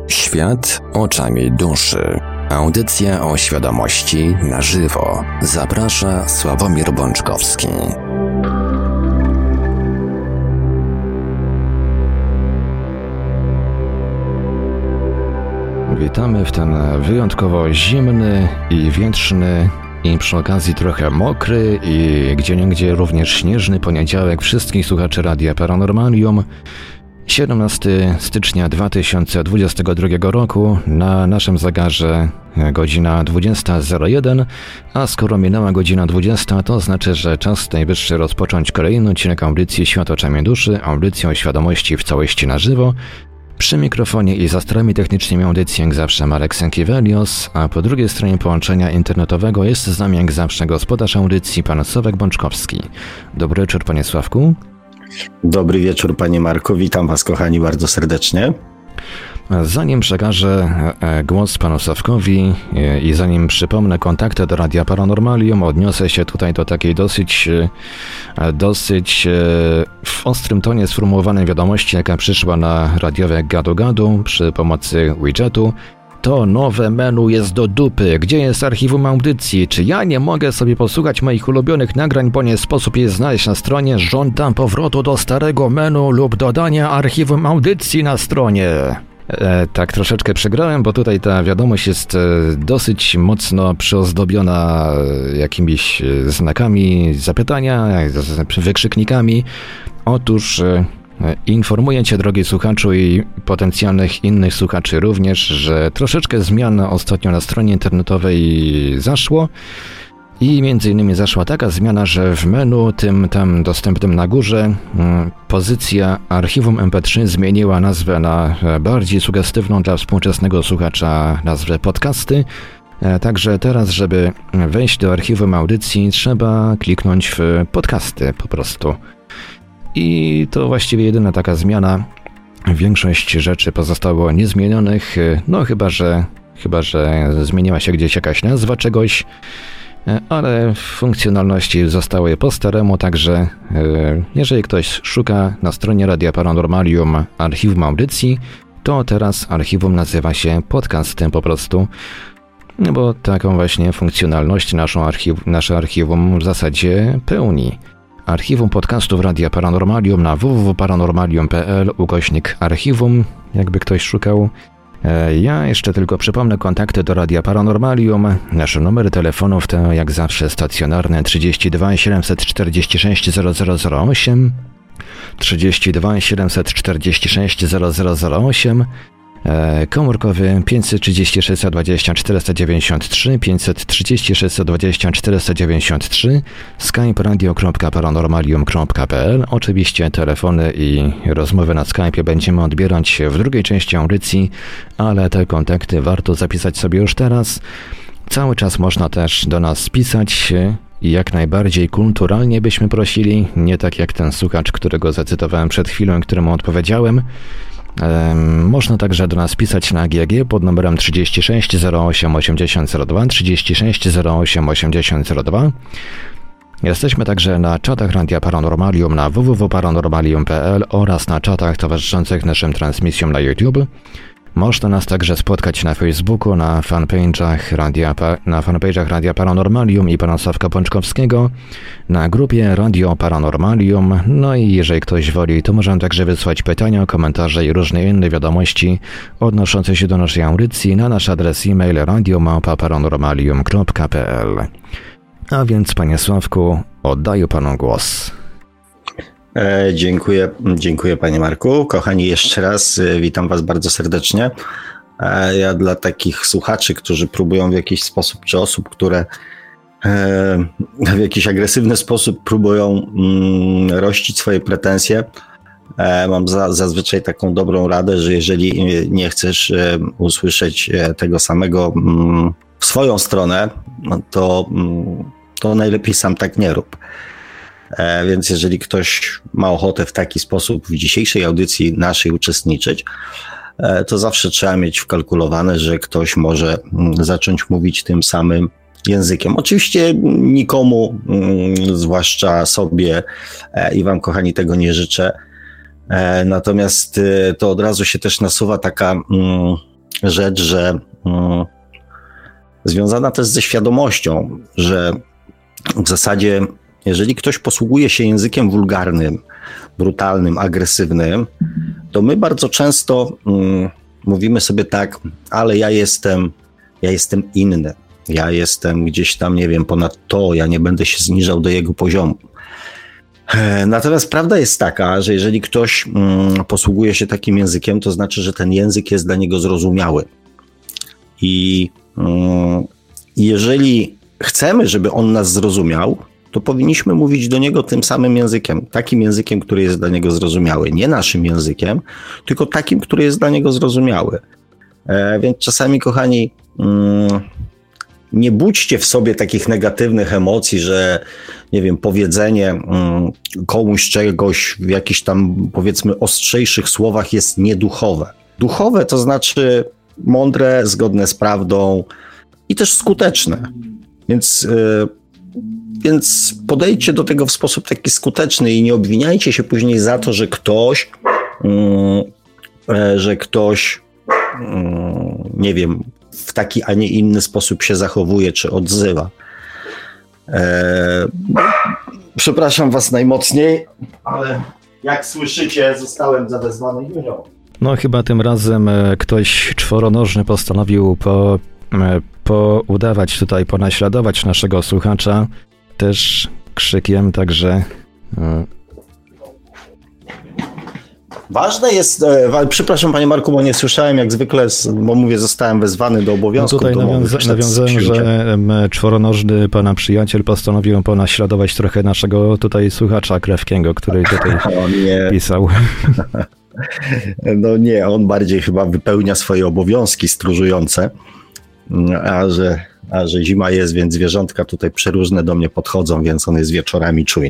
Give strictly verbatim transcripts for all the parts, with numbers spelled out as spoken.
Świat oczami duszy. Audycja o świadomości na żywo. Zaprasza Sławomir Bączkowski. Witamy w ten wyjątkowo zimny i wietrzny i przy okazji trochę mokry i gdzieniegdzie również śnieżny poniedziałek wszystkich słuchaczy Radia Paranormalium. siedemnastego stycznia dwa tysiące dwudziestego drugiego roku, na naszym zegarze godzina dwudziesta zero jeden, a skoro minęła godzina dwudziesta, to znaczy, że czas najwyższy rozpocząć kolejny odcinek audycji Świat oczami duszy, audycji o świadomości w całości na żywo. Przy mikrofonie i za sterami technicznymi audycji jak zawsze Marek Sękiewelios, a po drugiej stronie połączenia internetowego jest z nami jak zawsze gospodarz audycji pan Sławek Bączkowski. Dobry wieczór, panie Sławku. Dobry wieczór, panie Marku, witam was kochani bardzo serdecznie. Zanim przekażę głos panu Sławkowi i zanim przypomnę kontakty do Radia Paranormalium, odniosę się tutaj do takiej dosyć, dosyć w ostrym tonie sformułowanej wiadomości, jaka przyszła na radiowe gadu-gadu przy pomocy widgetu. To nowe menu jest do dupy. Gdzie jest archiwum audycji? Czy ja nie mogę sobie posłuchać moich ulubionych nagrań, bo nie sposób je znaleźć na stronie? Żądam powrotu do starego menu lub dodania archiwum audycji na stronie. E, tak troszeczkę przegrałem, bo tutaj ta wiadomość jest e, dosyć mocno przyozdobiona jakimiś znakami zapytania, wykrzyknikami. Otóż... E, Informuję Cię, drogi słuchaczu i potencjalnych innych słuchaczy również, że troszeczkę zmian ostatnio na stronie internetowej zaszło i między innymi zaszła taka zmiana, że w menu tym tam dostępnym na górze pozycja archiwum em pe trzy zmieniła nazwę na bardziej sugestywną dla współczesnego słuchacza nazwę podcasty. Także teraz, żeby wejść do archiwum audycji, trzeba kliknąć w podcasty po prostu. I to właściwie jedyna taka zmiana. Większość rzeczy pozostało niezmienionych, no chyba, że chyba, że zmieniła się gdzieś jakaś nazwa czegoś, ale funkcjonalności zostały po staremu, także jeżeli ktoś szuka na stronie Radia Paranormalium archiwum audycji, to teraz archiwum nazywa się podcastem po prostu, bo taką właśnie funkcjonalność naszą archiw- nasze archiwum w zasadzie pełni. Archiwum podcastów Radia Paranormalium na w w w kropka paranormalium kropka p l ukośnik archiwum, jakby ktoś szukał. Ja jeszcze tylko przypomnę kontakty do Radia Paranormalium. Nasze numery telefonów to jak zawsze stacjonarne trzydzieści dwa siedemset czterdzieści sześć zero zero zero osiem, trzydzieści dwa siedemset czterdzieści sześć zero zero zero osiem, komórkowy pięćset trzydzieści sześć dwadzieścia czterysta dziewięćdziesiąt trzy, pięćset trzydzieści sześć dwadzieścia czterysta dziewięćdziesiąt trzy, skype radio kropka paranormalium kropka p l. Oczywiście telefony i rozmowy na Skype'ie będziemy odbierać w drugiej części audycji, ale te kontakty warto zapisać sobie już teraz. Cały czas można też do nas pisać i jak najbardziej kulturalnie byśmy prosili, nie tak jak ten słuchacz, którego zacytowałem przed chwilą, któremu odpowiedziałem. Można także do nas pisać na G G pod numerem trzydzieści sześć zero osiem osiemdziesiąt zero dwa, trzydzieści sześć zero osiem osiemdziesiąt zero dwa. Jesteśmy także na czatach Radia Paranormalium na w w w kropka paranormalium kropka p l oraz na czatach towarzyszących naszym transmisjom na YouTube. Można nas także spotkać na Facebooku, na fanpage'ach Radia, na fanpage'ach Radia Paranormalium i pana Sławka Bączkowskiego, na grupie Radio Paranormalium. No i jeżeli ktoś woli, to możemy także wysłać pytania, komentarze i różne inne wiadomości odnoszące się do naszej audycji na nasz adres e-mail radio małpa paranormalium kropka p l. A więc, panie Sławku, oddaję panu głos. E, dziękuję, dziękuję panie Marku. Kochani, jeszcze raz e, witam was bardzo serdecznie. E, ja dla takich słuchaczy, którzy próbują w jakiś sposób, czy osób, które e, w jakiś agresywny sposób próbują mm, rościć swoje pretensje, e, mam za, zazwyczaj taką dobrą radę, że jeżeli nie chcesz e, usłyszeć tego samego mm, w swoją stronę, no to, mm, to najlepiej sam tak nie rób. E, więc jeżeli ktoś ma ochotę w taki sposób w dzisiejszej audycji naszej uczestniczyć, e, to zawsze trzeba mieć wkalkulowane, że ktoś może m, zacząć mówić tym samym językiem. Oczywiście nikomu, m, zwłaszcza sobie e, i wam, kochani, tego nie życzę. E, natomiast e, to od razu się też nasuwa taka, m, rzecz, że mm, związana też ze świadomością, że w zasadzie jeżeli ktoś posługuje się językiem wulgarnym, brutalnym, agresywnym, to my bardzo często mm, mówimy sobie tak, ale ja jestem, ja jestem inny, ja jestem gdzieś tam, nie wiem, ponad to, ja nie będę się zniżał do jego poziomu. Natomiast prawda jest taka, że jeżeli ktoś mm, posługuje się takim językiem, to znaczy, że ten język jest dla niego zrozumiały. I mm, jeżeli chcemy, żeby on nas zrozumiał, to powinniśmy mówić do niego tym samym językiem, takim językiem, który jest dla niego zrozumiały. Nie naszym językiem, tylko takim, który jest dla niego zrozumiały. E, więc czasami, kochani, mm, nie budźcie w sobie takich negatywnych emocji, że nie wiem, powiedzenie mm, komuś czegoś w jakichś tam, powiedzmy, ostrzejszych słowach jest nieduchowe. Duchowe to znaczy mądre, zgodne z prawdą i też skuteczne. Więc, yy, więc podejdźcie do tego w sposób taki skuteczny i nie obwiniajcie się później za to, że ktoś, yy, że ktoś, yy, nie wiem, w taki, a nie inny sposób się zachowuje czy odzywa. Eee, przepraszam was najmocniej, ale jak słyszycie, zostałem zawezwany Junią. No chyba tym razem ktoś czworonożny postanowił po, po udawać tutaj, ponaśladować naszego słuchacza też krzykiem, także... Ważne jest, e, przepraszam panie Marku, bo nie słyszałem jak zwykle, bo mówię, zostałem wezwany do obowiązków. No tutaj nawiąza- nawiązałem, że czworonożny pana przyjaciel postanowił ponaśladować trochę naszego tutaj słuchacza Krewkiego, który tutaj pisał. No nie, on bardziej chyba wypełnia swoje obowiązki stróżujące, a że, a że zima jest, więc zwierzątka tutaj przeróżne do mnie podchodzą, więc on jest wieczorami czujny.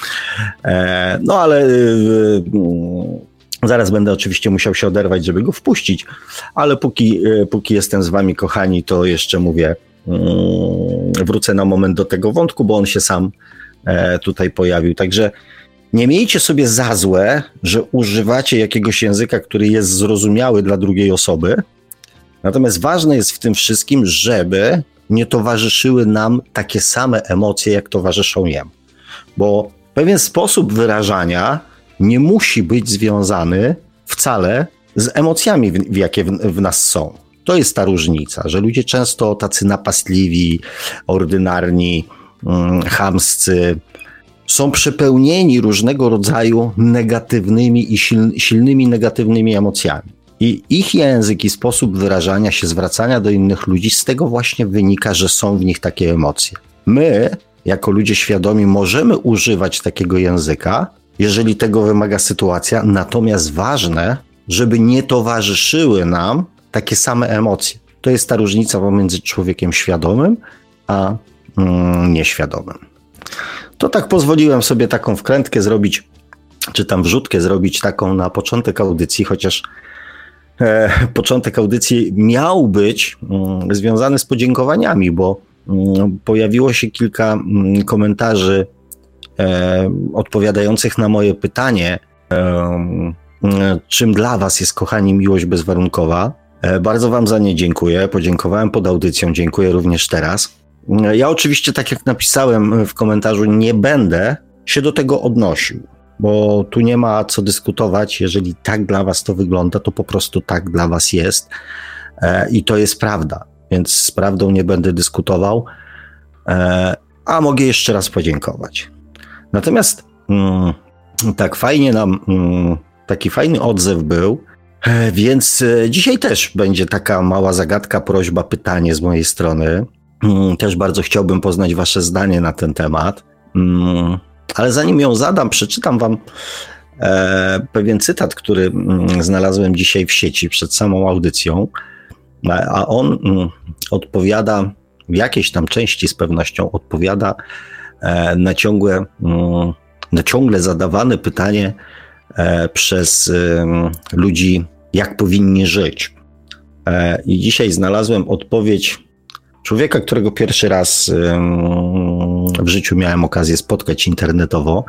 E, no ale... Y, y, Zaraz będę oczywiście musiał się oderwać, żeby go wpuścić, ale póki, póki jestem z wami, kochani, to jeszcze mówię, wrócę na moment do tego wątku, bo on się sam tutaj pojawił. Także nie miejcie sobie za złe, że używacie jakiegoś języka, który jest zrozumiały dla drugiej osoby. Natomiast ważne jest w tym wszystkim, żeby nie towarzyszyły nam takie same emocje, jak towarzyszą jemu. Bo pewien sposób wyrażania nie musi być związany wcale z emocjami, w, w jakie w, w nas są. To jest ta różnica, że ludzie często tacy napastliwi, ordynarni, mm, chamscy, są przepełnieni różnego rodzaju negatywnymi i siln, silnymi negatywnymi emocjami. I ich język i sposób wyrażania się, zwracania do innych ludzi, z tego właśnie wynika, że są w nich takie emocje. My, jako ludzie świadomi, możemy używać takiego języka, jeżeli tego wymaga sytuacja, natomiast ważne, żeby nie towarzyszyły nam takie same emocje. To jest ta różnica pomiędzy człowiekiem świadomym a mm, nieświadomym. To tak pozwoliłem sobie taką wkrętkę zrobić, czy tam wrzutkę zrobić taką na początek audycji, chociaż e, początek audycji miał być mm, związany z podziękowaniami, bo mm, pojawiło się kilka mm, komentarzy E, odpowiadających na moje pytanie, e, e, czym dla was jest, kochani, miłość bezwarunkowa. E, bardzo wam za nie dziękuję. Podziękowałem pod audycją, dziękuję również teraz. E, ja oczywiście, tak jak napisałem w komentarzu, nie będę się do tego odnosił, bo tu nie ma co dyskutować. Jeżeli tak dla was to wygląda, to po prostu tak dla was jest e, i to jest prawda, więc z prawdą nie będę dyskutował, e, a mogę jeszcze raz podziękować. Natomiast mm, tak fajnie nam, mm, taki fajny odzew był, e, więc e, dzisiaj też będzie taka mała zagadka, prośba, pytanie z mojej strony. Mm, też bardzo chciałbym poznać wasze zdanie na ten temat, mm, ale zanim ją zadam, przeczytam wam e, pewien cytat, który mm, znalazłem dzisiaj w sieci przed samą audycją, a, a on mm, odpowiada, w jakiejś tam części z pewnością odpowiada na ciągłe, na ciągle zadawane pytanie przez ludzi, jak powinni żyć. I dzisiaj znalazłem odpowiedź człowieka, którego pierwszy raz w życiu miałem okazję spotkać internetowo.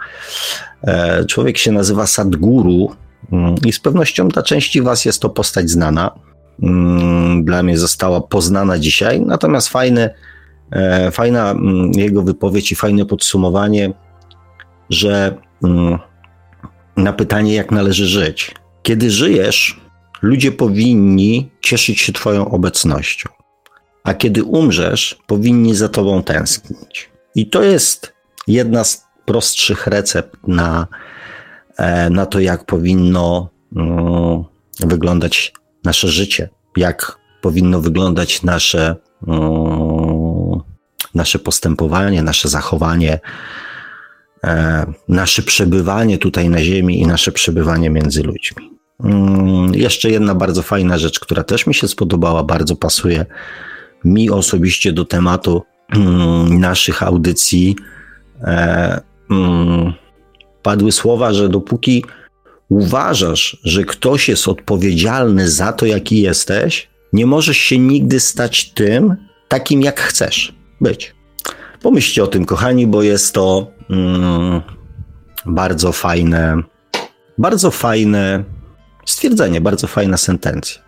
Człowiek się nazywa Sadhguru i z pewnością dla części was jest to postać znana. dla mnie została poznana dzisiaj. Natomiast fajny, fajna jego wypowiedź i fajne podsumowanie, że na pytanie, jak należy żyć. Kiedy żyjesz, ludzie powinni cieszyć się twoją obecnością, a kiedy umrzesz, powinni za tobą tęsknić. I to jest jedna z prostszych recept na, na to, jak powinno um, wyglądać nasze życie, jak powinno wyglądać nasze, um, nasze postępowanie, nasze zachowanie, e, nasze przebywanie tutaj na ziemi i nasze przebywanie między ludźmi. Um, jeszcze jedna bardzo fajna rzecz, która też mi się spodobała, bardzo pasuje mi osobiście do tematu um, naszych audycji. E, um, padły słowa, że dopóki uważasz, że ktoś jest odpowiedzialny za to, jaki jesteś, nie możesz się nigdy stać tym, takim jak chcesz być. Pomyślcie o tym, kochani, bo jest to mm, bardzo fajne, bardzo fajne stwierdzenie, bardzo fajna sentencja.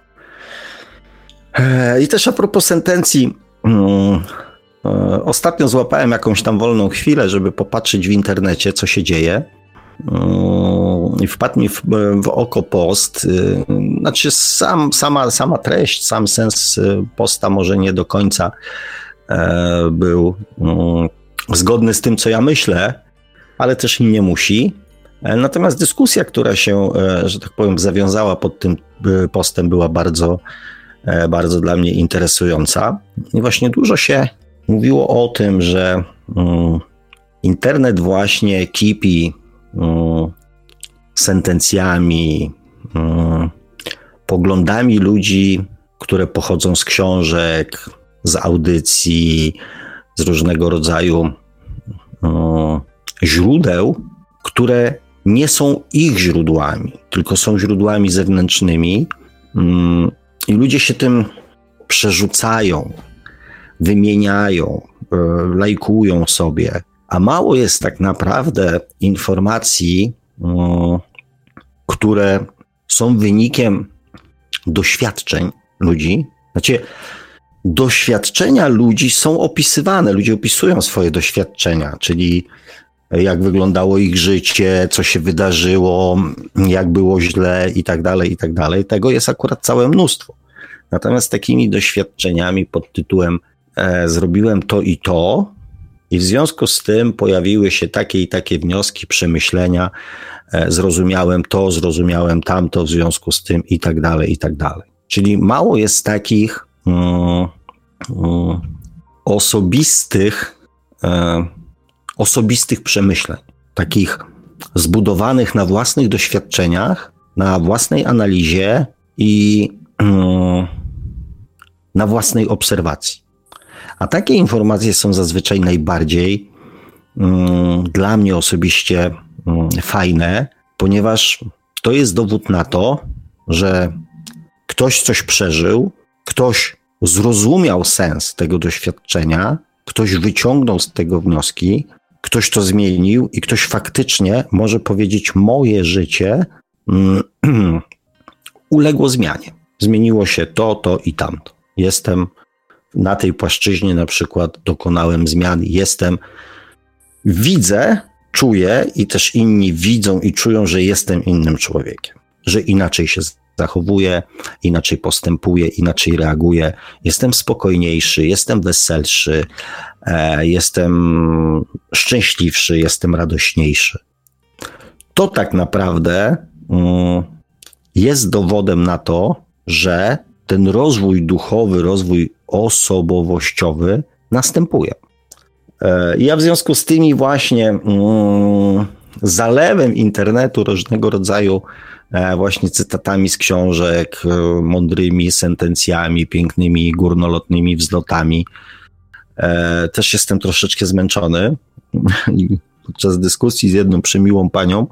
I też a propos sentencji, mm, ostatnio złapałem jakąś tam wolną chwilę, żeby popatrzeć w internecie, co się dzieje. I wpadł mi w, w oko post, znaczy sam, sama, sama treść, sam sens posta może nie do końca był zgodny z tym, co ja myślę, ale też i nie musi. Natomiast dyskusja, która się, że tak powiem, zawiązała pod tym postem, była bardzo, bardzo dla mnie interesująca. I właśnie dużo się mówiło o tym, że internet właśnie kipi sentencjami, poglądami ludzi, które pochodzą z książek, z audycji, z różnego rodzaju źródeł, które nie są ich źródłami, tylko są źródłami zewnętrznymi i ludzie się tym przerzucają, wymieniają, lajkują sobie. A mało jest tak naprawdę informacji, które są wynikiem doświadczeń ludzi. Znaczy, doświadczenia ludzi są opisywane. Ludzie opisują swoje doświadczenia, czyli jak wyglądało ich życie, co się wydarzyło, jak było źle i tak dalej, i tak dalej. Tego jest akurat całe mnóstwo. Natomiast takimi doświadczeniami pod tytułem e, zrobiłem to i to, i w związku z tym pojawiły się takie i takie wnioski, przemyślenia, e, zrozumiałem to, zrozumiałem tamto w związku z tym i tak dalej, i tak dalej. Czyli mało jest takich mm, mm, osobistych, e, osobistych przemyśleń, takich zbudowanych na własnych doświadczeniach, na własnej analizie i mm, na własnej obserwacji. A takie informacje są zazwyczaj najbardziej mm, dla mnie osobiście mm, fajne, ponieważ to jest dowód na to, że ktoś coś przeżył, ktoś zrozumiał sens tego doświadczenia, ktoś wyciągnął z tego wnioski, ktoś to zmienił i ktoś faktycznie może powiedzieć, moje życie mm, uległo zmianie. Zmieniło się to, to i tamto. Jestem na tej płaszczyźnie, na przykład dokonałem zmian, jestem, widzę, czuję i też inni widzą i czują, że jestem innym człowiekiem, że inaczej się zachowuję, inaczej postępuję, inaczej reaguję, jestem spokojniejszy, jestem weselszy, e, jestem szczęśliwszy, jestem radośniejszy. To tak naprawdę mm, jest dowodem na to, że ten rozwój duchowy, rozwój osobowościowy następuje. E, ja w związku z tymi właśnie mm, zalewem internetu różnego rodzaju właśnie cytatami z książek, mądrymi sentencjami, pięknymi górnolotnymi wzlotami. Też jestem troszeczkę zmęczony. Podczas dyskusji z jedną przemiłą panią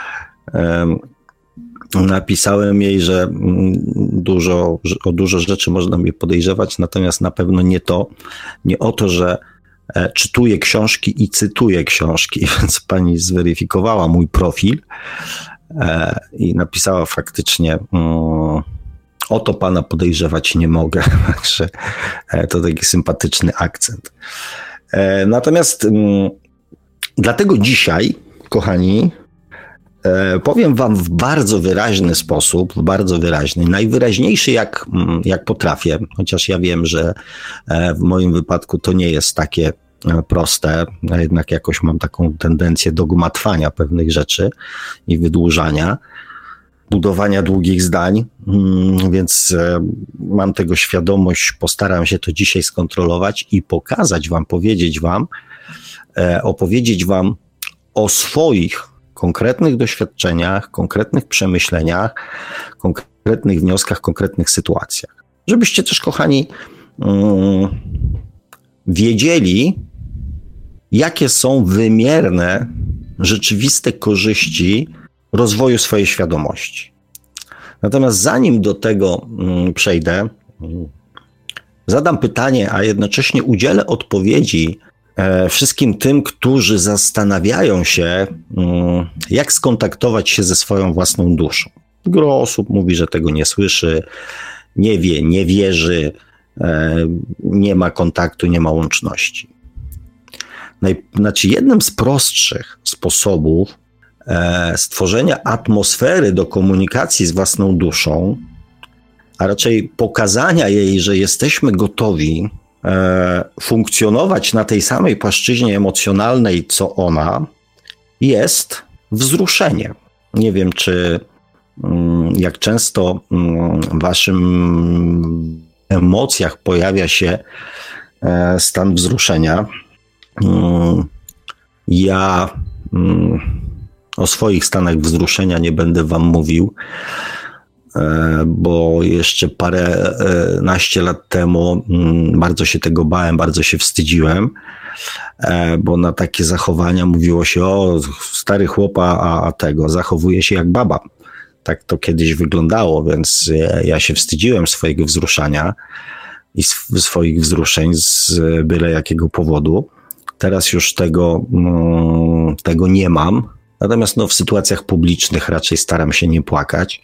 napisałem jej, że dużo, o dużo rzeczy można mnie podejrzewać, natomiast na pewno nie to, nie o to, że czytuję książki i cytuję książki, więc pani zweryfikowała mój profil i napisała faktycznie, o to pana podejrzewać nie mogę. Także to taki sympatyczny akcent. Natomiast dlatego dzisiaj, kochani, powiem wam w bardzo wyraźny sposób, w bardzo wyraźny, najwyraźniejszy jak, jak potrafię, chociaż ja wiem, że w moim wypadku to nie jest takie proste, a jednak jakoś mam taką tendencję do gmatwania pewnych rzeczy i wydłużania, budowania długich zdań, więc mam tego świadomość, postaram się to dzisiaj skontrolować i pokazać wam, powiedzieć wam, opowiedzieć wam o swoich konkretnych doświadczeniach, konkretnych przemyśleniach, konkretnych wnioskach, konkretnych sytuacjach. Żebyście też, kochani, wiedzieli, jakie są wymierne, rzeczywiste korzyści rozwoju swojej świadomości. Natomiast zanim do tego przejdę, zadam pytanie, a jednocześnie udzielę odpowiedzi wszystkim tym, którzy zastanawiają się, jak skontaktować się ze swoją własną duszą. Gro osób mówi, że tego nie słyszy, nie wie, nie wierzy, nie ma kontaktu, nie ma łączności. Znaczy, jednym z prostszych sposobów stworzenia atmosfery do komunikacji z własną duszą, a raczej pokazania jej, że jesteśmy gotowi funkcjonować na tej samej płaszczyźnie emocjonalnej, co ona, jest wzruszenie. Nie wiem, czy jak często w waszym emocjach pojawia się stan wzruszenia. Ja o swoich stanach wzruszenia nie będę wam mówił, bo jeszcze paręnaście lat temu bardzo się tego bałem, bardzo się wstydziłem, bo na takie zachowania mówiło się: o, stary chłopa, a tego, zachowuje się jak baba. Tak to kiedyś wyglądało, więc ja się wstydziłem swojego wzruszania i swoich wzruszeń z byle jakiego powodu. Teraz już tego, tego nie mam. Natomiast no, w sytuacjach publicznych raczej staram się nie płakać.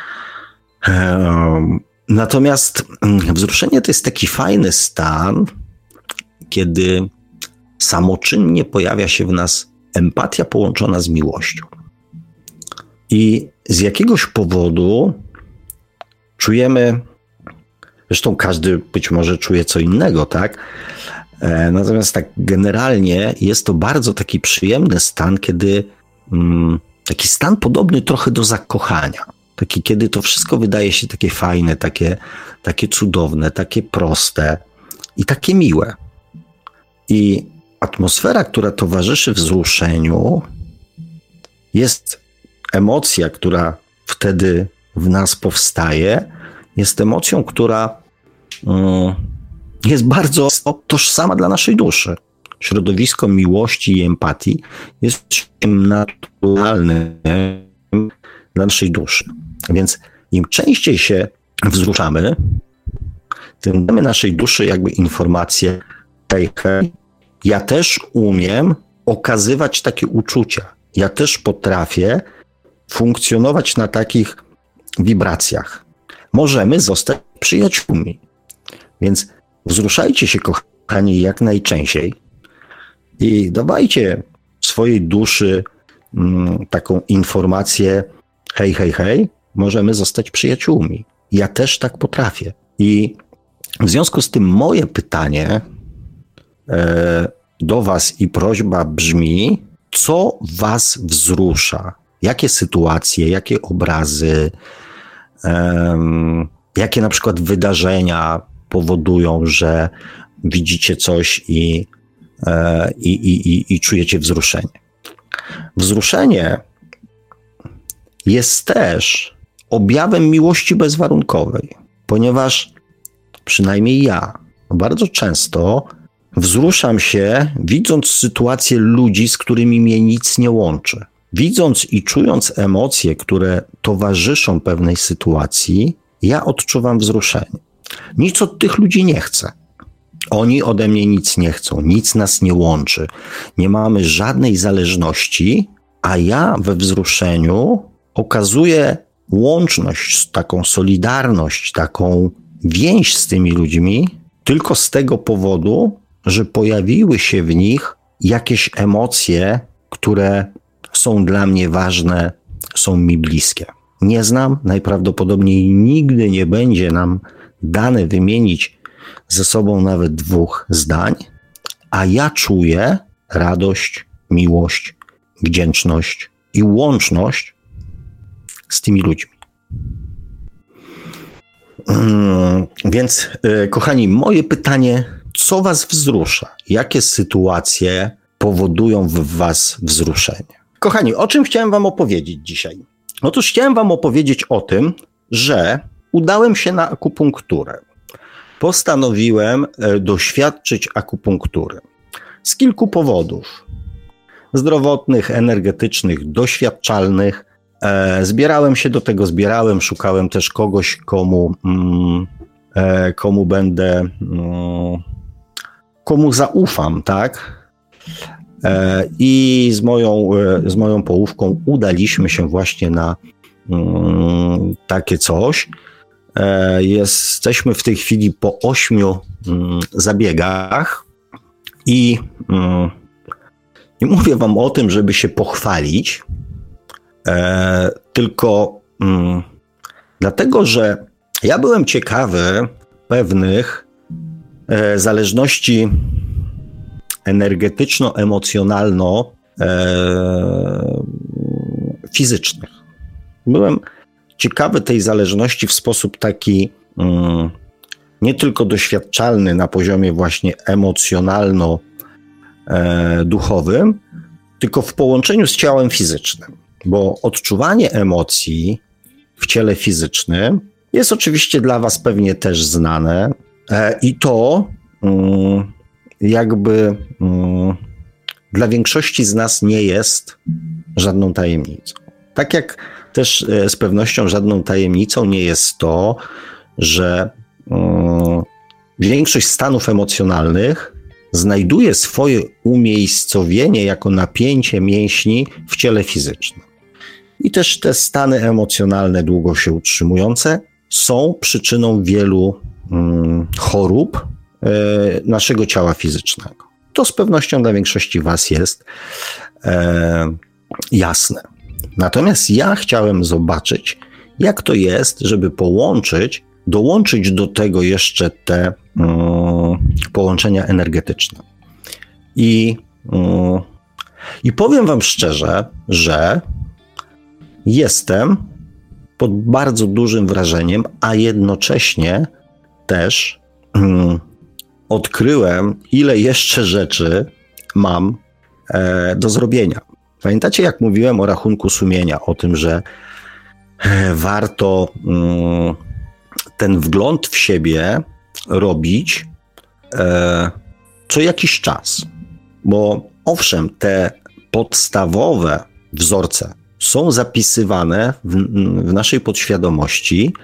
Natomiast wzruszenie to jest taki fajny stan, kiedy samoczynnie pojawia się w nas empatia połączona z miłością. I z jakiegoś powodu czujemy, zresztą każdy być może czuje co innego, tak? Natomiast tak generalnie jest to bardzo taki przyjemny stan, kiedy mm, taki stan podobny trochę do zakochania. Taki, kiedy to wszystko wydaje się takie fajne, takie, takie cudowne, takie proste i takie miłe. I atmosfera, która towarzyszy wzruszeniu, jest emocja, która wtedy w nas powstaje, jest emocją, która mm, jest bardzo tożsama dla naszej duszy. Środowisko miłości i empatii jest naturalne dla naszej duszy. Więc im częściej się wzruszamy, tym damy naszej duszy jakby informację: hej, hej, ja też umiem okazywać takie uczucia. Ja też potrafię funkcjonować na takich wibracjach. Możemy zostać przyjaciółmi. Więc wzruszajcie się, kochani, jak najczęściej i dawajcie swojej duszy mm, taką informację: hej, hej, hej, możemy zostać przyjaciółmi. Ja też tak potrafię. I w związku z tym moje pytanie e, do was i prośba brzmi: co was wzrusza? Jakie sytuacje, jakie obrazy, e, jakie na przykład wydarzenia powodują, że widzicie coś i, e, i, i, i, i czujecie wzruszenie? Wzruszenie jest też objawem miłości bezwarunkowej, ponieważ przynajmniej ja bardzo często wzruszam się, widząc sytuację ludzi, z którymi mnie nic nie łączy. Widząc i czując emocje, które towarzyszą pewnej sytuacji, ja odczuwam wzruszenie. Nic od tych ludzi nie chcę. Oni ode mnie nic nie chcą, nic nas nie łączy. Nie mamy żadnej zależności, a ja we wzruszeniu okazuję łączność, taką solidarność, taką więź z tymi ludźmi tylko z tego powodu, że pojawiły się w nich jakieś emocje, które są dla mnie ważne, są mi bliskie. Nie znam, najprawdopodobniej nigdy nie będzie nam dane wymienić ze sobą nawet dwóch zdań, a ja czuję radość, miłość, wdzięczność i łączność z tymi ludźmi. Hmm, więc, yy, kochani, moje pytanie, co was wzrusza? Jakie sytuacje powodują w was wzruszenie? Kochani, o czym chciałem wam opowiedzieć dzisiaj? Otóż chciałem wam opowiedzieć o tym, że udałem się na akupunkturę. Postanowiłem doświadczyć akupunktury z kilku powodów. Zdrowotnych, energetycznych, doświadczalnych. E, zbierałem się do tego, zbierałem, szukałem też kogoś, komu, mm, e, komu będę, mm, komu zaufam, tak? E, I z moją, e, z moją połówką udaliśmy się właśnie na mm, takie coś. E, jesteśmy w tej chwili po ośmiu mm, zabiegach i mm, nie mówię wam o tym, żeby się pochwalić, e, tylko mm, dlatego, że ja byłem ciekawy pewnych e, zależności energetyczno-emocjonalno e, fizycznych. Byłem ciekawy tej zależności w sposób taki mm, nie tylko doświadczalny na poziomie właśnie emocjonalno-duchowym, tylko w połączeniu z ciałem fizycznym. Bo odczuwanie emocji w ciele fizycznym jest oczywiście dla was pewnie też znane e, i to mm, jakby mm, dla większości z nas nie jest żadną tajemnicą. Tak jak też e, z pewnością żadną tajemnicą nie jest to, że mm, większość stanów emocjonalnych znajduje swoje umiejscowienie jako napięcie mięśni w ciele fizycznym. I też te stany emocjonalne długo się utrzymujące są przyczyną wielu mm, chorób e, naszego ciała fizycznego. To z pewnością dla większości was jest e, jasne. Natomiast ja chciałem zobaczyć, jak to jest, żeby połączyć, dołączyć do tego jeszcze te mm, połączenia energetyczne. I, mm, I powiem wam szczerze, że jestem pod bardzo dużym wrażeniem, a jednocześnie też mm, odkryłem, ile jeszcze rzeczy mam e, do zrobienia. Pamiętacie, jak mówiłem o rachunku sumienia, o tym, że e, warto mm, ten wgląd w siebie robić e, co jakiś czas. Bo owszem, te podstawowe wzorce są zapisywane w, w naszej podświadomości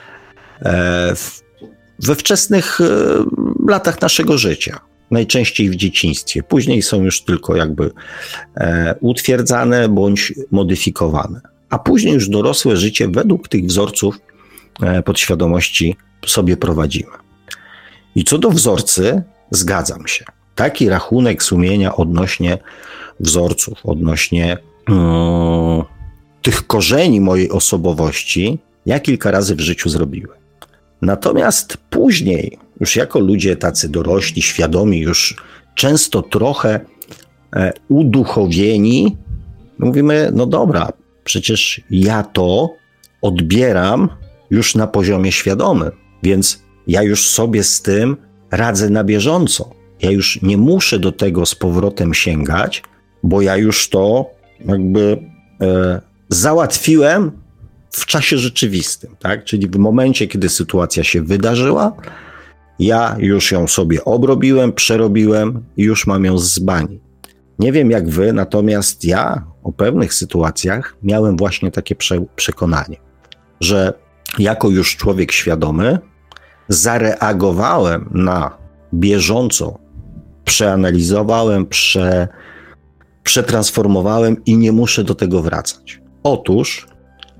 e, w, we wczesnych e, latach naszego życia. Najczęściej w dzieciństwie. Później są już tylko jakby e, utwierdzane bądź modyfikowane. A później już dorosłe życie według tych wzorców e, podświadomości sobie prowadzimy. I co do wzorcy, zgadzam się. Taki rachunek sumienia odnośnie wzorców, odnośnie mm, tych korzeni mojej osobowości, ja kilka razy w życiu zrobiłem. Natomiast później, już jako ludzie tacy dorośli, świadomi, już często trochę e, uduchowieni, mówimy, no dobra, przecież ja to odbieram już na poziomie świadomym, więc ja już sobie z tym radzę na bieżąco. Ja już nie muszę do tego z powrotem sięgać, bo ja już to jakby e, załatwiłem w czasie rzeczywistym, tak? Czyli w momencie, kiedy sytuacja się wydarzyła, ja już ją sobie obrobiłem, przerobiłem i już mam ją z bani. Nie wiem jak wy, natomiast ja o pewnych sytuacjach miałem właśnie takie prze- przekonanie, że jako już człowiek świadomy zareagowałem na bieżąco, przeanalizowałem, prze, przetransformowałem i nie muszę do tego wracać. Otóż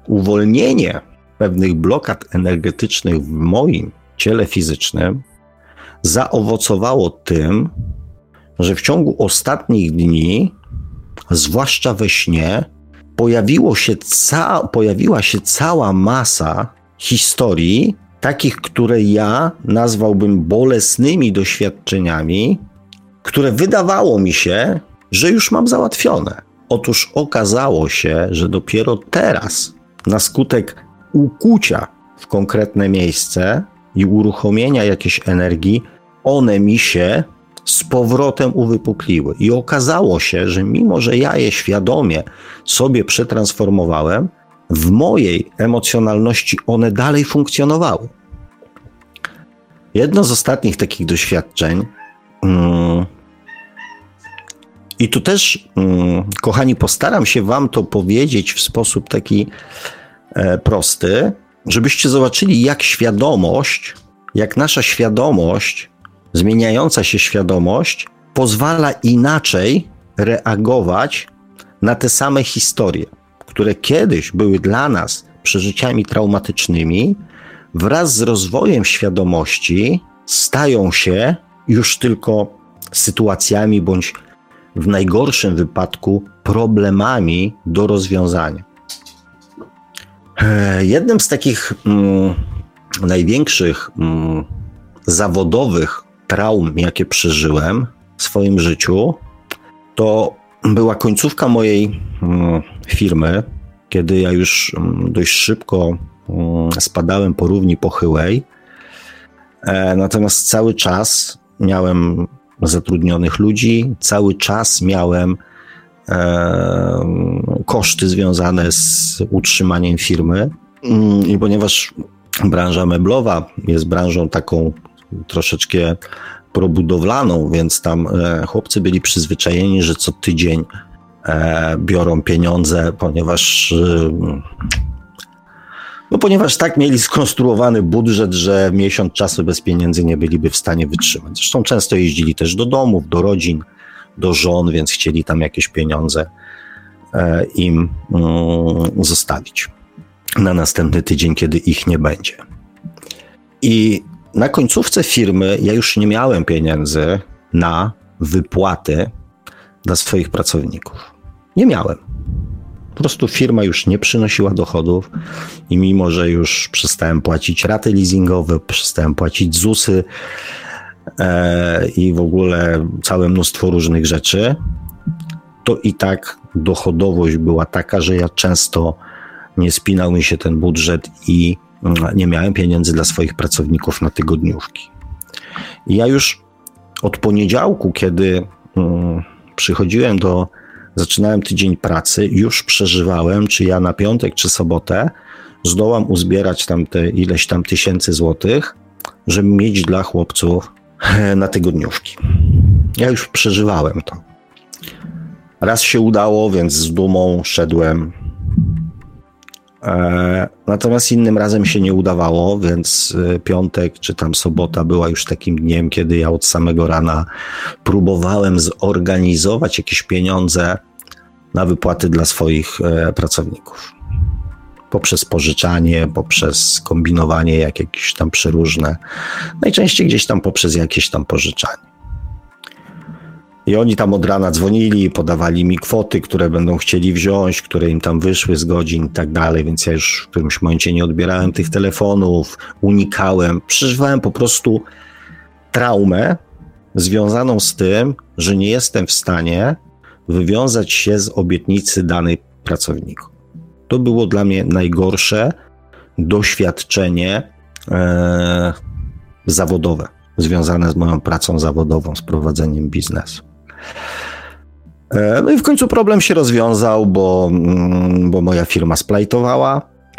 uwolnienie pewnych blokad energetycznych w moim ciele fizycznym zaowocowało tym, że w ciągu ostatnich dni, zwłaszcza we śnie, pojawiło się ca- pojawiła się cała masa historii, takich, które ja nazwałbym bolesnymi doświadczeniami, które wydawało mi się, że już mam załatwione. Otóż okazało się, że dopiero teraz, na skutek ukucia w konkretne miejsce i uruchomienia jakiejś energii, one mi się z powrotem uwypukliły. I okazało się, że mimo, że ja je świadomie sobie przetransformowałem, w mojej emocjonalności one dalej funkcjonowały. Jedno z ostatnich takich doświadczeń, mm, i tu też, mm, kochani, postaram się wam to powiedzieć w sposób taki e, prosty, żebyście zobaczyli, jak świadomość, jak nasza świadomość, zmieniająca się świadomość, pozwala inaczej reagować na te same historie, które kiedyś były dla nas przeżyciami traumatycznymi, wraz z rozwojem świadomości stają się już tylko sytuacjami bądź w najgorszym wypadku problemami do rozwiązania. Jednym z takich mm, największych mm, zawodowych traum, jakie przeżyłem w swoim życiu, to była końcówka mojej mm, firmy, kiedy ja już mm, dość szybko mm, spadałem po równi pochyłej. E, natomiast cały czas miałem zatrudnionych ludzi, cały czas miałem e, koszty związane z utrzymaniem firmy. I ponieważ branża meblowa jest branżą taką troszeczkę probudowlaną, więc tam e, chłopcy byli przyzwyczajeni, że co tydzień e, biorą pieniądze, ponieważ e, no ponieważ tak mieli skonstruowany budżet, że miesiąc czasu bez pieniędzy nie byliby w stanie wytrzymać. Zresztą często jeździli też do domów, do rodzin, do żon, więc chcieli tam jakieś pieniądze e, im mm, zostawić na następny tydzień, kiedy ich nie będzie. I na końcówce firmy ja już nie miałem pieniędzy na wypłaty dla swoich pracowników. Nie miałem. Po prostu firma już nie przynosiła dochodów i mimo, że już przestałem płacić raty leasingowe, przestałem płacić zusy e, i w ogóle całe mnóstwo różnych rzeczy, to i tak dochodowość była taka, że ja często nie spinał mi się ten budżet i nie miałem pieniędzy dla swoich pracowników na tygodniówki. I ja już od poniedziałku, kiedy mm, przychodziłem do zaczynałem tydzień pracy, już przeżywałem, czy ja na piątek, czy sobotę zdołam uzbierać tam te ileś tam tysięcy złotych, żeby mieć dla chłopców na tygodniówki. Ja już przeżywałem to. Raz się udało, więc z dumą szedłem. E, natomiast innym razem się nie udawało, więc piątek czy tam sobota była już takim dniem, kiedy ja od samego rana próbowałem zorganizować jakieś pieniądze na wypłaty dla swoich e, pracowników. Poprzez pożyczanie, poprzez kombinowanie jak jakieś tam przeróżne, najczęściej gdzieś tam poprzez jakieś tam pożyczanie. I oni tam od rana dzwonili, podawali mi kwoty, które będą chcieli wziąć, które im tam wyszły z godzin i tak dalej, więc ja już w którymś momencie nie odbierałem tych telefonów, unikałem, przeżywałem po prostu traumę związaną z tym, że nie jestem w stanie wywiązać się z obietnicy danej pracowniku. To było dla mnie najgorsze doświadczenie e, zawodowe, związane z moją pracą zawodową, z prowadzeniem biznesu. No i w końcu problem się rozwiązał, bo, bo moja firma splajtowała.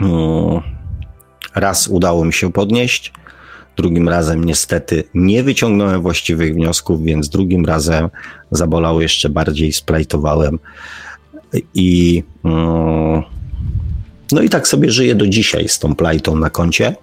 Raz udało mi się podnieść, drugim razem niestety nie wyciągnąłem właściwych wniosków, więc drugim razem zabolało jeszcze bardziej, splajtowałem. I, no i tak sobie żyję do dzisiaj z tą plajtą na koncie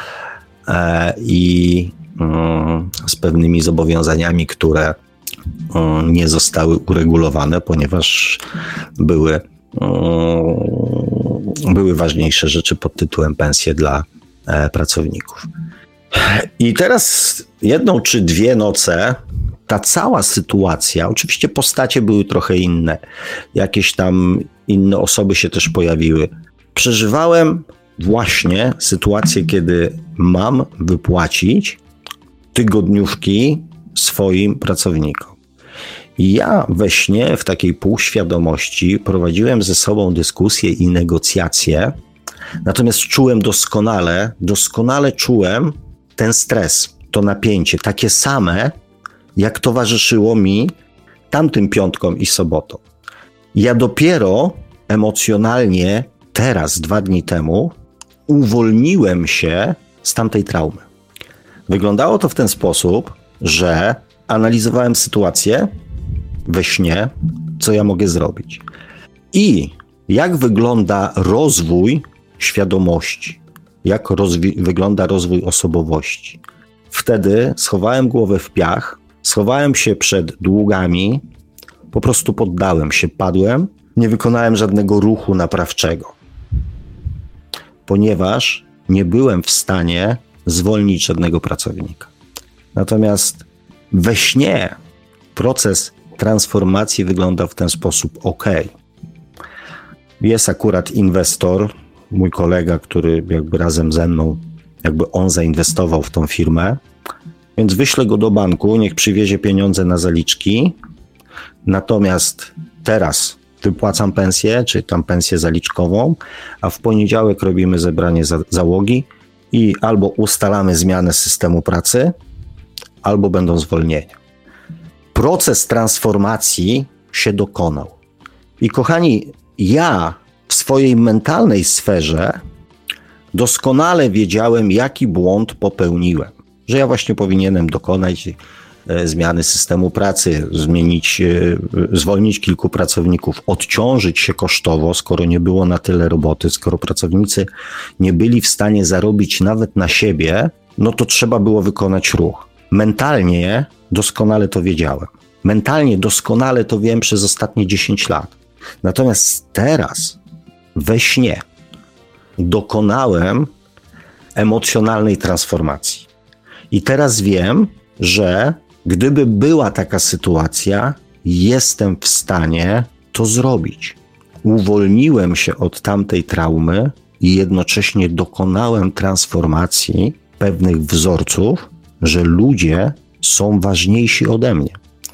i z pewnymi zobowiązaniami, które nie zostały uregulowane, ponieważ były były ważniejsze rzeczy pod tytułem pensje dla pracowników. I teraz jedną czy dwie noce ta cała sytuacja, oczywiście postacie były trochę inne, jakieś tam inne osoby się też pojawiły. Przeżywałem właśnie sytuację, kiedy mam wypłacić tygodniówki swoim pracownikom. I ja we śnie, w takiej półświadomości, prowadziłem ze sobą dyskusje i negocjacje, natomiast czułem doskonale, doskonale czułem ten stres, to napięcie, takie same, jak towarzyszyło mi tamtym piątkom i sobotą. Ja dopiero emocjonalnie teraz, dwa dni temu, uwolniłem się z tamtej traumy. Wyglądało to w ten sposób, że analizowałem sytuację we śnie, co ja mogę zrobić i jak wygląda rozwój świadomości, jak rozwi- wygląda rozwój osobowości. Wtedy schowałem głowę w piach, schowałem się przed długami, po prostu poddałem się, padłem, nie wykonałem żadnego ruchu naprawczego, ponieważ nie byłem w stanie zwolnić żadnego pracownika. Natomiast we śnie proces transformacji wygląda w ten sposób. Ok, jest akurat inwestor, mój kolega, który jakby razem ze mną, jakby on zainwestował w tą firmę, więc wyślę go do banku, niech przywiezie pieniądze na zaliczki, natomiast teraz wypłacam pensję, czy tam pensję zaliczkową, a w poniedziałek robimy zebranie za- załogi i albo ustalamy zmianę systemu pracy, albo będą zwolnienia. Proces transformacji się dokonał. I kochani, ja w swojej mentalnej sferze doskonale wiedziałem, jaki błąd popełniłem. Że ja właśnie powinienem dokonać e, zmiany systemu pracy, zmienić, e, zwolnić kilku pracowników, odciążyć się kosztowo, skoro nie było na tyle roboty, skoro pracownicy nie byli w stanie zarobić nawet na siebie, no to trzeba było wykonać ruch. Mentalnie doskonale to wiedziałem. Mentalnie doskonale to wiem przez ostatnie dziesięć lat. Natomiast teraz we śnie dokonałem emocjonalnej transformacji. I teraz wiem, że gdyby była taka sytuacja, jestem w stanie to zrobić. Uwolniłem się od tamtej traumy i jednocześnie dokonałem transformacji pewnych wzorców, że ludzie są ważniejsi ode mnie.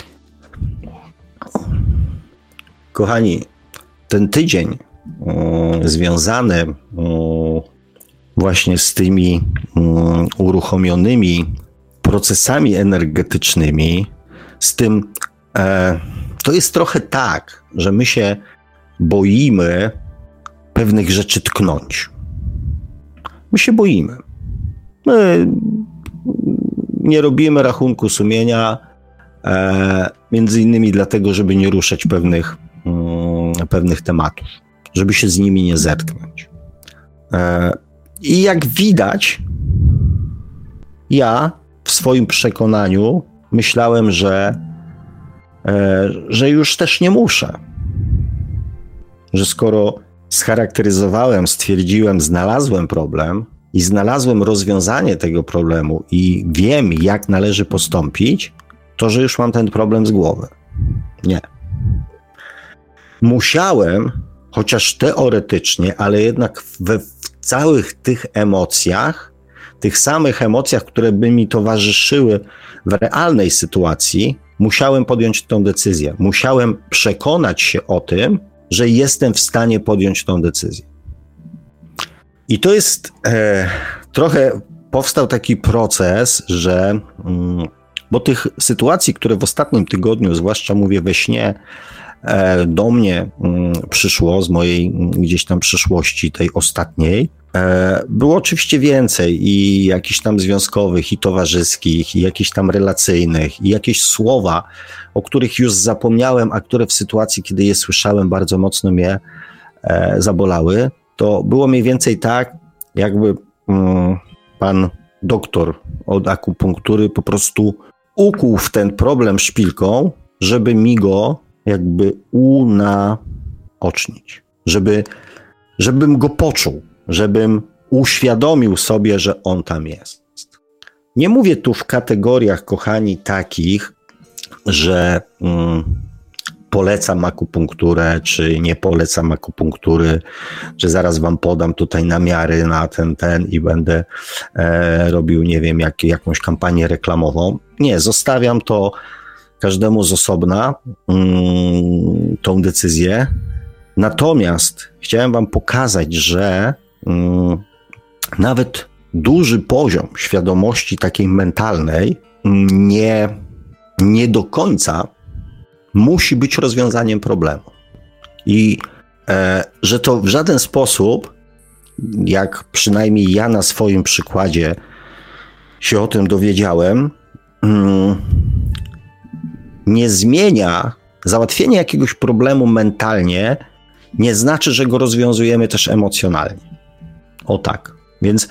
Kochani, ten tydzień um, związany um, właśnie z tymi um, uruchomionymi procesami energetycznymi, z tym, e, to jest trochę tak, że my się boimy pewnych rzeczy tknąć. My się boimy. My nie robimy rachunku sumienia, e, między innymi dlatego, żeby nie ruszać pewnych, mm, pewnych tematów, żeby się z nimi nie zetknąć. E, I jak widać, ja w swoim przekonaniu myślałem, że, e, że już też nie muszę. Że skoro scharakteryzowałem, stwierdziłem, znalazłem problem i znalazłem rozwiązanie tego problemu i wiem, jak należy postąpić, to że już mam ten problem z głowy. Nie. Musiałem, chociaż teoretycznie, ale jednak we w całych tych emocjach, tych samych emocjach, które by mi towarzyszyły w realnej sytuacji, musiałem podjąć tę decyzję. Musiałem przekonać się o tym, że jestem w stanie podjąć tę decyzję. I to jest e, trochę powstał taki proces, że mm, bo tych sytuacji, które w ostatnim tygodniu, zwłaszcza mówię we śnie, e, do mnie mm, przyszło z mojej gdzieś tam przyszłości, tej ostatniej, e, było oczywiście więcej i jakichś tam związkowych, i towarzyskich, i jakichś tam relacyjnych, i jakieś słowa, o których już zapomniałem, a które w sytuacji, kiedy je słyszałem, bardzo mocno mnie e, zabolały. To było mniej więcej tak, jakby mm, pan doktor od akupunktury po prostu ukuł w ten problem szpilką, żeby mi go jakby unaocznić. żeby, żebym go poczuł, żebym uświadomił sobie, że on tam jest. Nie mówię tu w kategoriach, kochani, takich, że mm, polecam akupunkturę, czy nie polecam akupunktury, że zaraz wam podam tutaj namiary na ten, ten i będę e, robił, nie wiem, jak, jakąś kampanię reklamową. Nie, zostawiam to każdemu z osobna, mm, tą decyzję. Natomiast chciałem wam pokazać, że mm, nawet duży poziom świadomości takiej mentalnej nie, nie do końca musi być rozwiązaniem problemu. I e, że to w żaden sposób, jak przynajmniej ja na swoim przykładzie się o tym dowiedziałem, mm, nie zmienia, załatwienie jakiegoś problemu mentalnie nie znaczy, że go rozwiązujemy też emocjonalnie. O tak. Więc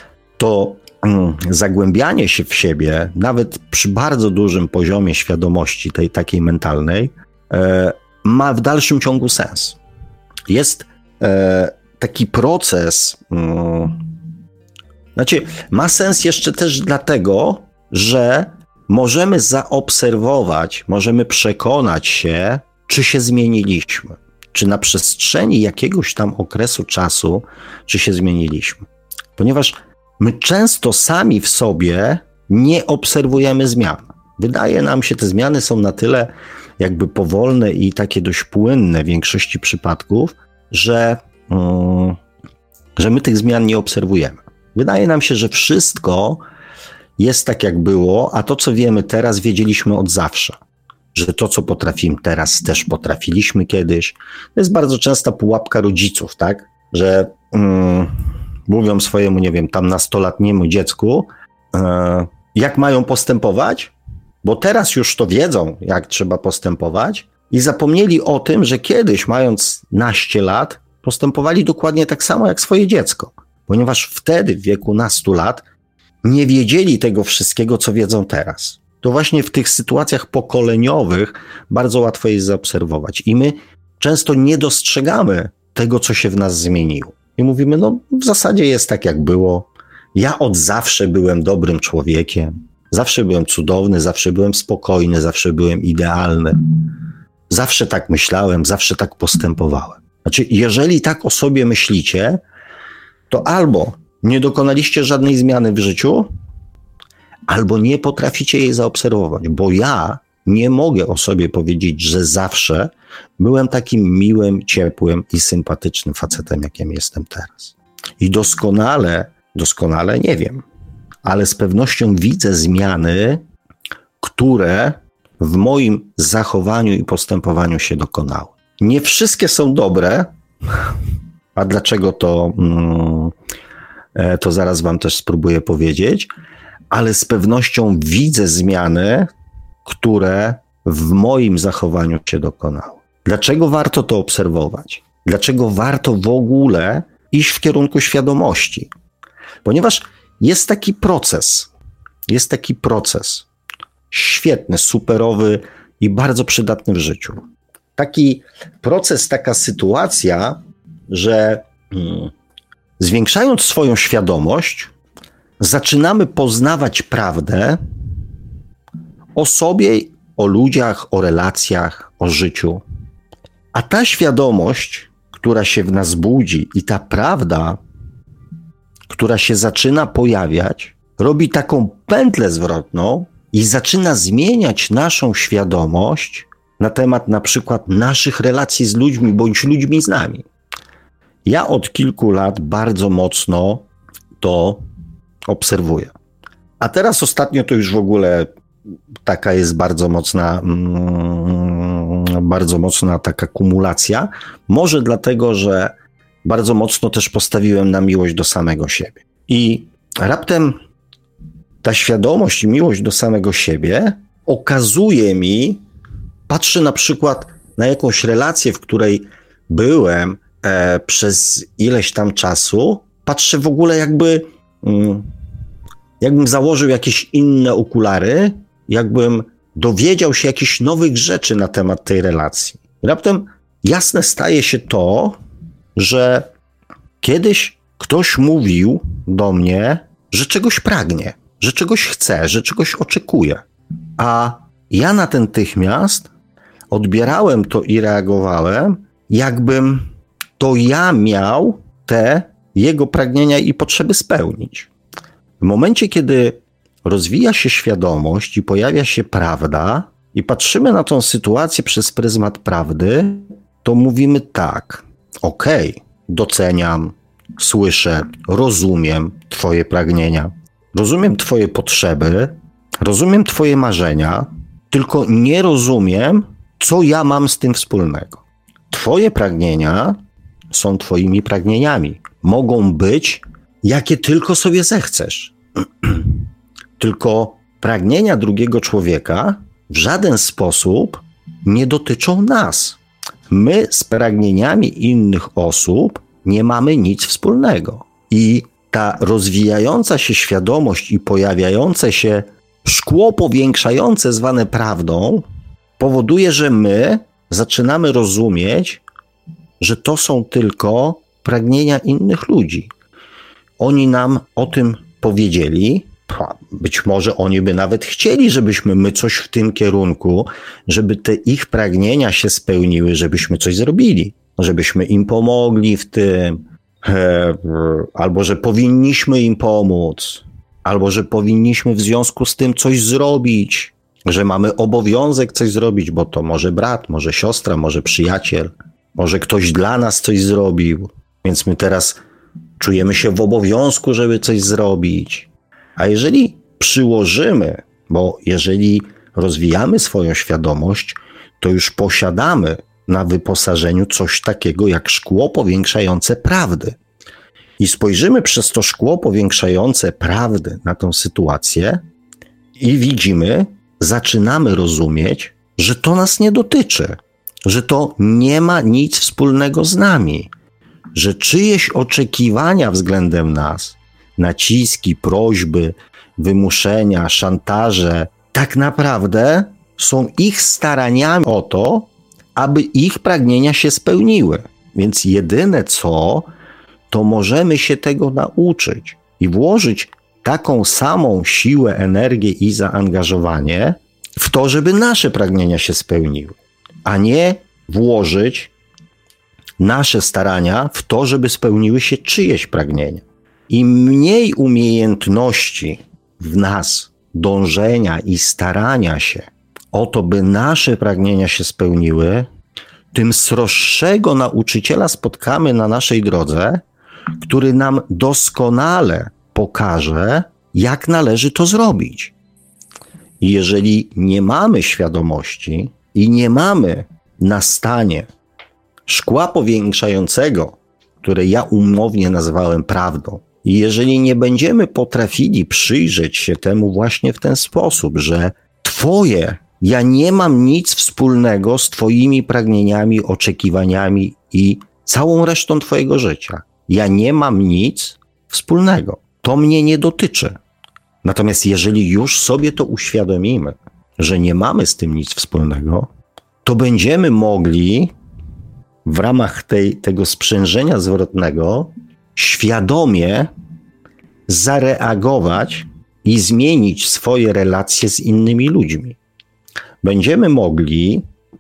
to mm, zagłębianie się w siebie, nawet przy bardzo dużym poziomie świadomości tej takiej mentalnej, e, ma w dalszym ciągu sens. Jest e, taki proces, mm, znaczy ma sens jeszcze też dlatego, że możemy zaobserwować, możemy przekonać się, czy się zmieniliśmy, czy na przestrzeni jakiegoś tam okresu czasu, czy się zmieniliśmy. Ponieważ my często sami w sobie nie obserwujemy zmian. Wydaje nam się, te zmiany są na tyle jakby powolne i takie dość płynne w większości przypadków, że, um, że my tych zmian nie obserwujemy. Wydaje nam się, że wszystko jest tak, jak było, a to, co wiemy teraz, wiedzieliśmy od zawsze. Że to, co potrafimy teraz, też potrafiliśmy kiedyś. To jest bardzo częsta pułapka rodziców, tak? Że um, mówią swojemu, nie wiem, tam nastoletniemu dziecku, e, jak mają postępować, bo teraz już to wiedzą, jak trzeba postępować i zapomnieli o tym, że kiedyś, mając naście lat, postępowali dokładnie tak samo jak swoje dziecko, ponieważ wtedy w wieku nastu lat nie wiedzieli tego wszystkiego, co wiedzą teraz. To właśnie w tych sytuacjach pokoleniowych bardzo łatwo jest zaobserwować i my często nie dostrzegamy tego, co się w nas zmieniło. I mówimy, no w zasadzie jest tak, jak było. Ja od zawsze byłem dobrym człowiekiem. Zawsze byłem cudowny, zawsze byłem spokojny, zawsze byłem idealny. Zawsze tak myślałem, zawsze tak postępowałem. Znaczy, jeżeli tak o sobie myślicie, to albo nie dokonaliście żadnej zmiany w życiu, albo nie potraficie jej zaobserwować, bo ja nie mogę o sobie powiedzieć, że zawsze byłem takim miłym, ciepłym i sympatycznym facetem, jakim jestem teraz. I doskonale, doskonale nie wiem, ale z pewnością widzę zmiany, które w moim zachowaniu i postępowaniu się dokonały. Nie wszystkie są dobre, a dlaczego to, to zaraz wam też spróbuję powiedzieć, ale z pewnością widzę zmiany, które w moim zachowaniu się dokonały. Dlaczego warto to obserwować? Dlaczego warto w ogóle iść w kierunku świadomości? Ponieważ jest taki proces, jest taki proces świetny, superowy i bardzo przydatny w życiu. Taki proces, taka sytuacja, że hmm, zwiększając swoją świadomość, zaczynamy poznawać prawdę o sobie, o ludziach, o relacjach, o życiu. A ta świadomość, która się w nas budzi i ta prawda, która się zaczyna pojawiać, robi taką pętlę zwrotną i zaczyna zmieniać naszą świadomość na temat na przykład naszych relacji z ludźmi bądź ludźmi z nami. Ja od kilku lat bardzo mocno to obserwuję. A teraz ostatnio to już w ogóle taka jest bardzo mocna, mm, bardzo mocna taka kumulacja. Może dlatego, że bardzo mocno też postawiłem na miłość do samego siebie. I raptem ta świadomość i miłość do samego siebie okazuje mi, patrzę na przykład na jakąś relację, w której byłem e, przez ileś tam czasu, patrzę w ogóle jakby, mm, jakbym założył jakieś inne okulary, jakbym dowiedział się jakichś nowych rzeczy na temat tej relacji. Raptem jasne staje się to, że kiedyś ktoś mówił do mnie, że czegoś pragnie, że czegoś chce, że czegoś oczekuje. A ja natychmiast odbierałem to i reagowałem, jakbym to ja miał te jego pragnienia i potrzeby spełnić. W momencie, kiedy rozwija się świadomość i pojawia się prawda i patrzymy na tą sytuację przez pryzmat prawdy, to mówimy tak, okej, okay, doceniam, słyszę, rozumiem twoje pragnienia, rozumiem twoje potrzeby, rozumiem twoje marzenia, tylko nie rozumiem, co ja mam z tym wspólnego. Twoje pragnienia są twoimi pragnieniami. Mogą być, jakie tylko sobie zechcesz. Tylko pragnienia drugiego człowieka w żaden sposób nie dotyczą nas. My z pragnieniami innych osób nie mamy nic wspólnego. I ta rozwijająca się świadomość i pojawiające się szkło powiększające zwane prawdą powoduje, że my zaczynamy rozumieć, że to są tylko pragnienia innych ludzi. Oni nam o tym powiedzieli, być może oni by nawet chcieli, żebyśmy my coś w tym kierunku, żeby te ich pragnienia się spełniły, żebyśmy coś zrobili, żebyśmy im pomogli w tym, albo że powinniśmy im pomóc, albo że powinniśmy w związku z tym coś zrobić, że mamy obowiązek coś zrobić, bo to może brat, może siostra, może przyjaciel, może ktoś dla nas coś zrobił, więc my teraz czujemy się w obowiązku, żeby coś zrobić. A jeżeli przyłożymy, bo jeżeli rozwijamy swoją świadomość, to już posiadamy na wyposażeniu coś takiego jak szkło powiększające prawdy. I spojrzymy przez to szkło powiększające prawdy na tą sytuację i widzimy, zaczynamy rozumieć, że to nas nie dotyczy, że to nie ma nic wspólnego z nami, że czyjeś oczekiwania względem nas, naciski, prośby, wymuszenia, szantaże, tak naprawdę są ich staraniami o to, aby ich pragnienia się spełniły. Więc jedyne co, to możemy się tego nauczyć i włożyć taką samą siłę, energię i zaangażowanie w to, żeby nasze pragnienia się spełniły, a nie włożyć nasze starania w to, żeby spełniły się czyjeś pragnienia. Im mniej umiejętności w nas, dążenia i starania się o to, by nasze pragnienia się spełniły, tym sroższego nauczyciela spotkamy na naszej drodze, który nam doskonale pokaże, jak należy to zrobić. I jeżeli nie mamy świadomości i nie mamy na stanie szkła powiększającego, które ja umownie nazwałem prawdą, i jeżeli nie będziemy potrafili przyjrzeć się temu właśnie w ten sposób, że twoje, ja nie mam nic wspólnego z twoimi pragnieniami, oczekiwaniami i całą resztą twojego życia. Ja nie mam nic wspólnego. To mnie nie dotyczy. Natomiast jeżeli już sobie to uświadomimy, że nie mamy z tym nic wspólnego, to będziemy mogli w ramach tej, tego sprzężenia zwrotnego świadomie zareagować i zmienić swoje relacje z innymi ludźmi. Będziemy mogli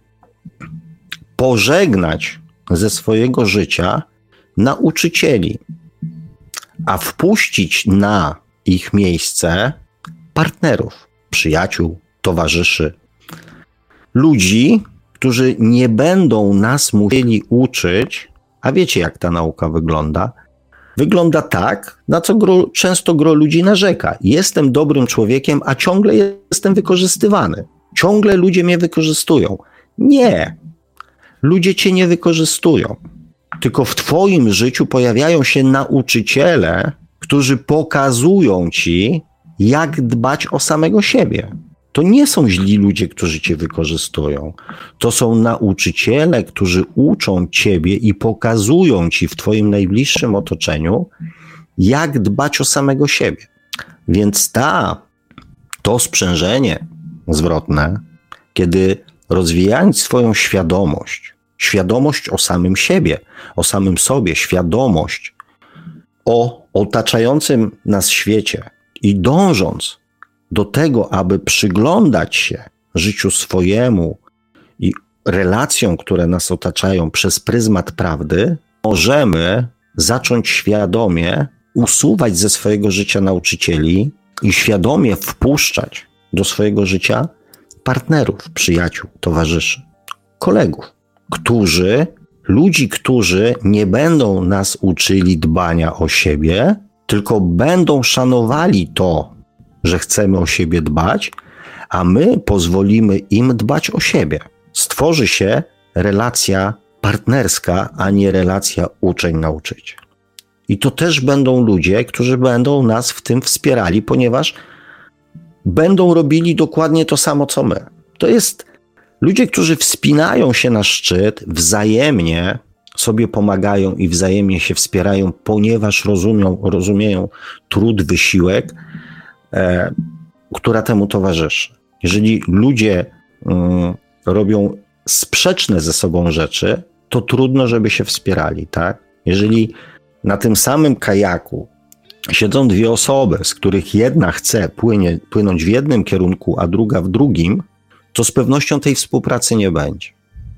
pożegnać ze swojego życia nauczycieli, a wpuścić na ich miejsce partnerów, przyjaciół, towarzyszy, ludzi, którzy nie będą nas musieli uczyć, a wiecie jak ta nauka wygląda? Wygląda tak, na co gro, często gro ludzi narzeka. Jestem dobrym człowiekiem, a ciągle jestem wykorzystywany. Ciągle ludzie mnie wykorzystują. Nie. Ludzie cię nie wykorzystują. Tylko w twoim życiu pojawiają się nauczyciele, którzy pokazują ci, jak dbać o samego siebie. To nie są źli ludzie, którzy cię wykorzystują. To są nauczyciele, którzy uczą ciebie i pokazują ci w twoim najbliższym otoczeniu, jak dbać o samego siebie. Więc ta, to sprzężenie zwrotne, kiedy rozwijając swoją świadomość Świadomość o samym siebie, o samym sobie, świadomość o otaczającym nas świecie i dążąc do tego, aby przyglądać się życiu swojemu i relacjom, które nas otaczają przez pryzmat prawdy, możemy zacząć świadomie usuwać ze swojego życia nauczycieli i świadomie wpuszczać do swojego życia partnerów, przyjaciół, towarzyszy, kolegów, którzy, ludzi, którzy nie będą nas uczyli dbania o siebie, tylko będą szanowali to, że chcemy o siebie dbać, a my pozwolimy im dbać o siebie. Stworzy się relacja partnerska, a nie relacja uczeń-nauczyciel. I to też będą ludzie, którzy będą nas w tym wspierali, ponieważ będą robili dokładnie to samo, co my. To jest ludzie, którzy wspinają się na szczyt, wzajemnie sobie pomagają i wzajemnie się wspierają, ponieważ rozumią, rozumieją trud, wysiłek, e, która temu towarzyszy. Jeżeli ludzie y, robią sprzeczne ze sobą rzeczy, to trudno, żeby się wspierali, tak? Jeżeli na tym samym kajaku siedzą dwie osoby, z których jedna chce płynie, płynąć w jednym kierunku, a druga w drugim, to z pewnością tej współpracy nie będzie.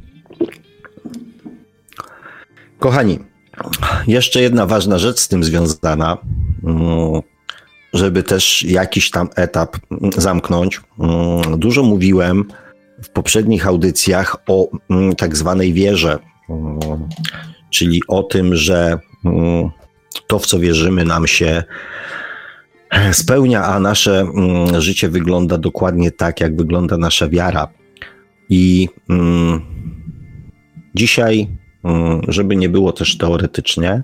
Kochani, jeszcze jedna ważna rzecz z tym związana, żeby też jakiś tam etap zamknąć. Dużo mówiłem w poprzednich audycjach o tak zwanej wierze, czyli o tym, że to, w co wierzymy, nam się spełnia, a nasze życie wygląda dokładnie tak, jak wygląda nasza wiara. I dzisiaj, żeby nie było też teoretycznie,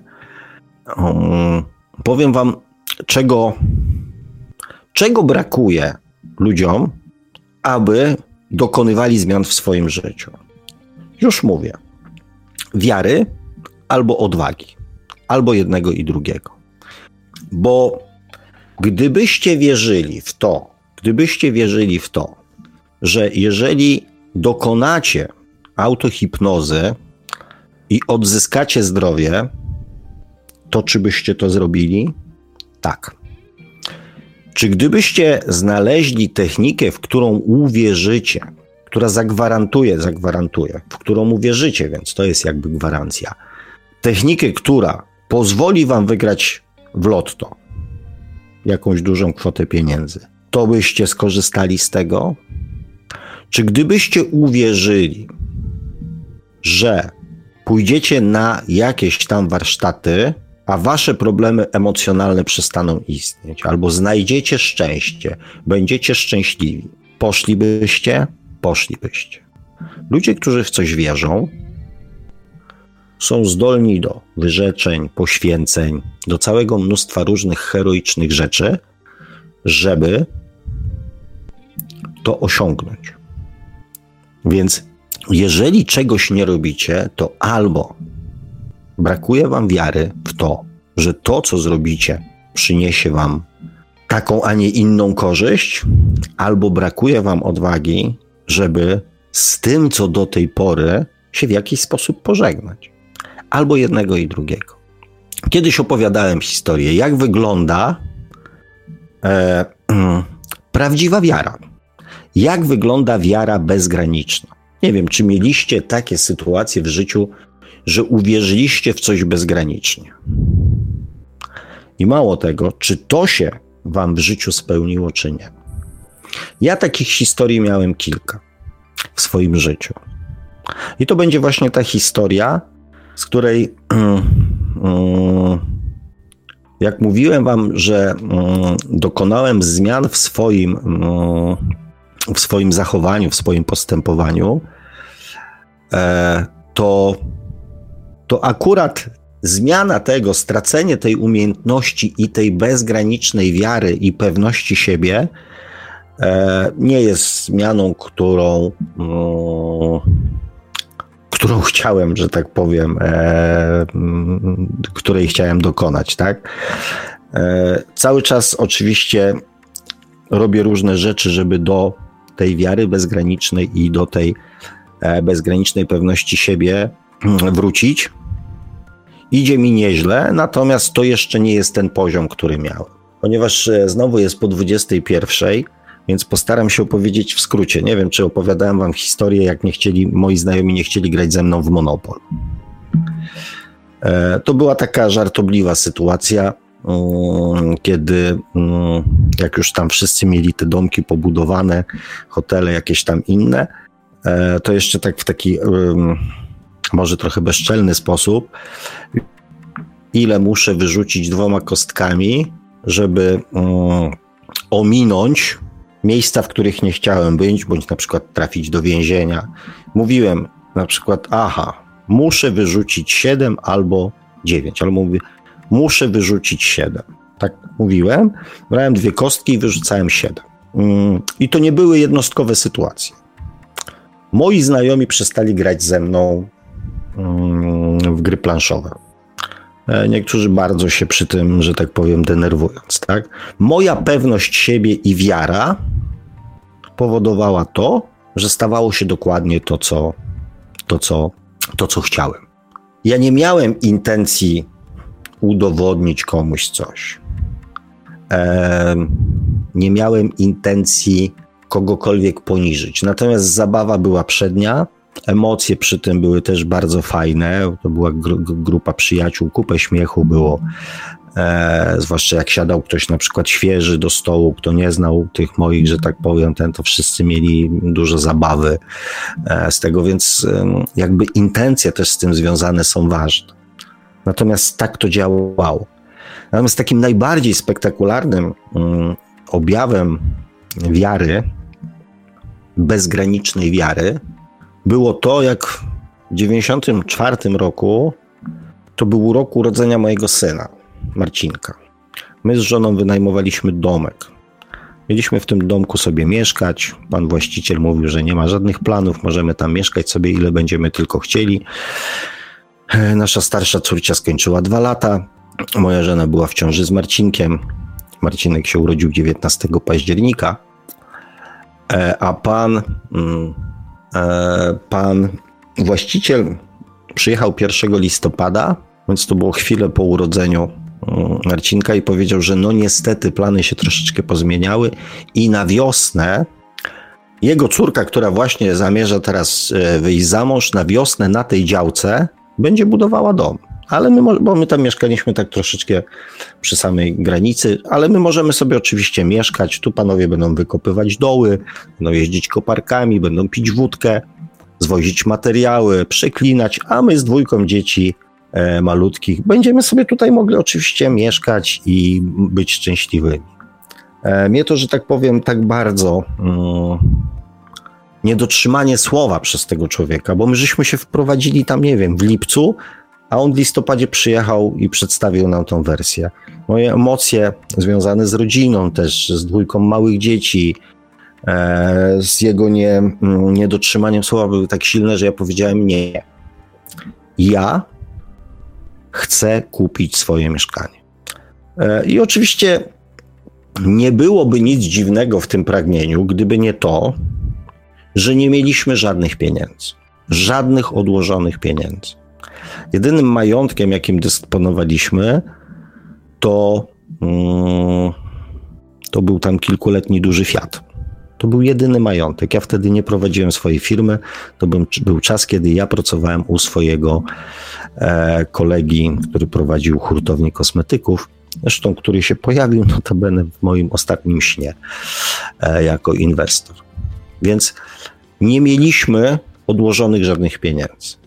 powiem wam, czego, czego brakuje ludziom, aby dokonywali zmian w swoim życiu. Już mówię. Wiary albo odwagi. Albo jednego i drugiego. Bo gdybyście wierzyli w to, gdybyście wierzyli w to, że jeżeli dokonacie autohipnozy i odzyskacie zdrowie, to czy byście to zrobili? Tak. Czy gdybyście znaleźli technikę, w którą uwierzycie, która zagwarantuje, zagwarantuje, w którą uwierzycie, więc to jest jakby gwarancja, technikę, która pozwoli wam wygrać w lotto jakąś dużą kwotę pieniędzy, to byście skorzystali z tego? Czy gdybyście uwierzyli, że pójdziecie na jakieś tam warsztaty, a wasze problemy emocjonalne przestaną istnieć, albo znajdziecie szczęście, będziecie szczęśliwi, poszlibyście? Poszlibyście. Ludzie, którzy w coś wierzą, są zdolni do wyrzeczeń, poświęceń, do całego mnóstwa różnych heroicznych rzeczy, żeby to osiągnąć. Więc jeżeli czegoś nie robicie, to albo brakuje wam wiary w to, że to, co zrobicie, przyniesie wam taką, a nie inną korzyść, albo brakuje wam odwagi, żeby z tym, co do tej pory, się w jakiś sposób pożegnać. Albo jednego i drugiego. Kiedyś opowiadałem historię, jak wygląda e, mm, prawdziwa wiara. Jak wygląda wiara bezgraniczna. Nie wiem, czy mieliście takie sytuacje w życiu, że uwierzyliście w coś bezgranicznie. I mało tego, czy to się wam w życiu spełniło, czy nie. Ja takich historii miałem kilka w swoim życiu. I to będzie właśnie ta historia, z której, jak mówiłem wam, że dokonałem zmian w swoim, w swoim zachowaniu, w swoim postępowaniu, to, to akurat zmiana tego, stracenie tej umiejętności i tej bezgranicznej wiary i pewności siebie nie jest zmianą, którą którą chciałem, że tak powiem, e, której chciałem dokonać, tak? E, cały czas oczywiście robię różne rzeczy, żeby do tej wiary bezgranicznej i do tej bezgranicznej pewności siebie wrócić. Idzie mi nieźle, natomiast to jeszcze nie jest ten poziom, który miałem. Ponieważ znowu jest po dwudziestej pierwszej, więc postaram się opowiedzieć w skrócie. Nie wiem, czy opowiadałem wam historię, jak nie chcieli, moi znajomi nie chcieli grać ze mną w Monopol. To była taka żartobliwa sytuacja, kiedy jak już tam wszyscy mieli te domki pobudowane, hotele jakieś tam inne, to jeszcze tak w taki może trochę bezczelny sposób, ile muszę wyrzucić dwoma kostkami, żeby ominąć miejsca, w których nie chciałem być, bądź na przykład trafić do więzienia. Mówiłem na przykład, aha, muszę wyrzucić siedem albo dziewięć, albo mówię, muszę wyrzucić siedem. Tak mówiłem, brałem dwie kostki i wyrzucałem siedem. I to nie były jednostkowe sytuacje. Moi znajomi przestali grać ze mną w gry planszowe. Niektórzy bardzo się przy tym, że tak powiem, denerwując, tak? Moja pewność siebie i wiara powodowała to, że stawało się dokładnie to, co, to, co, to, co chciałem. Ja nie miałem intencji udowodnić komuś coś. E, nie miałem intencji kogokolwiek poniżyć. Natomiast zabawa była przednia, emocje przy tym były też bardzo fajne. To była gru- grupa przyjaciół, kupę śmiechu było. E, zwłaszcza jak siadał ktoś na przykład świeży do stołu, kto nie znał tych moich, że tak powiem, ten, to wszyscy mieli dużo zabawy e, z tego, więc e, jakby intencje też z tym związane są ważne. Natomiast tak to działało. Natomiast takim najbardziej spektakularnym um, objawem wiary, bezgranicznej wiary, było to, jak w dziewięćdziesiątym czwartym roku, to był rok urodzenia mojego syna, Marcinka. My z żoną wynajmowaliśmy domek. Mieliśmy w tym domku sobie mieszkać. Pan właściciel mówił, że nie ma żadnych planów, możemy tam mieszkać sobie ile będziemy tylko chcieli. Nasza starsza córcia skończyła dwa lata. Moja żona była w ciąży z Marcinkiem. Marcinek się urodził dziewiętnastego października. A pan, pan właściciel przyjechał pierwszego listopada, więc to było chwilę po urodzeniu Marcinka i powiedział, że no niestety plany się troszeczkę pozmieniały i na wiosnę jego córka, która właśnie zamierza teraz wyjść za mąż, na wiosnę na tej działce będzie budowała dom. Ale my, bo my tam mieszkaliśmy tak troszeczkę przy samej granicy, ale my możemy sobie oczywiście mieszkać. Tu panowie będą wykopywać doły, będą jeździć koparkami, będą pić wódkę, zwozić materiały, przeklinać, a my z dwójką dzieci e, malutkich będziemy sobie tutaj mogli oczywiście mieszkać i być szczęśliwymi. E, mnie to, że tak powiem, tak bardzo mm, niedotrzymanie słowa przez tego człowieka, bo my żeśmy się wprowadzili tam, nie wiem, w lipcu, a on w listopadzie przyjechał i przedstawił nam tą wersję. Moje emocje związane z rodziną też, z dwójką małych dzieci, e, z jego nie, niedotrzymaniem słowa były tak silne, że ja powiedziałem nie. Ja chcę kupić swoje mieszkanie. E, I oczywiście nie byłoby nic dziwnego w tym pragnieniu, gdyby nie to, że nie mieliśmy żadnych pieniędzy. Żadnych odłożonych pieniędzy. Jedynym majątkiem, jakim dysponowaliśmy, to, mm, to był tam kilkuletni duży Fiat. To był jedyny majątek. Ja wtedy nie prowadziłem swojej firmy. To był, był czas, kiedy ja pracowałem u swojego e, kolegi, który prowadził hurtownię kosmetyków, zresztą który się pojawił notabene w moim ostatnim śnie e, jako inwestor. Więc nie mieliśmy odłożonych żadnych pieniędzy.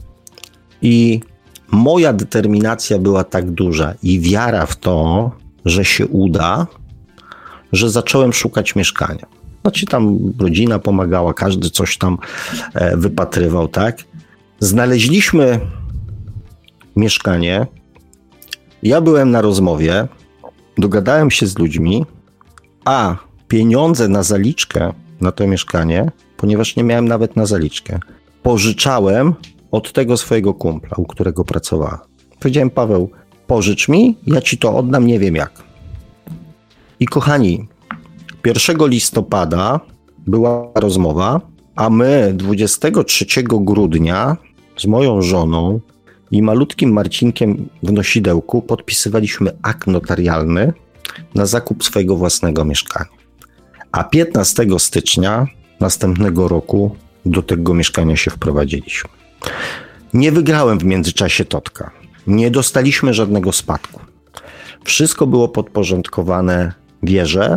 I moja determinacja była tak duża i wiara w to, że się uda, że zacząłem szukać mieszkania. Znaczy tam rodzina pomagała, każdy coś tam e, wypatrywał, tak? Znaleźliśmy mieszkanie. Ja byłem na rozmowie, dogadałem się z ludźmi, a pieniądze na zaliczkę na to mieszkanie, ponieważ nie miałem nawet na zaliczkę, pożyczałem od tego swojego kumpla, u którego pracowałem. Powiedziałem: Paweł, pożycz mi, ja ci to oddam, nie wiem jak. I kochani, pierwszego listopada była rozmowa A my dwudziestego trzeciego grudnia z moją żoną i malutkim Marcinkiem w nosidełku podpisywaliśmy akt notarialny na zakup swojego własnego mieszkania. A piętnastego stycznia następnego roku do tego mieszkania się wprowadziliśmy. Nie wygrałem w międzyczasie totka. Nie dostaliśmy żadnego spadku. Wszystko było podporządkowane wierze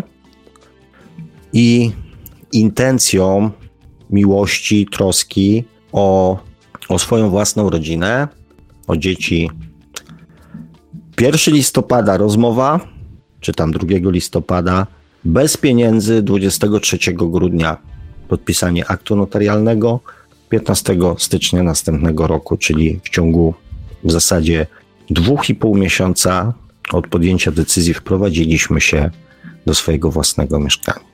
i intencją miłości, troski o, o swoją własną rodzinę, o dzieci. pierwszego listopada rozmowa, czy tam drugiego listopada, bez pieniędzy, dwudziestego trzeciego grudnia podpisanie aktu notarialnego, piętnastego stycznia następnego roku, czyli w ciągu w zasadzie dwóch i pół miesiąca od podjęcia decyzji wprowadziliśmy się do swojego własnego mieszkania.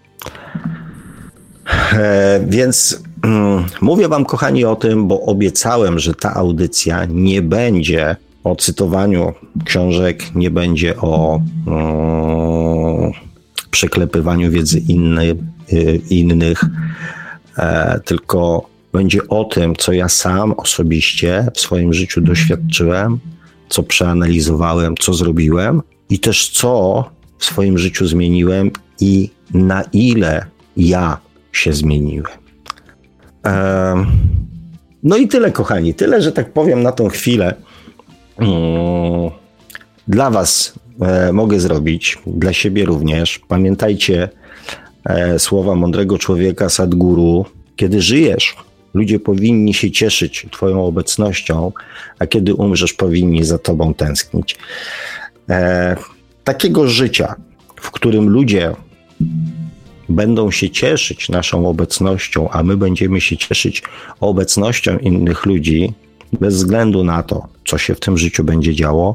E, więc mm, mówię wam, kochani, o tym, bo obiecałem, że ta audycja nie będzie o cytowaniu książek, nie będzie o mm, przeklepywaniu wiedzy innej, y, innych, e, tylko będzie o tym, co ja sam osobiście w swoim życiu doświadczyłem, co przeanalizowałem, co zrobiłem i też co w swoim życiu zmieniłem i na ile ja się zmieniłem. Ehm, no i tyle, kochani. Tyle, że tak powiem, na tą chwilę mm, dla was e, mogę zrobić, dla siebie również. Pamiętajcie e, słowa mądrego człowieka Sadhguru. Kiedy żyjesz, ludzie powinni się cieszyć twoją obecnością, a kiedy umrzesz, powinni za tobą tęsknić. E, takiego życia, w którym ludzie będą się cieszyć naszą obecnością, a my będziemy się cieszyć obecnością innych ludzi, bez względu na to, co się w tym życiu będzie działo.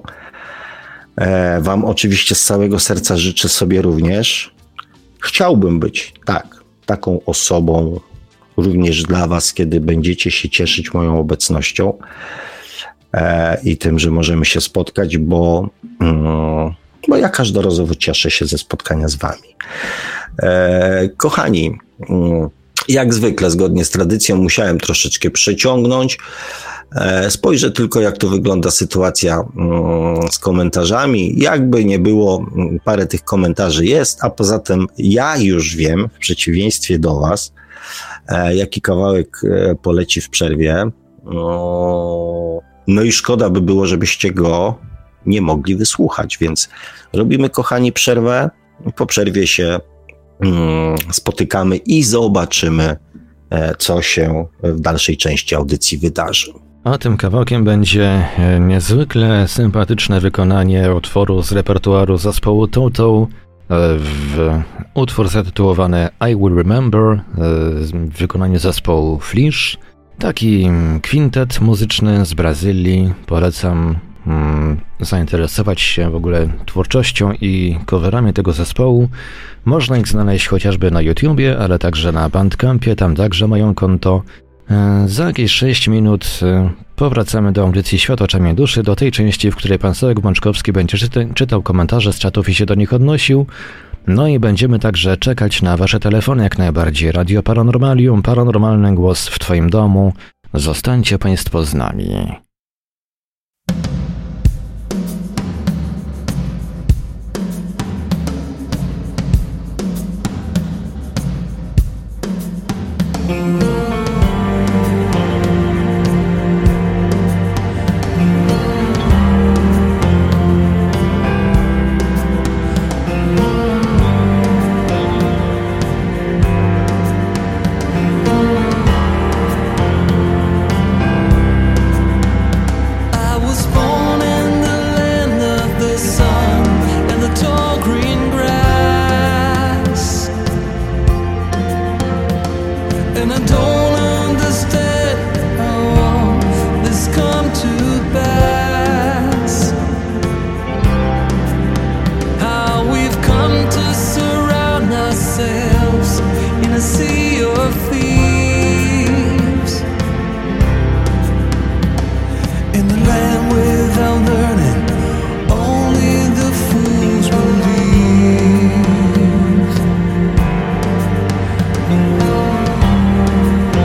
E, wam oczywiście z całego serca życzę sobie również. Chciałbym być tak, taką osobą również dla was, kiedy będziecie się cieszyć moją obecnością e, i tym, że możemy się spotkać, bo, mm, bo ja każdorazowo cieszę się ze spotkania z wami. E, kochani, mm, jak zwykle, zgodnie z tradycją, musiałem troszeczkę przeciągnąć. E, spojrzę tylko, jak to wygląda sytuacja mm, z komentarzami. Jakby nie było, parę tych komentarzy jest, a poza tym ja już wiem, w przeciwieństwie do was, e, jaki kawałek e, poleci w przerwie. No, no i szkoda by było, żebyście go nie mogli wysłuchać, więc robimy, kochani, przerwę. Po przerwie się spotykamy i zobaczymy, co się w dalszej części audycji wydarzy. A tym kawałkiem będzie niezwykle sympatyczne wykonanie utworu z repertuaru zespołu Toto, w utwór zatytułowany I Will Remember, w wykonaniu zespołu Flish. Taki kwintet muzyczny z Brazylii. Polecam Hmm, zainteresować się w ogóle twórczością i coverami tego zespołu. Można ich znaleźć chociażby na YouTubie, ale także na Bandcampie, tam także mają konto. E, za jakieś sześć minut e, powracamy do audycji Świat oczami duszy, do tej części, w której pan Sławek Bączkowski będzie czyta- czytał komentarze z czatów i się do nich odnosił. No i będziemy także czekać na wasze telefony jak najbardziej. Radio Paranormalium, paranormalny głos w twoim domu. Zostańcie państwo z nami. Only the fools believe.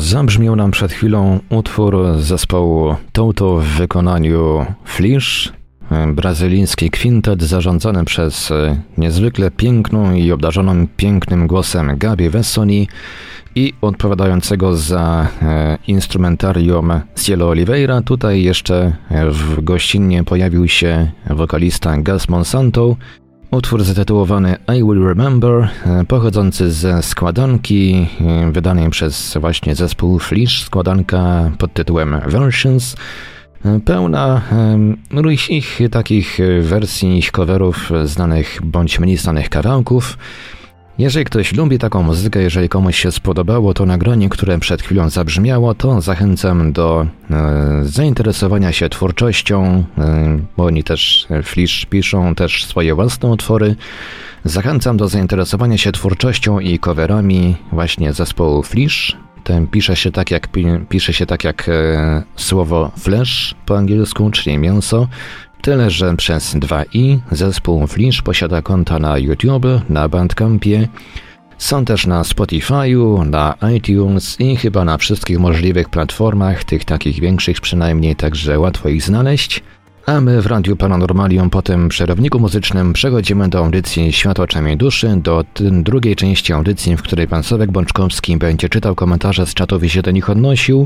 Zabrzmiał nam przed chwilą utwór zespołu Toto w wykonaniu Flish, brazylijski kwintet zarządzany przez niezwykle piękną i obdarzoną pięknym głosem Gabi Vessoni i odpowiadającego za instrumentarium Cielo Oliveira. Tutaj jeszcze w gościnnie pojawił się wokalista Gus Monsanto. Utwór zatytułowany I Will Remember, pochodzący ze składanki wydanej przez właśnie zespół Flish, składanka pod tytułem Versions, pełna ich takich wersji, ich coverów znanych bądź mniej znanych kawałków. Jeżeli ktoś lubi taką muzykę, jeżeli komuś się spodobało to nagranie, które przed chwilą zabrzmiało, to zachęcam do e, zainteresowania się twórczością, e, bo oni też, Flish, piszą też swoje własne utwory. Zachęcam do zainteresowania się twórczością i coverami właśnie zespołu Flish. Ten pisze się tak jak, pisze się tak jak e, słowo flesh po angielsku, czyli mięso. Tyle, że przez dwa i zespół Flish posiada konta na YouTube, na Bandcampie, są też na Spotify'u, na iTunes i chyba na wszystkich możliwych platformach, tych takich większych przynajmniej, także łatwo ich znaleźć. A my w Radiu Paranormalium po tym przerywniku muzycznym przechodzimy do audycji Świat oczami duszy, do drugiej części audycji, w której pan Sławek Bączkowski będzie czytał komentarze z czatów i się do nich odnosił.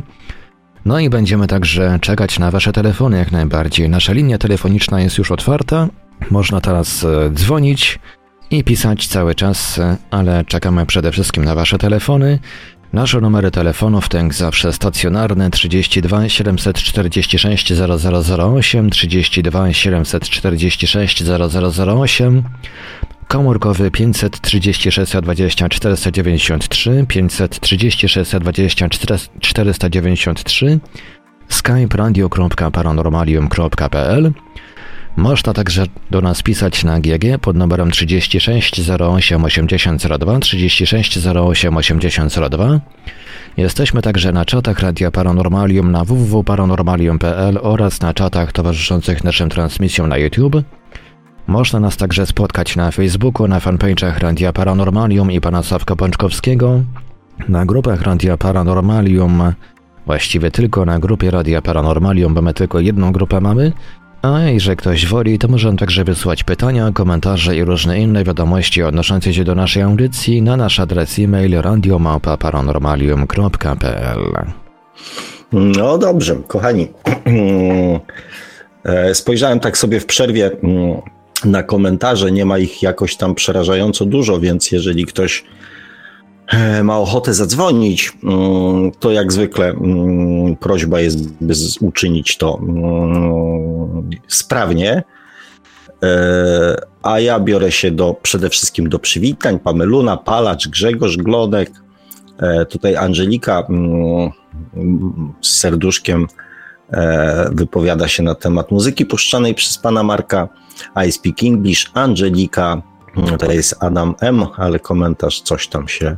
No i będziemy także czekać na wasze telefony jak najbardziej. Nasza linia telefoniczna jest już otwarta, można teraz dzwonić i pisać cały czas, ale czekamy przede wszystkim na wasze telefony. Nasze numery telefonów to jak zawsze stacjonarne trzydzieści dwa siedemset czterdzieści sześć zero zero zero osiem, trzydzieści dwa siedemset czterdzieści sześć zero zero zero osiem, komórkowy pięćset trzydzieści sześć dwadzieścia czterysta dziewięćdziesiąt trzy, pięćset trzydzieści sześć dwadzieścia czterysta dziewięćdziesiąt trzy, skype radio kropka paranormalium kropka p l. Można także do nas pisać na G G pod numerem trzydzieści sześć zero osiem osiemdziesiąt zero dwa, trzydzieści sześć zero osiem osiemdziesiąt zero dwa. Jesteśmy także na czatach Radia Paranormalium na w w w kropka paranormalium kropka p l oraz na czatach towarzyszących naszym transmisjom na YouTube. Można nas także spotkać na Facebooku, na fanpage'ach Radia Paranormalium i pana Sławka Bączkowskiego, na grupach Radia Paranormalium, właściwie tylko na grupie Radia Paranormalium, bo my tylko jedną grupę mamy. A jeżeli ktoś woli, to może także wysłać pytania, komentarze i różne inne wiadomości odnoszące się do naszej audycji na nasz adres e-mail radio małpa paranormalium kropka p l. No dobrze, kochani. Spojrzałem tak sobie w przerwie na komentarze, nie ma ich jakoś tam przerażająco dużo, więc jeżeli ktoś ma ochotę zadzwonić, to jak zwykle prośba jest, by uczynić to sprawnie, a ja biorę się do, przede wszystkim do przywitań. Pameluna, Palacz, Grzegorz Glodek, tutaj Angelika z serduszkiem wypowiada się na temat muzyki puszczanej przez pana Marka. I speak English, Angelika, to jest Adam M, ale komentarz coś tam się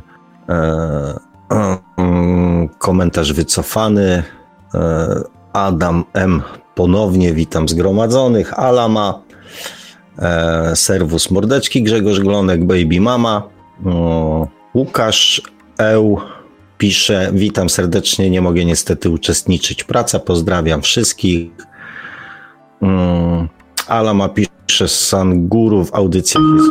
komentarz wycofany. Adam M ponownie, witam zgromadzonych. Alama, serwus mordeczki, Grzegorz Glonek, baby mama. Łukasz Eł pisze, witam serdecznie, nie mogę niestety uczestniczyć. Praca, pozdrawiam wszystkich. Alama pisze, San Guru w audycjach jest.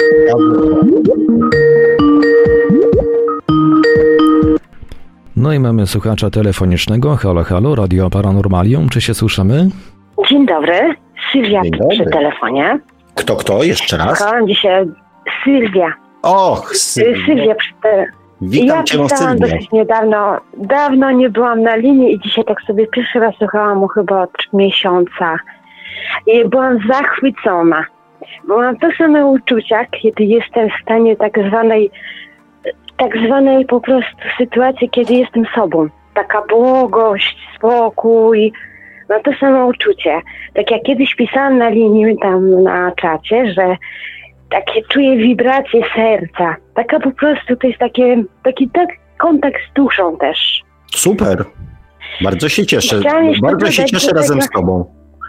No i mamy słuchacza telefonicznego. Halo, halo, Radio Paranormalium, czy się słyszymy? Dzień dobry, Sylwia Dzień dobry. Przy telefonie. Kto, kto? Jeszcze raz? Słuchałam dzisiaj Sylwia. Och, Sylwia. Sylwia przy telefonie. Witam ja cię, pisałam Sylwia. dosyć niedawno, dawno nie byłam na linii i dzisiaj tak sobie pierwszy raz słuchałam mu chyba od miesiąca. I byłam zachwycona. Bo mam to same uczucia, kiedy jestem w stanie tak zwanej, tak zwanej po prostu sytuacji, kiedy jestem sobą. Taka błogość, spokój, no to samo uczucie. Tak jak kiedyś pisałam na linii tam na czacie, że takie czuję wibracje serca. Taka po prostu to jest takie, taki tak kontakt z duszą też. Super. Bardzo się cieszę. Bardzo się cieszę tego, razem z tobą.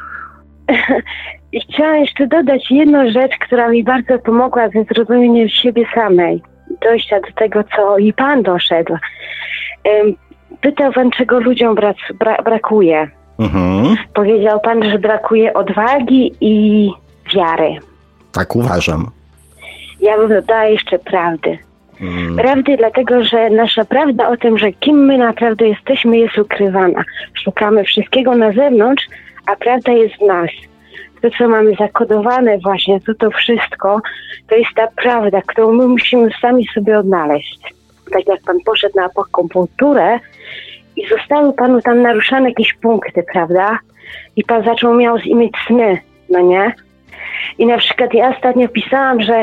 I chciałam jeszcze dodać jedną rzecz, która mi bardzo pomogła ze zrozumieniem siebie samej. Dojścia do tego, co i Pan doszedł. pytał pan, czego ludziom bra- bra- brakuje. Mhm. Powiedział pan, że brakuje odwagi i wiary. Tak uważam. Ja bym dodała jeszcze prawdy. Mm. Prawdy dlatego, że nasza prawda o tym, że kim my naprawdę jesteśmy, jest ukrywana. Szukamy wszystkiego na zewnątrz, a prawda jest w nas. To, co mamy zakodowane właśnie, to to wszystko, to jest ta prawda, którą my musimy sami sobie odnaleźć. Tak jak pan poszedł na akupunkturę i zostały panu tam naruszane jakieś punkty, prawda? I pan zaczął miał mieć sny, no nie? I na przykład ja ostatnio pisałam, że y,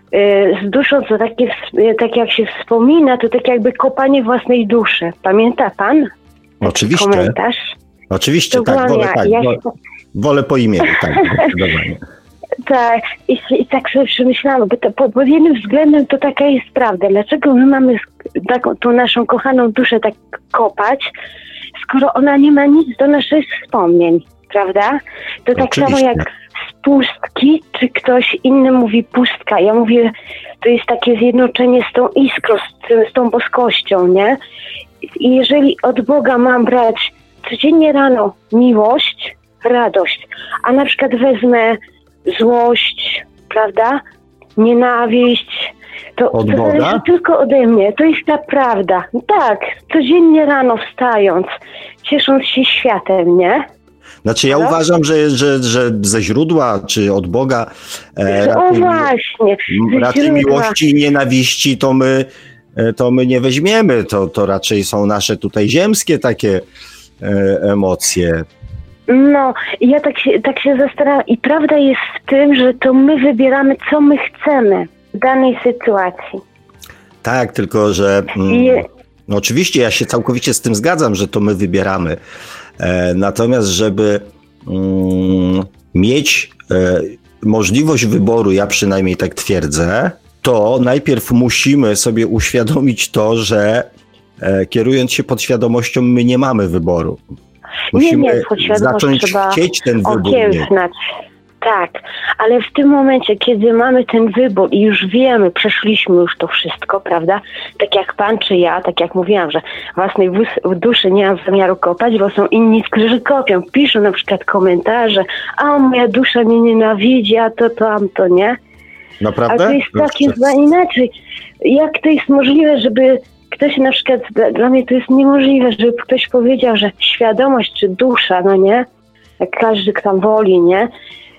z duszą to takie, tak jak się wspomina, to tak jakby kopanie własnej duszy. Pamięta pan? Oczywiście. Komentarz? Oczywiście, To tak, byłam wolę, ja. tak, Ja wolę, się- wolę po imieniu, tak, zdecydowanie. Tak, i, i tak sobie przemyślałam, bo to, pod, pod jednym względem to taka jest prawda. Dlaczego my mamy sk- taką, tą naszą kochaną duszę tak kopać, skoro ona nie ma nic do naszych wspomnień, prawda? To tak Oczywiście. samo jak z pustki, czy ktoś inny mówi pustka. Ja mówię, to jest takie zjednoczenie z tą iskrą, z, tym- z tą boskością, nie? I jeżeli od Boga mam brać codziennie rano miłość, radość, a na przykład wezmę złość, prawda? Nienawiść, to, Od to Boga? zależy tylko ode mnie. To jest ta prawda. Tak, codziennie rano wstając, ciesząc się światem, nie? Znaczy ja No. uważam, że, że, że ze źródła, czy od Boga e, o raczej, właśnie. ze raczej źródła. miłości i nienawiści to my, e, to my nie weźmiemy. To, to raczej są nasze tutaj ziemskie takie e, emocje. No, i ja tak się, tak się zastanawiam. I prawda jest w tym, że to my wybieramy, co my chcemy w danej sytuacji. Tak, tylko że mm, I no oczywiście ja się całkowicie z tym zgadzam, że to my wybieramy. E, natomiast żeby mm, mieć e, możliwość wyboru, ja przynajmniej tak twierdzę, to najpierw musimy sobie uświadomić to, że e, kierując się podświadomością, my nie mamy wyboru. Musimy nie, podświadomość zacząć trzeba chcieć ten wybór mieć. okiełznać. Tak, ale w tym momencie, kiedy mamy ten wybór i już wiemy, przeszliśmy już to wszystko, prawda? Tak jak pan czy ja, tak jak mówiłam, że własnej wus- duszy nie mam zamiaru kopać, bo są inni, którzy kopią, piszą na przykład komentarze, a moja dusza mnie nienawidzi, a to, to, a to, nie? Naprawdę? Ale to jest takie Jeszcze- za inaczej. Jak to jest możliwe, żeby ktoś na przykład, dla, dla mnie to jest niemożliwe, żeby ktoś powiedział, że świadomość czy dusza, no nie? Jak każdy tam woli, nie?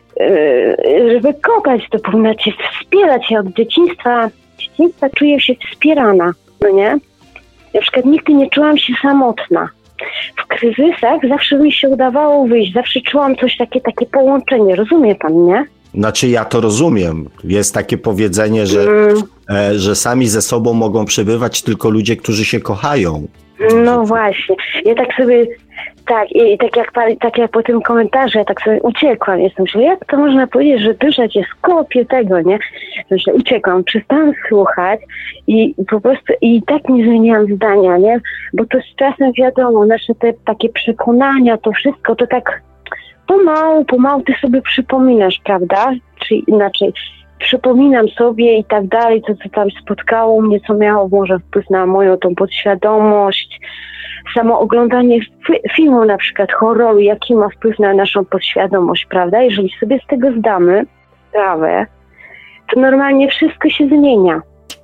Yy, żeby kopać, to powinna cię wspierać. Ja od dzieciństwa, dzieciństwa czuję się wspierana, no nie? Na przykład nigdy nie czułam się samotna. W kryzysach zawsze mi się udawało wyjść, zawsze czułam coś takie, takie połączenie, rozumie pan, nie? Znaczy ja to rozumiem. Jest takie powiedzenie, że, Mm. e, że sami ze sobą mogą przebywać tylko ludzie, którzy się kochają. No właśnie. Ja tak sobie, tak, i tak jak, pan- tak jak po tym komentarzu, ja tak sobie uciekłam. Jestem, myślę, jak to można powiedzieć, że dusza cię skopie tego, nie? Myślę, uciekłam, przestałam słuchać i po prostu i tak nie zmieniłam zdania, nie? Bo to z czasem wiadomo, nasze te takie przekonania, to wszystko, to tak pomału, pomału ty sobie przypominasz, prawda? Czy inaczej, przypominam sobie i tak dalej, to co tam spotkało mnie, co miało może wpływ na moją tą podświadomość. Samo oglądanie fi- filmu na przykład horroru, jaki ma wpływ na naszą podświadomość, prawda? Jeżeli sobie z tego zdamy sprawę, to normalnie wszystko się zmienia.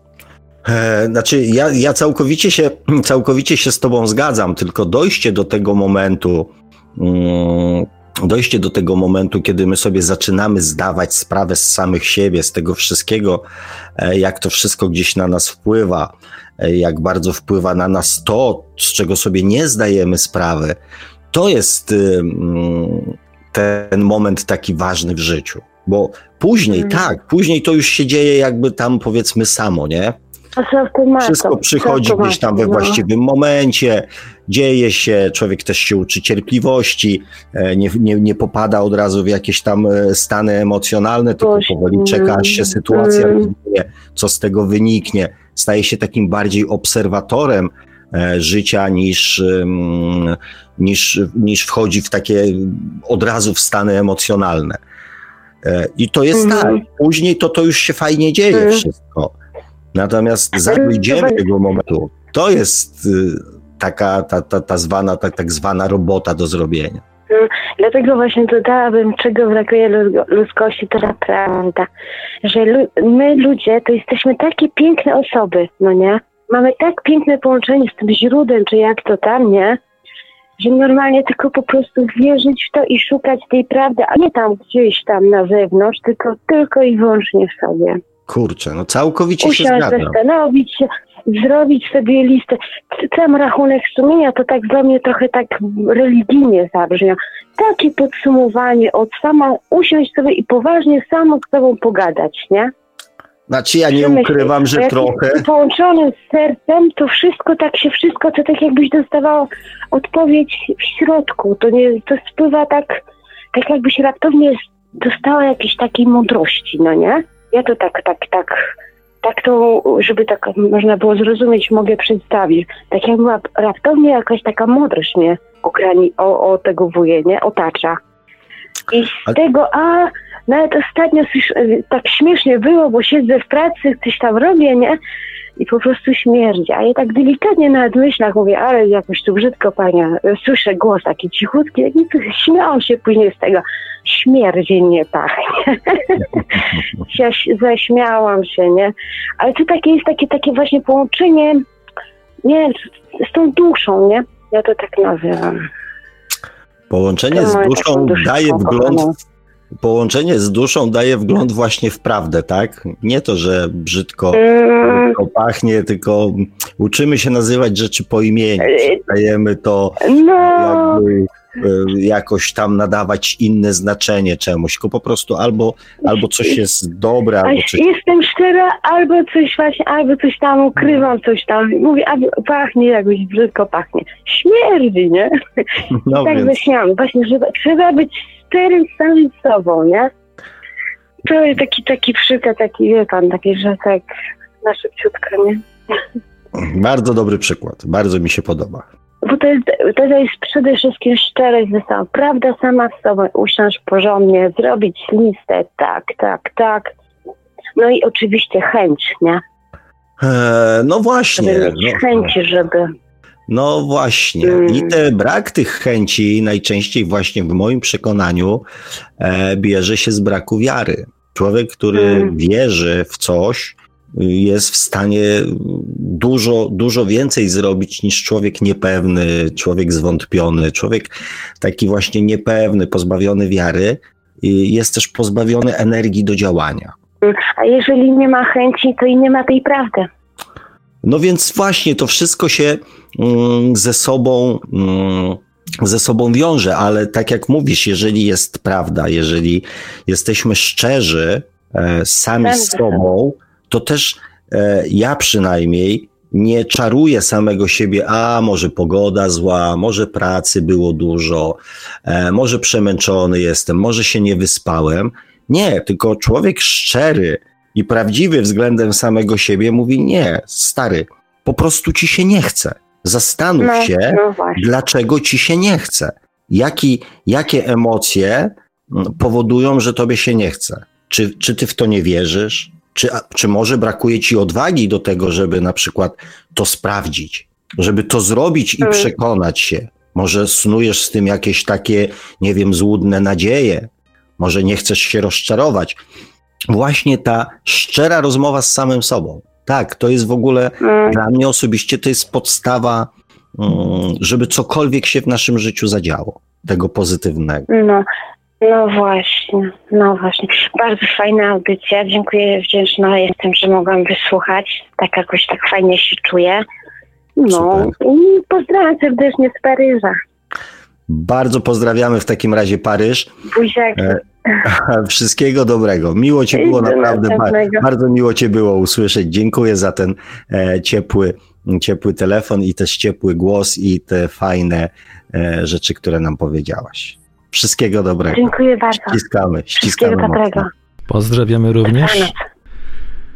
E, znaczy ja, ja całkowicie, się, całkowicie się z tobą zgadzam, tylko dojście do tego momentu, mm, dojście do tego momentu, kiedy my sobie zaczynamy zdawać sprawę z samych siebie, z tego wszystkiego, e, jak to wszystko gdzieś na nas wpływa, e, jak bardzo wpływa na nas to, z czego sobie nie zdajemy sprawy, to jest y, mm, ten moment taki ważny w życiu. Bo później, Mm. tak, później to już się dzieje jakby tam powiedzmy samo, nie? A z automatu. Wszystko przychodzi z automatu, gdzieś tam we no. właściwym momencie, dzieje się, człowiek też się uczy cierpliwości, e, nie, nie, nie popada od razu w jakieś tam e, stany emocjonalne, tylko Boże, powoli czeka, aż się sytuacja mm. rozwinie, co z tego wyniknie. Staje się takim bardziej obserwatorem e, życia niż, ym, niż, niż wchodzi w takie od razu w stany emocjonalne. E, I to jest Mhm. tak, później to, to już się fajnie dzieje Mhm. wszystko. Natomiast zanim dojdziemy do tego momentu, to jest y, taka ta, ta, ta zwana, ta, tak zwana robota do zrobienia. Hmm, dlatego właśnie dodałabym, czego brakuje ludzkości, to ta prawda, że lu- my ludzie to jesteśmy takie piękne osoby, no nie? Mamy tak piękne połączenie z tym źródłem, czy jak to tam, nie? Że normalnie tylko po prostu wierzyć w to i szukać tej prawdy, a nie tam gdzieś tam na zewnątrz, tylko tylko i wyłącznie w sobie. Kurczę, no całkowicie Usiąść, się zgadzam. zastanowić się, zrobić sobie listę. Sam rachunek sumienia to tak dla mnie trochę tak religijnie zabrzmia. Takie podsumowanie od sama, usiąść sobie i poważnie samo z sobą pogadać, nie? Znaczy ja nie ukrywam, że jak trochę... jest połączony z sercem, to wszystko tak się, wszystko to tak jakbyś dostawało odpowiedź w środku. To nie, to spływa tak, tak jakbyś raptownie dostała jakiejś takiej mądrości, no nie? Ja to tak, tak, tak, tak to, żeby tak można było zrozumieć, mogę przedstawić. Tak jakby raptownie jakaś taka mądrość mnie ograni, o, o tego wuje, nie? Otacza. I z A... tego, a nawet ostatnio tak śmiesznie było, bo siedzę w pracy, coś tam robię, nie? I po prostu śmierdzi. A ja tak delikatnie nawet w myślach mówię, ale jakoś tu brzydko pania. Słyszę głos taki cichutki, i śmiałam się później z tego. Śmierdzi nie pachnie. Ja zaśmiałam się, nie? Ale to takie jest takie, takie właśnie połączenie, nie, z tą duszą, nie? Ja to tak nazywam. Połączenie to z duszą daje wgląd... Połączenie z duszą daje wgląd właśnie w prawdę, tak? Nie to, że brzydko, mm. brzydko pachnie, tylko uczymy się nazywać rzeczy po imieniu. Dajemy to no. jakby jakoś tam nadawać inne znaczenie czemuś, tylko po prostu albo, albo coś jest dobre, albo coś... Jestem szczera, albo coś właśnie, albo coś tam ukrywam, coś tam. Mówię, albo pachnie jakoś brzydko pachnie. Śmierdzi, nie? No tak więc... zaśmiałam. Właśnie, że trzeba być szczerym samym sobą, nie? To jest taki, taki przykład, taki, wie pan, taki, że tak na szybciutko, nie? Bardzo dobry przykład, bardzo mi się podoba. Bo to jest, to jest przede wszystkim szczerość ze sobą. Prawda sama z sobą, usiąść porządnie, zrobić listę, tak, tak, tak. No i oczywiście chęć, nie? Eee, no właśnie. Żeby mieć no, chęci, żeby... No właśnie. Mm. I te brak tych chęci najczęściej właśnie w moim przekonaniu e, bierze się z braku wiary. Człowiek, który mm. wierzy w coś, jest w stanie dużo, dużo więcej zrobić niż człowiek niepewny, człowiek zwątpiony, człowiek taki właśnie niepewny, pozbawiony wiary, jest też pozbawiony energii do działania. A jeżeli nie ma chęci, to i nie ma tej prawdy. No więc właśnie to wszystko się mm, ze sobą mm, ze sobą wiąże, ale tak jak mówisz, jeżeli jest prawda, jeżeli jesteśmy szczerzy e, sami Będę. z sobą, to też e, ja przynajmniej nie czaruję samego siebie, a może pogoda zła, może pracy było dużo, e, może przemęczony jestem, może się nie wyspałem. Nie, tylko człowiek szczery i prawdziwy względem samego siebie mówi, nie, stary, po prostu ci się nie chce. Zastanów no, się, no dlaczego ci się nie chce. Jaki, jakie emocje powodują, że tobie się nie chce. Czy, czy ty w to nie wierzysz? Czy, czy może brakuje ci odwagi do tego, żeby na przykład to sprawdzić? Żeby to zrobić i przekonać się? Może snujesz z tym jakieś takie, nie wiem, złudne nadzieje? Może nie chcesz się rozczarować? Właśnie ta szczera rozmowa z samym sobą. Tak, to jest w ogóle mm. dla mnie osobiście to jest podstawa, żeby cokolwiek się w naszym życiu zadziało, tego pozytywnego. No, no właśnie, no właśnie. Bardzo fajna audycja, dziękuję, wdzięczna jestem, że mogłam wysłuchać. Tak jakoś tak fajnie się czuję. No Super. I pozdrawiam serdecznie z Paryża. Bardzo pozdrawiamy w takim razie Paryż. Buziaki. Wszystkiego dobrego. Miło cię było naprawdę, bardzo miło cię było usłyszeć. Dziękuję za ten e, ciepły, ciepły telefon i też ciepły głos i te fajne e, rzeczy, które nam powiedziałaś. Wszystkiego dobrego. Dziękuję bardzo. Ściskamy, ściskamy dobrego. Pozdrawiamy również.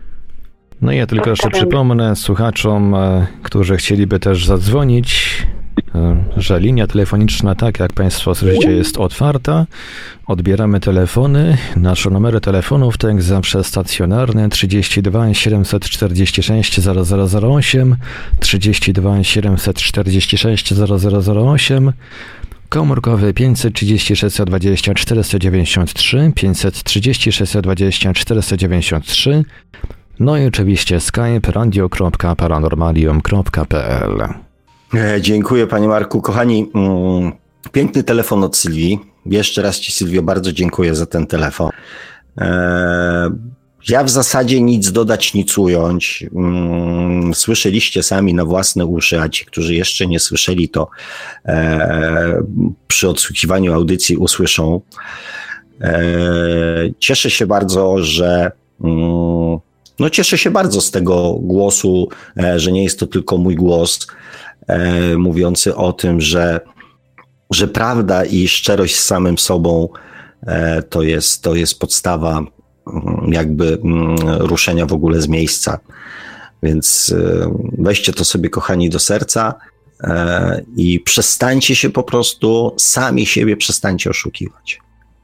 No i ja tylko jeszcze przypomnę słuchaczom, którzy chcieliby też zadzwonić że linia telefoniczna, tak jak Państwo słyszycie, jest otwarta. Odbieramy telefony. Nasze numery telefonów, tak jak zawsze stacjonarne, trzydzieści dwa siedemset czterdzieści sześć zero zero zero osiem, trzydzieści dwa siedemset czterdzieści sześć zero zero zero osiem, komórkowy pięćset trzydzieści sześć dwadzieścia czterysta dziewięćdziesiąt trzy, pięćset trzydzieści sześć dwadzieścia czterysta dziewięćdziesiąt trzy, no i oczywiście skype radio kropka paranormalium kropka p l. Dziękuję, panie Marku. Kochani, mm, piękny telefon od Sylwii. Jeszcze raz ci, Sylwio, bardzo dziękuję za ten telefon. Eee, ja w zasadzie nic dodać, nic ująć. Mm, słyszeliście sami na własne uszy, a ci, którzy jeszcze nie słyszeli, to e, przy odsłuchiwaniu audycji usłyszą. E, cieszę się bardzo, że mm, no cieszę się bardzo z tego głosu, e, że nie jest to tylko mój głos, e, mówiący o tym, że, że prawda i szczerość z samym sobą e, to jest, to jest podstawa jakby ruszenia w ogóle z miejsca. Więc weźcie to sobie, kochani, do serca i przestańcie się po prostu, sami siebie przestańcie oszukiwać.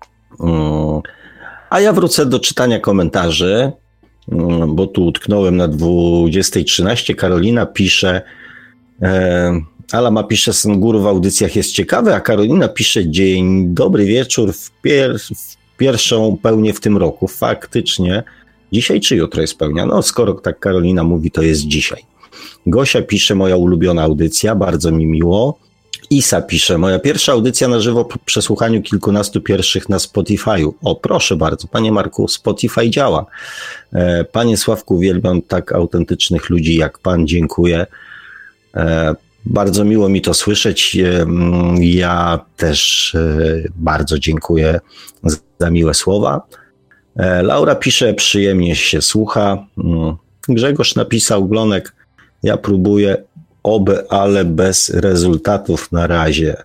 A ja wrócę do czytania komentarzy, bo tu utknąłem na dwudziesta trzynaście. Karolina pisze, Ala ma pisze, Senguru w audycjach jest ciekawy, a Karolina pisze, dzień dobry wieczór w, pier- w pierwszą pełnię w tym roku. Faktycznie. Dzisiaj czy jutro jest pełnia? No skoro tak Karolina mówi, to jest dzisiaj. Gosia pisze, moja ulubiona audycja, bardzo mi miło. Isa pisze, moja pierwsza audycja na żywo po przesłuchaniu kilkunastu pierwszych na Spotify'u. O, proszę bardzo, panie Marku, Spotify działa. Panie Sławku, uwielbiam tak autentycznych ludzi jak pan, dziękuję. Bardzo miło mi to słyszeć. Ja też bardzo dziękuję za miłe słowa. Laura pisze, przyjemnie się słucha. Grzegorz napisał, Glonek, ja próbuję, oby, ale bez rezultatów na razie.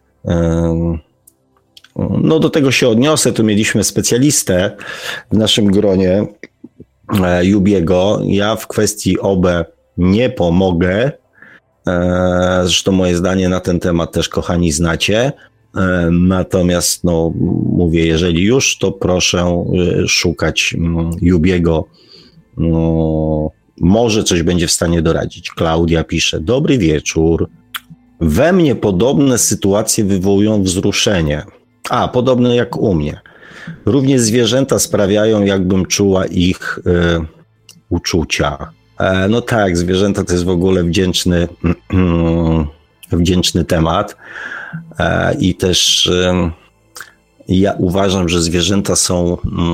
No do tego się odniosę. Tu mieliśmy specjalistę w naszym gronie, Jubiego. Ja w kwestii O B E nie pomogę. Zresztą moje zdanie na ten temat też, kochani, znacie. Natomiast, no, mówię, jeżeli już, to proszę szukać Jubiego. No, może coś będzie w stanie doradzić. Klaudia pisze, dobry wieczór. We mnie podobne sytuacje wywołują wzruszenie. A, podobne jak u mnie. Również zwierzęta sprawiają, jakbym czuła ich y, uczucia. No tak, zwierzęta to jest w ogóle wdzięczny, wdzięczny temat i też ja uważam, że zwierzęta są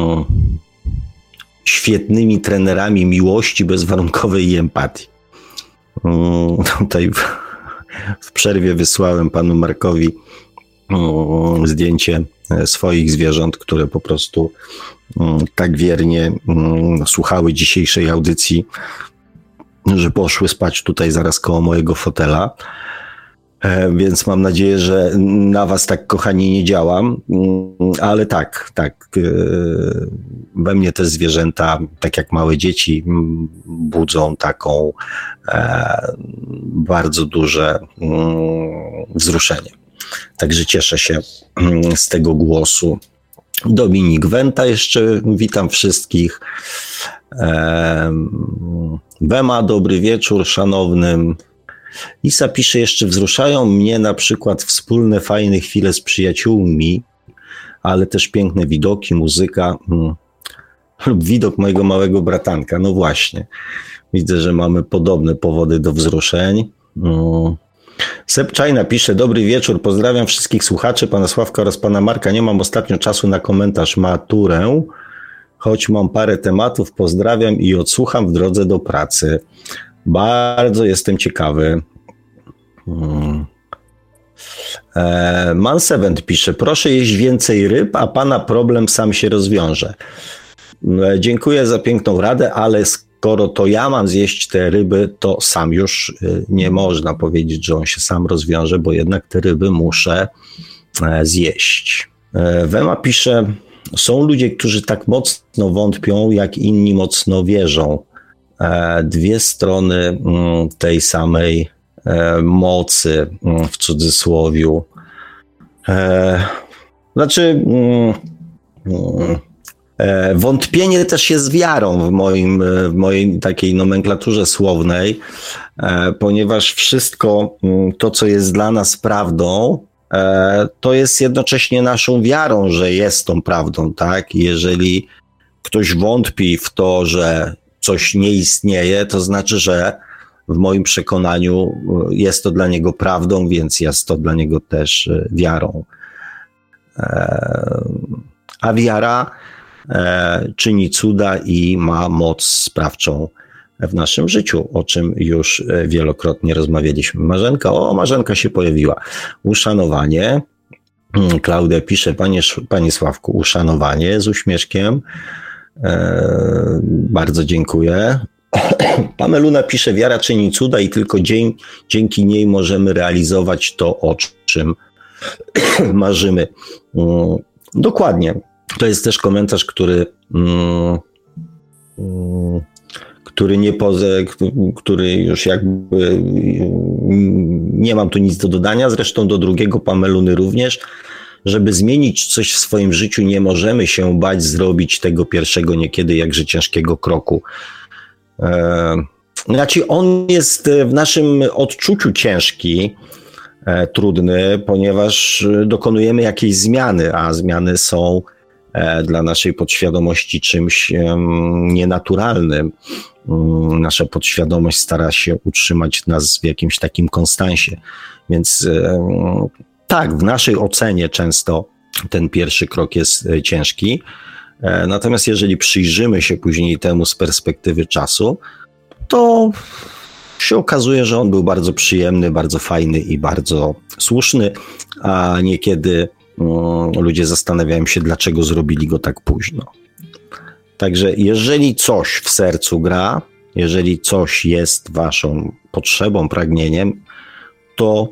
świetnymi trenerami miłości bezwarunkowej i empatii. Tutaj w przerwie wysłałem panu Markowi zdjęcie swoich zwierząt, które po prostu tak wiernie słuchały dzisiejszej audycji, że poszły spać tutaj zaraz koło mojego fotela. Więc mam nadzieję, że na was tak, kochani, nie działam, ale tak, tak, we mnie te zwierzęta, tak jak małe dzieci, budzą taką bardzo duże wzruszenie. Także cieszę się z tego głosu. Dominik Wenta jeszcze, witam wszystkich. Wema, dobry wieczór szanownym. Isa pisze jeszcze, wzruszają mnie na przykład wspólne fajne chwile z przyjaciółmi, ale też piękne widoki, muzyka hmm. lub widok mojego małego bratanka. No właśnie, widzę, że mamy podobne powody do wzruszeń. Hmm. Seb Czajna pisze, dobry wieczór, pozdrawiam wszystkich słuchaczy, pana Sławka oraz pana Marka. Nie mam ostatnio czasu na komentarz, maturę, choć mam parę tematów, pozdrawiam i odsłucham w drodze do pracy. Bardzo jestem ciekawy. Hmm. E, Man Seven pisze, proszę jeść więcej ryb, a pana problem sam się rozwiąże. E, dziękuję za piękną radę, ale skoro to ja mam zjeść te ryby, to sam już nie można powiedzieć, że on się sam rozwiąże, bo jednak te ryby muszę zjeść. Wema pisze, są ludzie, którzy tak mocno wątpią, jak inni mocno wierzą. Dwie strony tej samej e, mocy, w cudzysłowiu. E, znaczy, mm, e, wątpienie też jest wiarą w, moim, w mojej takiej nomenklaturze słownej, e, ponieważ wszystko to, co jest dla nas prawdą, e, to jest jednocześnie naszą wiarą, że jest tą prawdą, tak? Jeżeli ktoś wątpi w to, że coś nie istnieje, to znaczy, że w moim przekonaniu jest to dla niego prawdą, więc jest to dla niego też wiarą. A wiara czyni cuda i ma moc sprawczą w naszym życiu, o czym już wielokrotnie rozmawialiśmy. Marzenka, o, Marzenka się pojawiła. Uszanowanie. Klaudia pisze, panie, panie Sławku, uszanowanie z uśmieszkiem. E, bardzo dziękuję. Pameluna pisze, wiara czyni cuda i tylko dzień, dzięki niej możemy realizować to, o czym marzymy. Mm, dokładnie. To jest też komentarz, który mm, mm, który nie poza, który już jakby nie mam tu nic do dodania, zresztą do drugiego Pameluny również. Żeby zmienić coś w swoim życiu, nie możemy się bać zrobić tego pierwszego niekiedy jakże ciężkiego kroku. E, znaczy on jest w naszym odczuciu ciężki, e, trudny, ponieważ dokonujemy jakiejś zmiany, a zmiany są e, dla naszej podświadomości czymś e, nienaturalnym. E, nasza podświadomość stara się utrzymać nas w jakimś takim konstansie, więc e, tak, w naszej ocenie często ten pierwszy krok jest ciężki, natomiast jeżeli przyjrzymy się później temu z perspektywy czasu, to się okazuje, że on był bardzo przyjemny, bardzo fajny i bardzo słuszny, a niekiedy ludzie zastanawiają się, dlaczego zrobili go tak późno. Także jeżeli coś w sercu gra, jeżeli coś jest waszą potrzebą, pragnieniem, to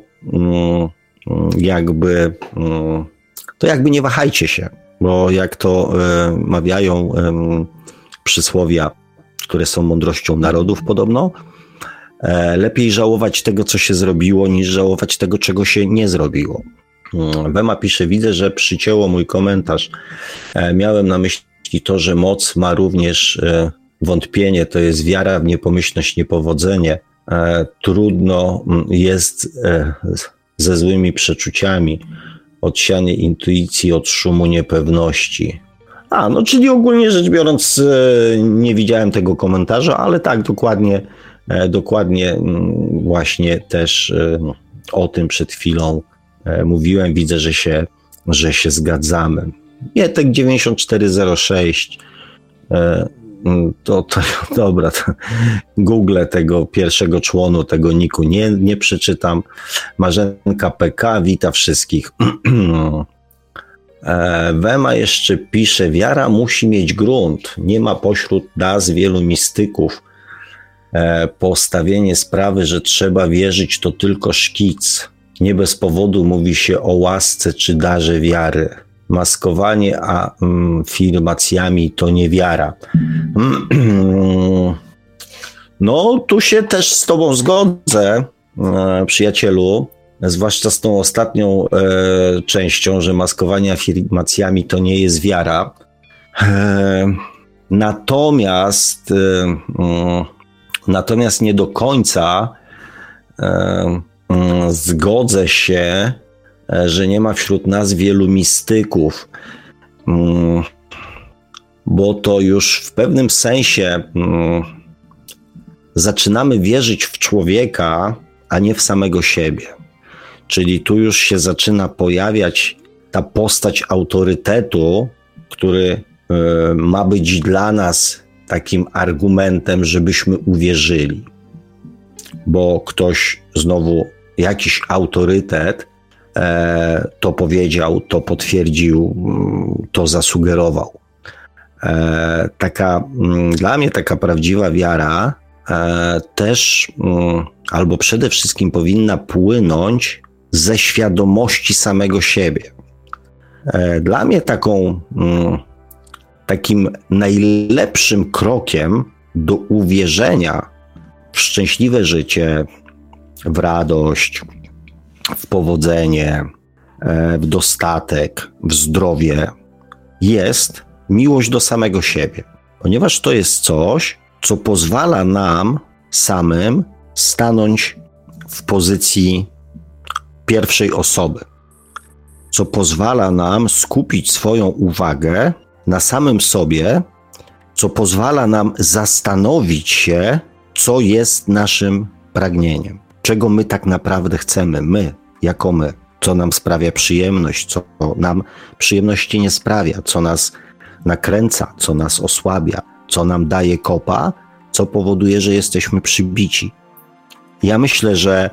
jakby to jakby nie wahajcie się, bo jak to e, mawiają e, przysłowia, które są mądrością narodów podobno, e, lepiej żałować tego, co się zrobiło, niż żałować tego, czego się nie zrobiło. Wema pisze, widzę, że przycięło mój komentarz. E, miałem na myśli to, że moc ma również e, wątpienie, to jest wiara w niepomyślność, niepowodzenie. E, trudno jest e, ze złymi przeczuciami, odsianie intuicji od szumu niepewności. A, no czyli ogólnie rzecz biorąc nie widziałem tego komentarza, ale tak, dokładnie, dokładnie właśnie też o tym przed chwilą mówiłem. Widzę, że się, że się zgadzamy. Mietek dziewięćdziesiąt cztery zero sześć To, to dobra, to Google tego pierwszego członu, tego niku nie, nie przeczytam. Marzenka P K wita wszystkich. Wema jeszcze pisze, wiara musi mieć grunt. Nie ma pośród nas wielu mistyków. Postawienie sprawy, że trzeba wierzyć, to tylko szkic. Nie bez powodu mówi się o łasce czy darze wiary. Maskowanie afirmacjami to nie wiara. No, tu się też z tobą zgodzę, przyjacielu, zwłaszcza z tą ostatnią e, częścią, że maskowanie afirmacjami to nie jest wiara. E, natomiast e, e, natomiast nie do końca e, e, zgodzę się, że nie ma wśród nas wielu mistyków, bo to już w pewnym sensie zaczynamy wierzyć w człowieka, a nie w samego siebie. Czyli tu już się zaczyna pojawiać ta postać autorytetu, który ma być dla nas takim argumentem, żebyśmy uwierzyli. Bo ktoś znowu, jakiś autorytet to powiedział, to potwierdził, to zasugerował. Taka, dla mnie taka prawdziwa wiara też, albo przede wszystkim powinna płynąć ze świadomości samego siebie. Dla mnie taką, takim najlepszym krokiem do uwierzenia w szczęśliwe życie, w radość, w powodzenie, w dostatek, w zdrowie, jest miłość do samego siebie. Ponieważ to jest coś, co pozwala nam samym stanąć w pozycji pierwszej osoby, co pozwala nam skupić swoją uwagę na samym sobie, co pozwala nam zastanowić się, co jest naszym pragnieniem, czego my tak naprawdę chcemy, my, jako my, co nam sprawia przyjemność, co nam przyjemności nie sprawia, co nas nakręca, co nas osłabia, co nam daje kopa, co powoduje, że jesteśmy przybici. Ja myślę, że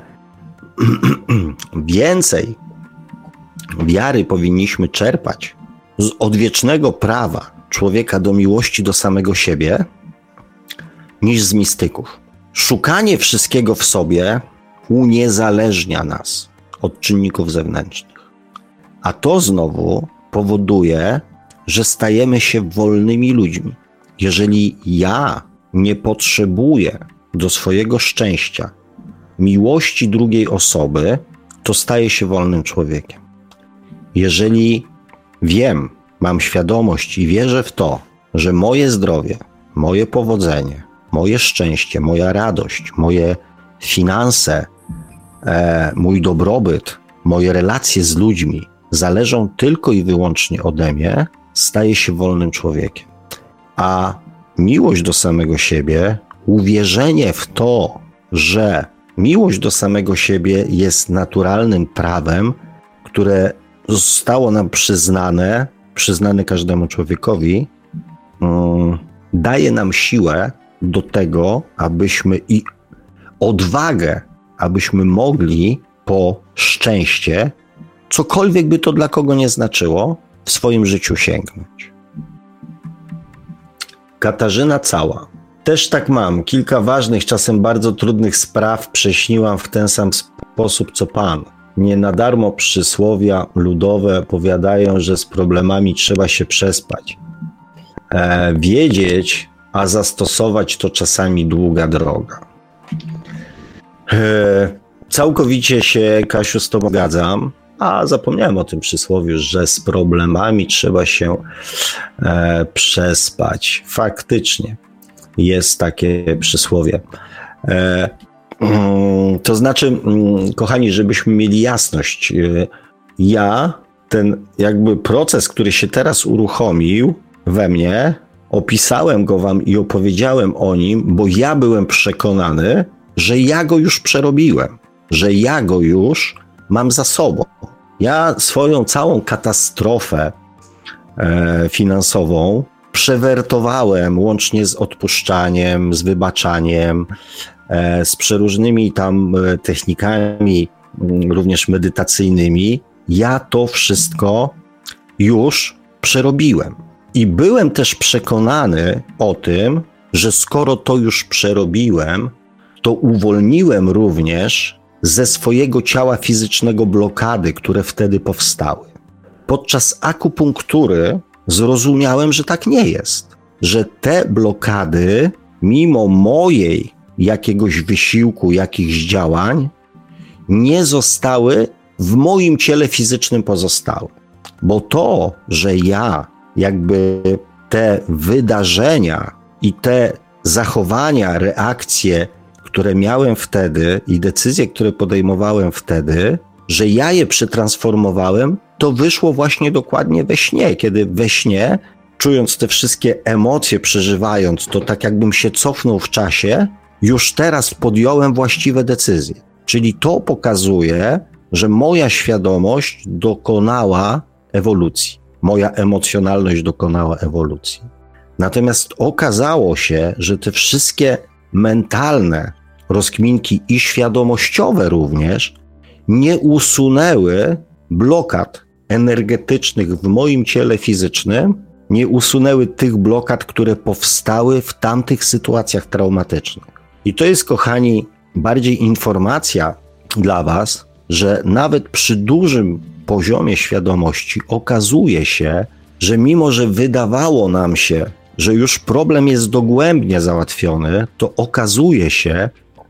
więcej wiary powinniśmy czerpać z odwiecznego prawa człowieka do miłości do samego siebie, niż z mistyków. Szukanie wszystkiego w sobie uniezależnia nas od czynników zewnętrznych. A to znowu powoduje, że stajemy się wolnymi ludźmi. Jeżeli ja nie potrzebuję do swojego szczęścia miłości drugiej osoby, to staję się wolnym człowiekiem. Jeżeli wiem, mam świadomość i wierzę w to, że moje zdrowie, moje powodzenie, moje szczęście, moja radość, moje finanse, e, mój dobrobyt, moje relacje z ludźmi zależą tylko i wyłącznie ode mnie, staję się wolnym człowiekiem. A miłość do samego siebie, uwierzenie w to, że miłość do samego siebie jest naturalnym prawem, które zostało nam przyznane, przyznane każdemu człowiekowi, um, daje nam siłę do tego, abyśmy i odwagę, abyśmy mogli po szczęście, cokolwiek by to dla kogo nie znaczyło, w swoim życiu sięgnąć. Katarzyna Cała. Też tak mam. Kilka ważnych, czasem bardzo trudnych spraw prześniłam w ten sam sposób, co pan. Nie na darmo przysłowia ludowe powiadają, że z problemami trzeba się przespać. E, wiedzieć, a zastosować to czasami długa droga. E, całkowicie się, Kasiu, z tobą zgadzam, a zapomniałem o tym przysłowiu, że z problemami trzeba się e, przespać. Faktycznie jest takie przysłowie. E, To znaczy, kochani, żebyśmy mieli jasność, ja ten jakby proces, który się teraz uruchomił we mnie, opisałem go wam i opowiedziałem o nim, bo ja byłem przekonany, że ja go już przerobiłem, że ja go już mam za sobą. Ja swoją całą katastrofę e, finansową przewertowałem łącznie z odpuszczaniem, z wybaczaniem, z przeróżnymi tam technikami, również medytacyjnymi. Ja to wszystko już przerobiłem. I byłem też przekonany o tym, że skoro to już przerobiłem, to uwolniłem również ze swojego ciała fizycznego blokady, które wtedy powstały. Podczas akupunktury zrozumiałem, że tak nie jest. Że te blokady, mimo mojej jakiegoś wysiłku, jakichś działań, nie zostały w moim ciele fizycznym pozostały. Bo to, że ja jakby te wydarzenia i te zachowania, reakcje, które miałem wtedy i decyzje, które podejmowałem wtedy, że ja je przetransformowałem, to wyszło właśnie dokładnie we śnie, kiedy we śnie, czując te wszystkie emocje, przeżywając to tak jakbym się cofnął w czasie, już teraz podjąłem właściwe decyzje. Czyli to pokazuje, że moja świadomość dokonała ewolucji. Moja emocjonalność dokonała ewolucji. Natomiast okazało się, że te wszystkie mentalne rozkminki i świadomościowe również nie usunęły blokad energetycznych w moim ciele fizycznym, nie usunęły tych blokad, które powstały w tamtych sytuacjach traumatycznych. I to jest, kochani, bardziej informacja dla was, że nawet przy dużym poziomie świadomości okazuje się, że mimo, że wydawało nam się, że już problem jest dogłębnie załatwiony, to okazuje się,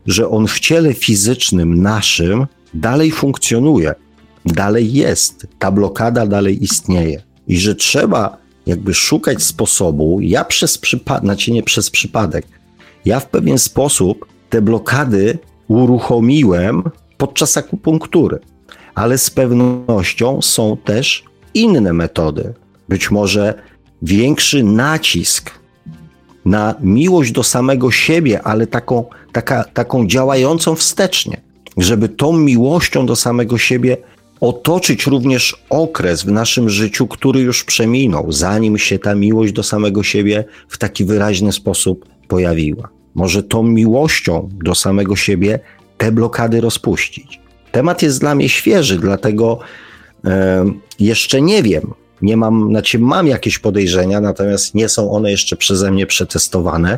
że on w ciele fizycznym naszym dalej funkcjonuje, dalej jest, ta blokada dalej istnieje i że trzeba jakby szukać sposobu, ja przez przypadek, znaczy nie przez przypadek, ja w pewien sposób te blokady uruchomiłem podczas akupunktury, ale z pewnością są też inne metody, być może większy nacisk na miłość do samego siebie, ale taką, taka, taką działającą wstecznie, żeby tą miłością do samego siebie otoczyć również okres w naszym życiu, który już przeminął, zanim się ta miłość do samego siebie w taki wyraźny sposób pojawiła. Może tą miłością do samego siebie te blokady rozpuścić. Temat jest dla mnie świeży, dlatego e, jeszcze nie wiem, nie mam, znaczy mam jakieś podejrzenia, natomiast nie są one jeszcze przeze mnie przetestowane.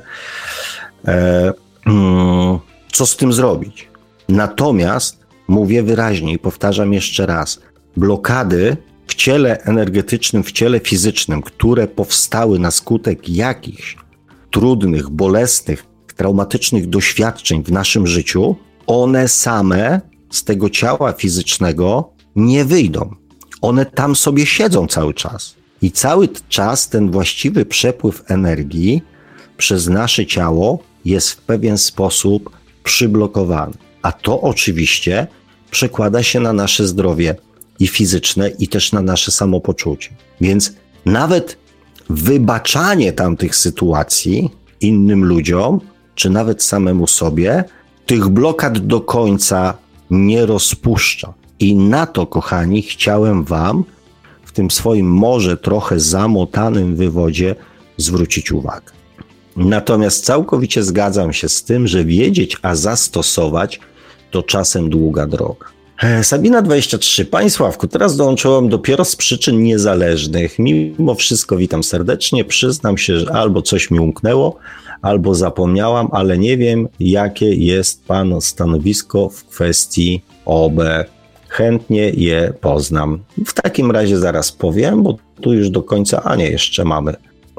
E, mm, co z tym zrobić? Natomiast mówię wyraźnie i powtarzam jeszcze raz, blokady w ciele energetycznym, w ciele fizycznym, które powstały na skutek jakichś trudnych, bolesnych, traumatycznych doświadczeń w naszym życiu, one same z tego ciała fizycznego nie wyjdą. One tam sobie siedzą cały czas. I cały czas ten właściwy przepływ energii przez nasze ciało jest w pewien sposób przyblokowany. A to oczywiście przekłada się na nasze zdrowie i fizyczne, i też na nasze samopoczucie. Więc nawet wybaczanie tamtych sytuacji innym ludziom, czy nawet samemu sobie, tych blokad do końca nie rozpuszcza. I na to, kochani, chciałem wam w tym swoim może trochę zamotanym wywodzie zwrócić uwagę. Natomiast całkowicie zgadzam się z tym, że wiedzieć, a zastosować to czasem długa droga. Sabina dwadzieścia trzy. Panie Sławku, teraz dołączyłem dopiero z przyczyn niezależnych. Mimo wszystko witam serdecznie. Przyznam się, że albo coś mi umknęło, albo zapomniałam, ale nie wiem, jakie jest Pana stanowisko w kwestii O B. Chętnie je poznam. W takim razie zaraz powiem, bo tu już do końca, a nie, jeszcze mamy.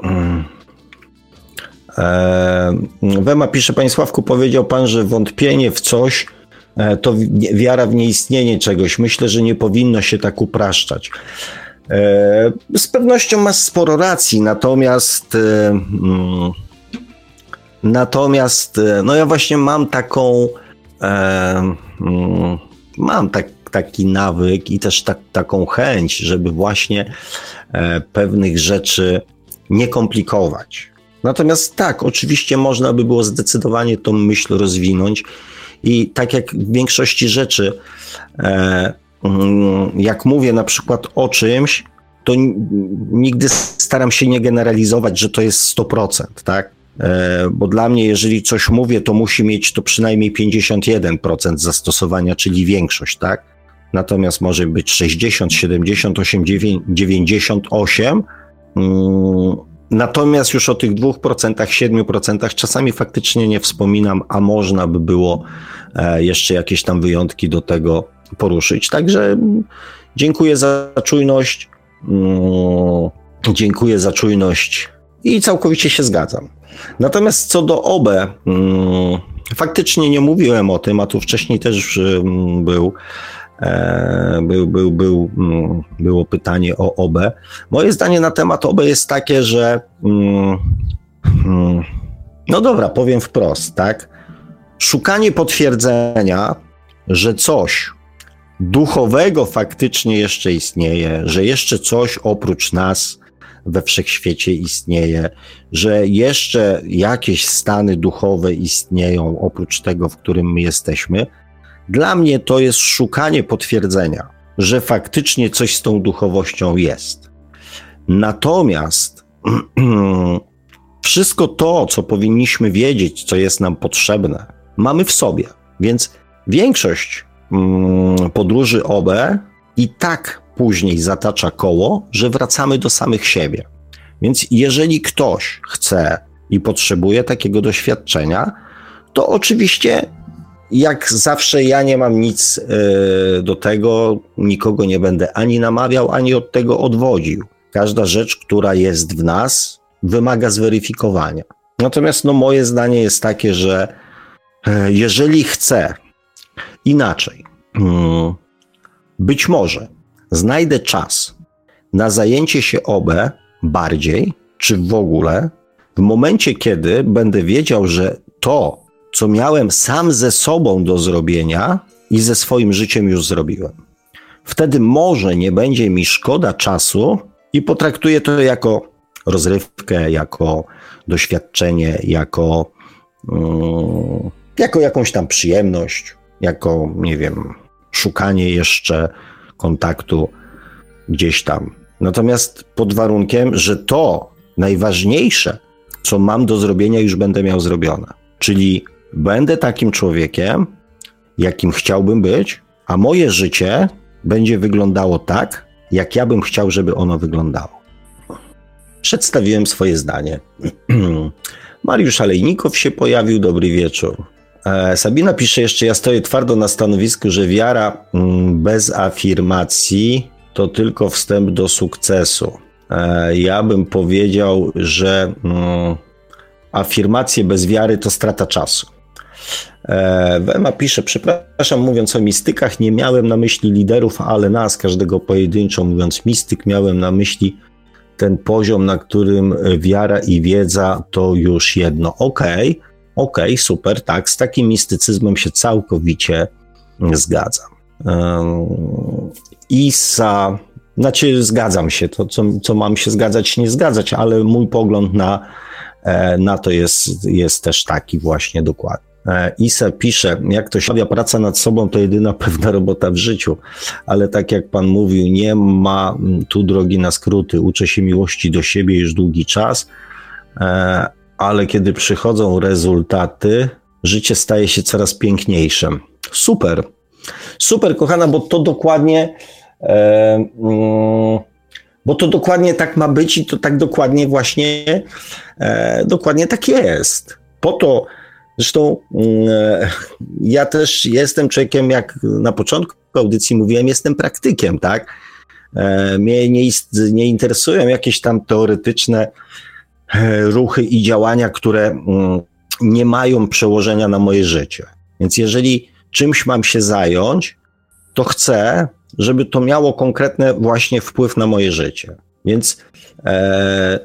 Eee, Wema pisze, Panie Sławku, powiedział Pan, że wątpienie w coś to wiara w nieistnienie czegoś. Myślę, że nie powinno się tak upraszczać. Z pewnością masz sporo racji, natomiast natomiast no ja właśnie mam taką mam tak, taki nawyk i też tak, taką chęć, żeby właśnie pewnych rzeczy nie komplikować. Natomiast tak, oczywiście można by było zdecydowanie tą myśl rozwinąć. I tak jak w większości rzeczy, jak mówię na przykład o czymś, to nigdy staram się nie generalizować, że to jest sto procent, tak? Bo dla mnie, jeżeli coś mówię, to musi mieć to przynajmniej pięćdziesiąt jeden procent zastosowania, czyli większość, tak? Natomiast może być sześćdziesiąt, siedemdziesiąt osiem, dziewięćdziesiąt osiem. Natomiast już o tych dwóch procentach, siedmiu procentach czasami faktycznie nie wspominam, a można by było jeszcze jakieś tam wyjątki do tego poruszyć. Także dziękuję za czujność, dziękuję za czujność i całkowicie się zgadzam. Natomiast co do O B, faktycznie nie mówiłem o tym, a tu wcześniej też był Był, był, był, było pytanie o O B. Moje zdanie na temat O B jest takie, że no dobra, powiem wprost, tak? Szukanie potwierdzenia, że coś duchowego faktycznie jeszcze istnieje, że jeszcze coś oprócz nas we wszechświecie istnieje, że jeszcze jakieś stany duchowe istnieją oprócz tego, w którym my jesteśmy. Dla mnie to jest szukanie potwierdzenia, że faktycznie coś z tą duchowością jest. Natomiast wszystko to, co powinniśmy wiedzieć, co jest nam potrzebne, mamy w sobie. Więc większość mm, podróży O B i tak później zatacza koło, że wracamy do samych siebie. Więc jeżeli ktoś chce i potrzebuje takiego doświadczenia, to oczywiście jak zawsze ja nie mam nic y, do tego, nikogo nie będę ani namawiał, ani od tego odwodził. Każda rzecz, która jest w nas, wymaga zweryfikowania. Natomiast no, moje zdanie jest takie, że jeżeli chcę inaczej, być może znajdę czas na zajęcie się O B E bardziej, czy w ogóle, w momencie, kiedy będę wiedział, że to, co miałem sam ze sobą do zrobienia i ze swoim życiem już zrobiłem. Wtedy może nie będzie mi szkoda czasu i potraktuję to jako rozrywkę, jako doświadczenie, jako, um, jako jakąś tam przyjemność, jako, nie wiem, szukanie jeszcze kontaktu gdzieś tam. Natomiast pod warunkiem, że to najważniejsze, co mam do zrobienia, już będę miał zrobione. Czyli będę takim człowiekiem, jakim chciałbym być, a moje życie będzie wyglądało tak, jak ja bym chciał, żeby ono wyglądało. Przedstawiłem swoje zdanie. Mariusz Alejnikow się pojawił, dobry wieczór. E, Sabina pisze jeszcze, ja stoję twardo na stanowisku, że wiara mm, bez afirmacji to tylko wstęp do sukcesu. E, ja bym powiedział, że mm, afirmacje bez wiary to strata czasu. E, Wema pisze, przepraszam, mówiąc o mistykach, nie miałem na myśli liderów, ale nas, każdego pojedynczo. Mówiąc mistyk, miałem na myśli ten poziom, na którym wiara i wiedza to już jedno. Okej, okay, okej, okay, super, tak, z takim mistycyzmem się całkowicie zgadzam. Um, Isa, znaczy zgadzam się, to co, co mam się zgadzać, nie zgadzać, ale mój pogląd na, na to jest, jest też taki właśnie dokładnie. Isa pisze, jak to się mawia, praca nad sobą to jedyna pewna robota w życiu, ale tak jak pan mówił, nie ma tu drogi na skróty. Uczę się miłości do siebie już długi czas, ale kiedy przychodzą rezultaty, życie staje się coraz piękniejsze. Super, super kochana, bo to dokładnie, bo to dokładnie tak ma być i to tak dokładnie właśnie, dokładnie tak jest. Po to, zresztą ja też jestem człowiekiem, jak na początku audycji mówiłem, jestem praktykiem, tak? Mnie nie, nie interesują jakieś tam teoretyczne ruchy i działania, które nie mają przełożenia na moje życie. Więc jeżeli czymś mam się zająć, to chcę, żeby to miało konkretny właśnie wpływ na moje życie. Więc e,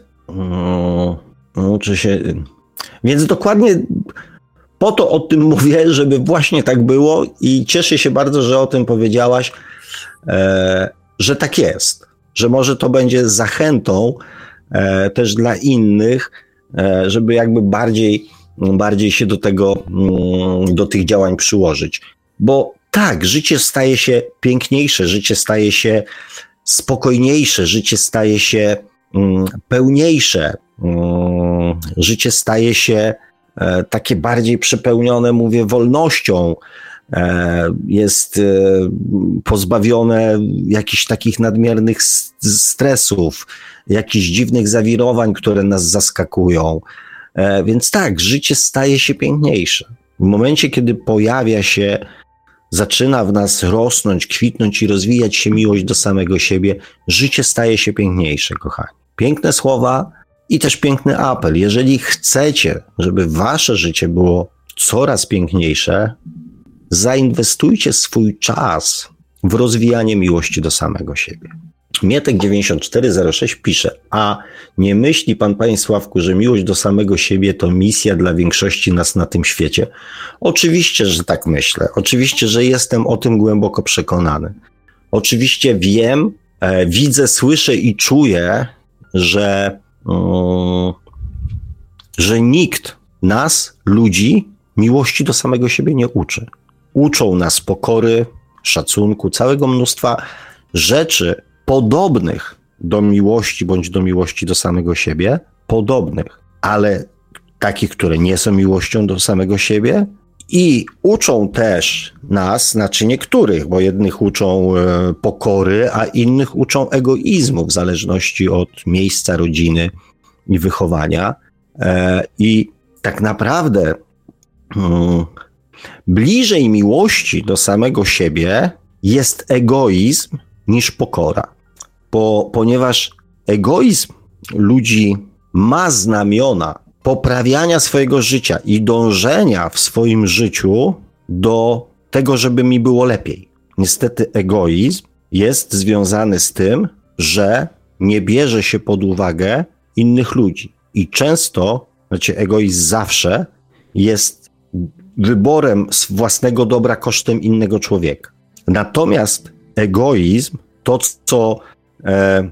uczę się... Więc dokładnie po to o tym mówię, żeby właśnie tak było i cieszę się bardzo, że o tym powiedziałaś, e, że tak jest, że może to będzie zachętą e, też dla innych, e, żeby jakby bardziej, bardziej się do tego, do tych działań przyłożyć. Bo tak, życie staje się piękniejsze, życie staje się spokojniejsze, życie staje się mm, pełniejsze, mm, życie staje się e, takie bardziej przepełnione, mówię, wolnością, e, jest e, pozbawione jakichś takich nadmiernych s- stresów, jakichś dziwnych zawirowań, które nas zaskakują. E, więc tak, życie staje się piękniejsze. W momencie, kiedy pojawia się, zaczyna w nas rosnąć, kwitnąć i rozwijać się miłość do samego siebie, życie staje się piękniejsze, kochani. Piękne słowa i też piękny apel. Jeżeli chcecie, żeby wasze życie było coraz piękniejsze, zainwestujcie swój czas w rozwijanie miłości do samego siebie. Mietek dziewięćdziesiąt cztery zero sześć pisze, a nie myśli pan, panie Sławku, że miłość do samego siebie to misja dla większości nas na tym świecie? Oczywiście, że tak myślę. Oczywiście, że jestem o tym głęboko przekonany. Oczywiście wiem, e, widzę, słyszę i czuję, że, um, że nikt nas, ludzi, miłości do samego siebie nie uczy. Uczą nas pokory, szacunku, całego mnóstwa rzeczy podobnych do miłości bądź do miłości do samego siebie, podobnych, ale takich, które nie są miłością do samego siebie i uczą też nas, znaczy niektórych, bo jednych uczą e, pokory, a innych uczą egoizmu w zależności od miejsca, rodziny i wychowania. E, I tak naprawdę mm, bliżej miłości do samego siebie jest egoizm niż pokora. Bo, ponieważ egoizm ludzi ma znamiona poprawiania swojego życia i dążenia w swoim życiu do tego, żeby mi było lepiej. Niestety egoizm jest związany z tym, że nie bierze się pod uwagę innych ludzi. I często, znaczy egoizm zawsze jest wyborem własnego dobra kosztem innego człowieka. Natomiast egoizm, to co, e,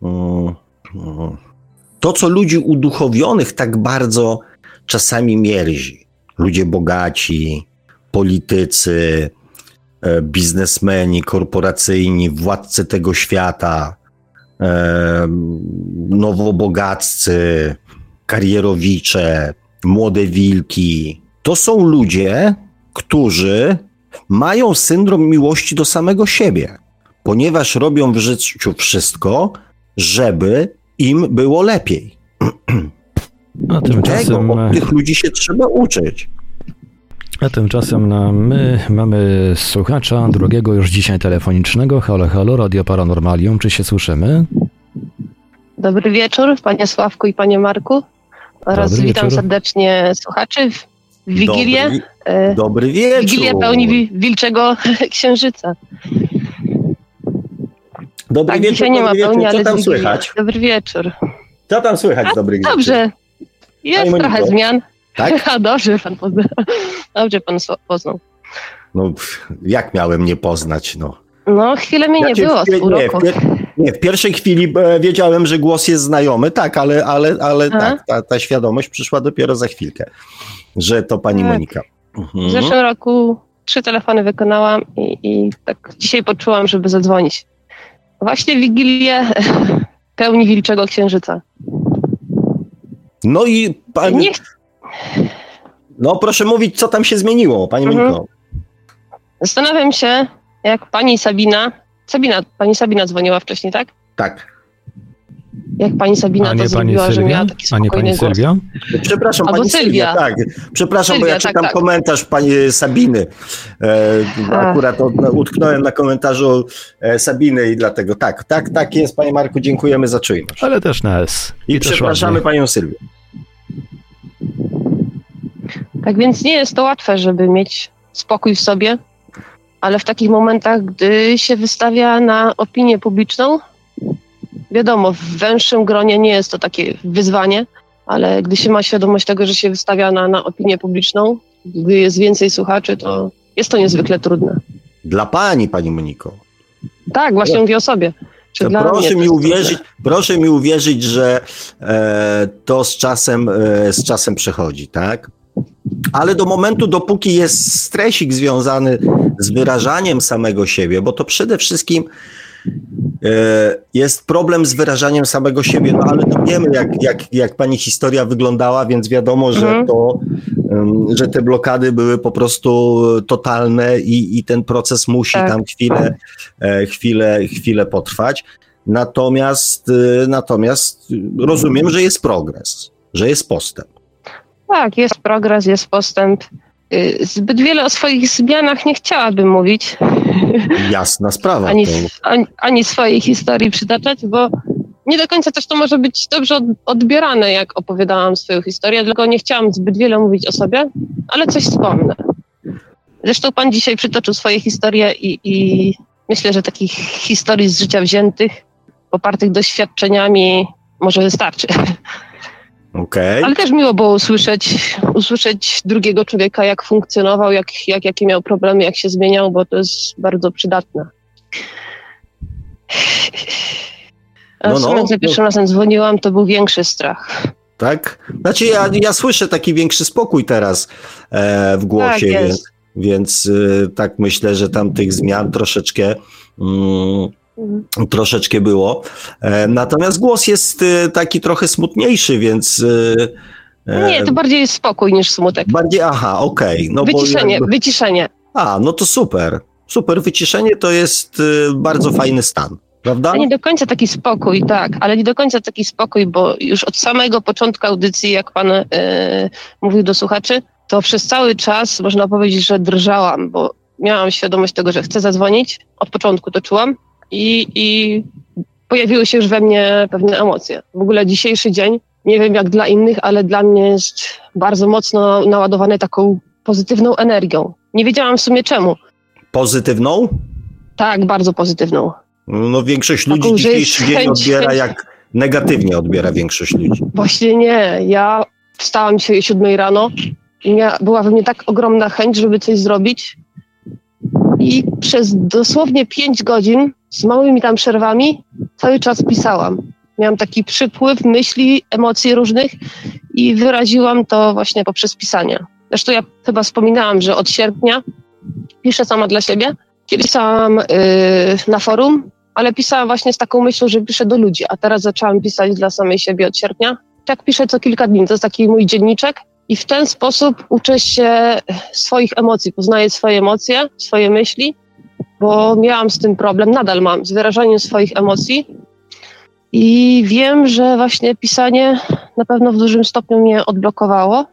to co ludzi uduchowionych tak bardzo czasami mierzi. Ludzie bogaci, politycy, e, biznesmeni, korporacyjni, władcy tego świata, e, nowobogaccy, karierowicze, młode wilki. To są ludzie, którzy mają syndrom miłości do samego siebie, ponieważ robią w życiu wszystko, żeby im było lepiej. A tymczasem, tego, od tych ludzi się trzeba uczyć. A tymczasem no, my mamy słuchacza drugiego już dzisiaj telefonicznego. Halo, halo, Radio Paranormalium, czy się słyszymy? Dobry wieczór, panie Sławku i panie Marku. Oraz Dobry witam wieczór. serdecznie słuchaczy w Wigilię. Dobry, dobry wieczór. Wigilię pełni wi- wilczego księżyca. Dobry Tak, wieczór, dzisiaj nie ma dobry pełni, wieczór. ale Co tam jest Wigilia. słychać? Dobry wieczór. Co tam słychać A, z dobrych rzeczy? Dobrze, jest Pani trochę Moniko. zmian. Tak? A dobrze pan poznał. Dobrze pan sło- poznał. No, pff, jak miałem nie poznać, no. No, chwilę mnie nie Znaczy, było w pie- z pół nie, roku. w pier- nie, w pierwszej chwili e, wiedziałem, że głos jest znajomy, tak, ale, ale, ale Aha. tak, ta, ta świadomość przyszła dopiero za chwilkę, że to pani Tak. Monika. Mhm. W zeszłym roku trzy telefony wykonałam i, i tak dzisiaj poczułam, żeby zadzwonić. Właśnie Wigilię pełni wilczego księżyca. No i pani, Nie ch- no proszę mówić, co tam się zmieniło, pani Mhm. Moniko. Zastanawiam się, jak pani Sabina, Sabina, pani Sabina dzwoniła wcześniej, tak? Tak. Jak pani Sabina A to nie pani zrobiła, że Sylwia? miała taki A nie spokojny pani głos. Sylwia? Przepraszam, Albo pani Sylwia, Sylwia. tak. Przepraszam, bo ja Sylwia, tak, czytam tak. komentarz pani Sabiny. E, Ach. akurat od, utknąłem na komentarzu e, Sabiny i dlatego tak, tak, tak jest, panie Marku, dziękujemy za czujność. Ale też na S. I też przepraszamy ładnie. panią Sylwię. Tak więc nie jest to łatwe, żeby mieć spokój w sobie, ale w takich momentach, gdy się wystawia na opinię publiczną, wiadomo, w węższym gronie nie jest to takie wyzwanie, ale gdy się ma świadomość tego, że się wystawia na, na opinię publiczną, gdy jest więcej słuchaczy, to jest to niezwykle trudne. Dla pani, pani Moniko. Tak, właśnie mówię o sobie. Czy To dla mnie proszę to mi jest uwierzyć, trudne. proszę mi uwierzyć, że e, to z czasem, e, z czasem przechodzi, tak? Ale do momentu, dopóki jest stresik związany z wyrażaniem samego siebie, bo to przede wszystkim e, jest problem z wyrażaniem samego siebie, no ale to wiemy, jak, jak, jak pani historia wyglądała, więc wiadomo, że Mhm. to, em, że te blokady były po prostu totalne i, i ten proces musi Tak. tam chwilę, e, chwilę, chwilę potrwać. Natomiast, e, natomiast rozumiem, że jest progres, że jest postęp. Tak, jest progres, jest postęp. Y, Zbyt wiele o swoich zmianach nie chciałabym mówić, Jasna sprawa. ani, To, ani, ani swojej historii przytaczać, bo nie do końca też to może być dobrze od, odbierane, jak opowiadałam swoją historię, dlatego nie chciałam zbyt wiele mówić o sobie, ale coś wspomnę. Zresztą pan dzisiaj przytoczył swoje historie i, i myślę, że takich historii z życia wziętych, popartych doświadczeniami może wystarczy. okej. Ale też miło było usłyszeć, usłyszeć drugiego człowieka, jak funkcjonował, jak, jak, jakie miał problemy, jak się zmieniał, bo to jest bardzo przydatne. A No, w no, sumie, za pierwszym no. razem dzwoniłam, to był większy strach. Tak? Znaczy ja, ja słyszę taki większy spokój teraz e, w głosie, Tak jest. więc, więc e, tak myślę, że tam tych zmian troszeczkę mm, troszeczkę było. E, natomiast głos jest e, taki trochę smutniejszy, więc e, e, Nie, to bardziej jest spokój niż smutek. bardziej, aha, okej. No bo Wyciszenie, jakby- wyciszenie. A, no to super. Super, wyciszenie to jest e, bardzo fajny stan, prawda? A nie do końca taki spokój, tak, ale nie do końca taki spokój, bo już od samego początku audycji, jak pan e, mówił do słuchaczy, to przez cały czas można powiedzieć, że drżałam, bo miałam świadomość tego, że chcę zadzwonić, od początku to czułam i, i pojawiły się już we mnie pewne emocje. W ogóle dzisiejszy dzień nie wiem jak dla innych, ale dla mnie jest bardzo mocno naładowane taką pozytywną energią. Nie wiedziałam w sumie czemu. Pozytywną? Tak, bardzo pozytywną. No większość ludzi Taką, dzisiejszy dzień chęć, odbiera chęć. jak negatywnie odbiera większość ludzi. Właśnie nie. Ja wstałam dzisiaj o siódmej rano i mia- była we mnie tak ogromna chęć, żeby coś zrobić. I przez dosłownie pięć godzin z małymi tam przerwami cały czas pisałam. Miałam taki przypływ myśli, emocji różnych i wyraziłam to właśnie poprzez pisanie. Zresztą ja chyba wspominałam, że od sierpnia piszę sama dla siebie. Kiedyś pisałam yy, na forum, ale pisałam właśnie z taką myślą, że piszę do ludzi, a teraz zaczęłam pisać dla samej siebie od sierpnia. Tak piszę co kilka dni, to jest taki mój dzienniczek i w ten sposób uczę się swoich emocji, poznaję swoje emocje, swoje myśli, bo miałam z tym problem, nadal mam, z wyrażaniem swoich emocji i wiem, że właśnie pisanie na pewno w dużym stopniu mnie odblokowało.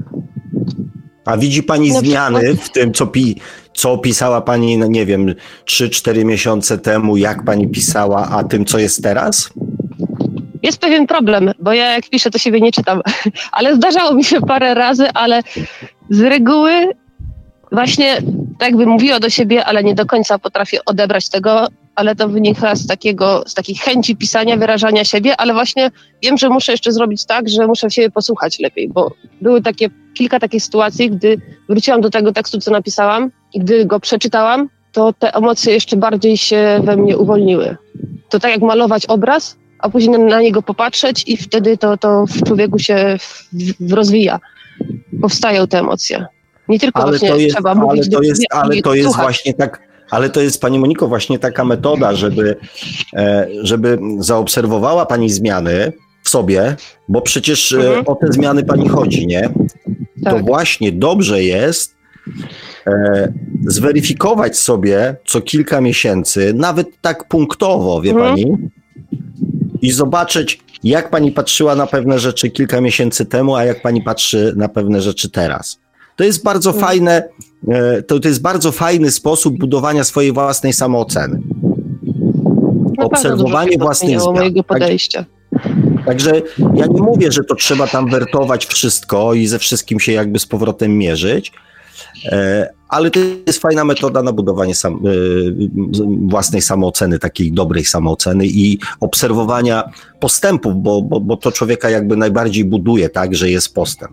A widzi pani Na zmiany przykład? w tym, co, pi- co pisała pani, no nie wiem, trzy cztery miesiące temu, jak pani pisała, a tym, co jest teraz? Jest pewien problem, bo ja jak piszę, to siebie nie czytam, ale zdarzało mi się parę razy, ale z reguły właśnie tak jakby mówiła do siebie, ale nie do końca potrafię odebrać tego, ale to wynika z takiego, z takiej chęci pisania, wyrażania siebie, ale właśnie wiem, że muszę jeszcze zrobić tak, że muszę siebie posłuchać lepiej, bo były takie kilka takich sytuacji, gdy wróciłam do tego tekstu, co napisałam i gdy go przeczytałam, to te emocje jeszcze bardziej się we mnie uwolniły. To tak jak malować obraz, a później na, na niego popatrzeć i wtedy to, to w człowieku się w, w rozwija. Powstają te emocje. Nie tylko Ale właśnie to jest, trzeba ale mówić to do jest, siebie, ale to jest słuchać. właśnie tak, ale to jest, pani Moniko, właśnie taka metoda, żeby, e, żeby zaobserwowała pani zmiany w sobie, bo przecież e, Mhm. o te zmiany pani chodzi, nie? To Tak. właśnie dobrze jest e, zweryfikować sobie co kilka miesięcy, nawet tak punktowo, wie Mhm. pani, i zobaczyć, jak pani patrzyła na pewne rzeczy kilka miesięcy temu, a jak pani patrzy na pewne rzeczy teraz. To jest bardzo Mhm. fajne, e, to, to jest bardzo fajny sposób budowania swojej własnej samooceny. Na pewno Obserwowanie dużo się własnych zmieniło zmian. mojego Tak, podejścia. Także ja nie mówię, że to trzeba tam wertować wszystko i ze wszystkim się jakby z powrotem mierzyć, e, ale to jest fajna metoda na budowanie sam, e, własnej samooceny, takiej dobrej samooceny i obserwowania postępów, bo, bo, bo to człowieka jakby najbardziej buduje, tak, że jest postęp.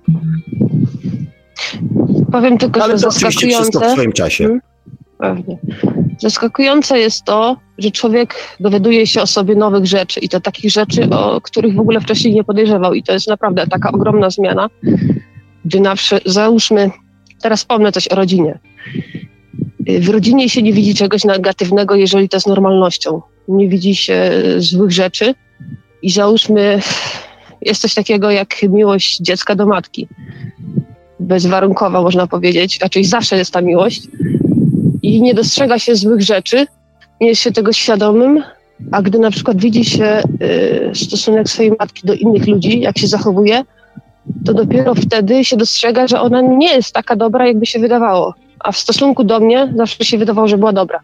Powiem tylko, Ale że to oczywiście wszystko w zaskakujące, swoim czasie. Mhm. Pewnie. Zaskakujące jest to, że człowiek dowiaduje się o sobie nowych rzeczy i to takich rzeczy, o których w ogóle wcześniej nie podejrzewał i to jest naprawdę taka ogromna zmiana, gdy na przykład, załóżmy, teraz wspomnę coś o rodzinie. W rodzinie się nie widzi czegoś negatywnego, jeżeli to jest normalnością. Nie widzi się złych rzeczy i załóżmy, jest coś takiego jak miłość dziecka do matki. Bezwarunkowa można powiedzieć, raczej zawsze jest ta miłość i nie dostrzega się złych rzeczy, nie jest się tego świadomym, a gdy na przykład widzi się y, stosunek swojej matki do innych ludzi, jak się zachowuje, to dopiero wtedy się dostrzega, że ona nie jest taka dobra, jakby się wydawało. A w stosunku do mnie zawsze się wydawało, że była dobra.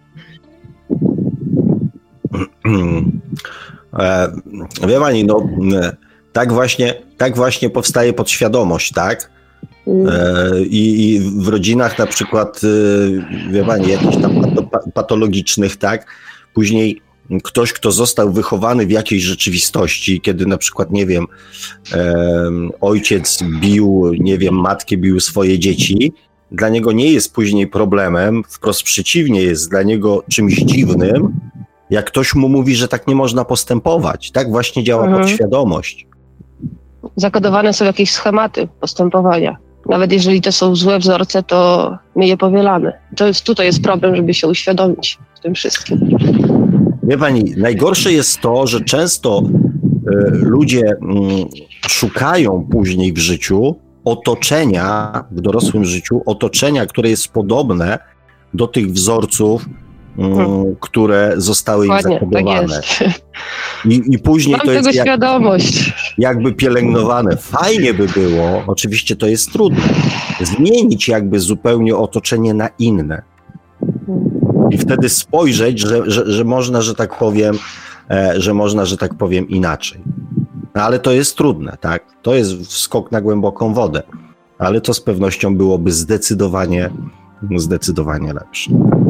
E, wie pani, no e, tak właśnie, tak właśnie powstaje podświadomość, tak? E, i, I w rodzinach na przykład, e, wie pani, jakichś tam pato, patologicznych, tak? Później ktoś, kto został wychowany w jakiejś rzeczywistości, kiedy na przykład, nie wiem, e, ojciec bił, nie wiem, matkę bił swoje dzieci, dla niego nie jest później problemem, wprost przeciwnie, jest dla niego czymś dziwnym, jak ktoś mu mówi, że tak nie można postępować. Tak właśnie działa Mhm. podświadomość. Zakodowane są jakieś schematy postępowania. Nawet jeżeli to są złe wzorce, to my je powielamy. To jest, tutaj jest problem, żeby się uświadomić w tym wszystkim. Wie pani, najgorsze jest to, że często y, ludzie y, szukają później w życiu otoczenia, w dorosłym życiu, otoczenia, które jest podobne do tych wzorców, y, hmm. które zostały im zakodowane. Tak jest. I, I później Mam to jest tego jak, świadomość. jakby pielęgnowane. Fajnie by było, oczywiście to jest trudne, zmienić jakby zupełnie otoczenie na inne. I wtedy spojrzeć, że, że, że można, że tak powiem, e, że można, że tak powiem inaczej. No, ale to jest trudne, tak? To jest skok na głęboką wodę, ale to z pewnością byłoby zdecydowanie, zdecydowanie lepsze.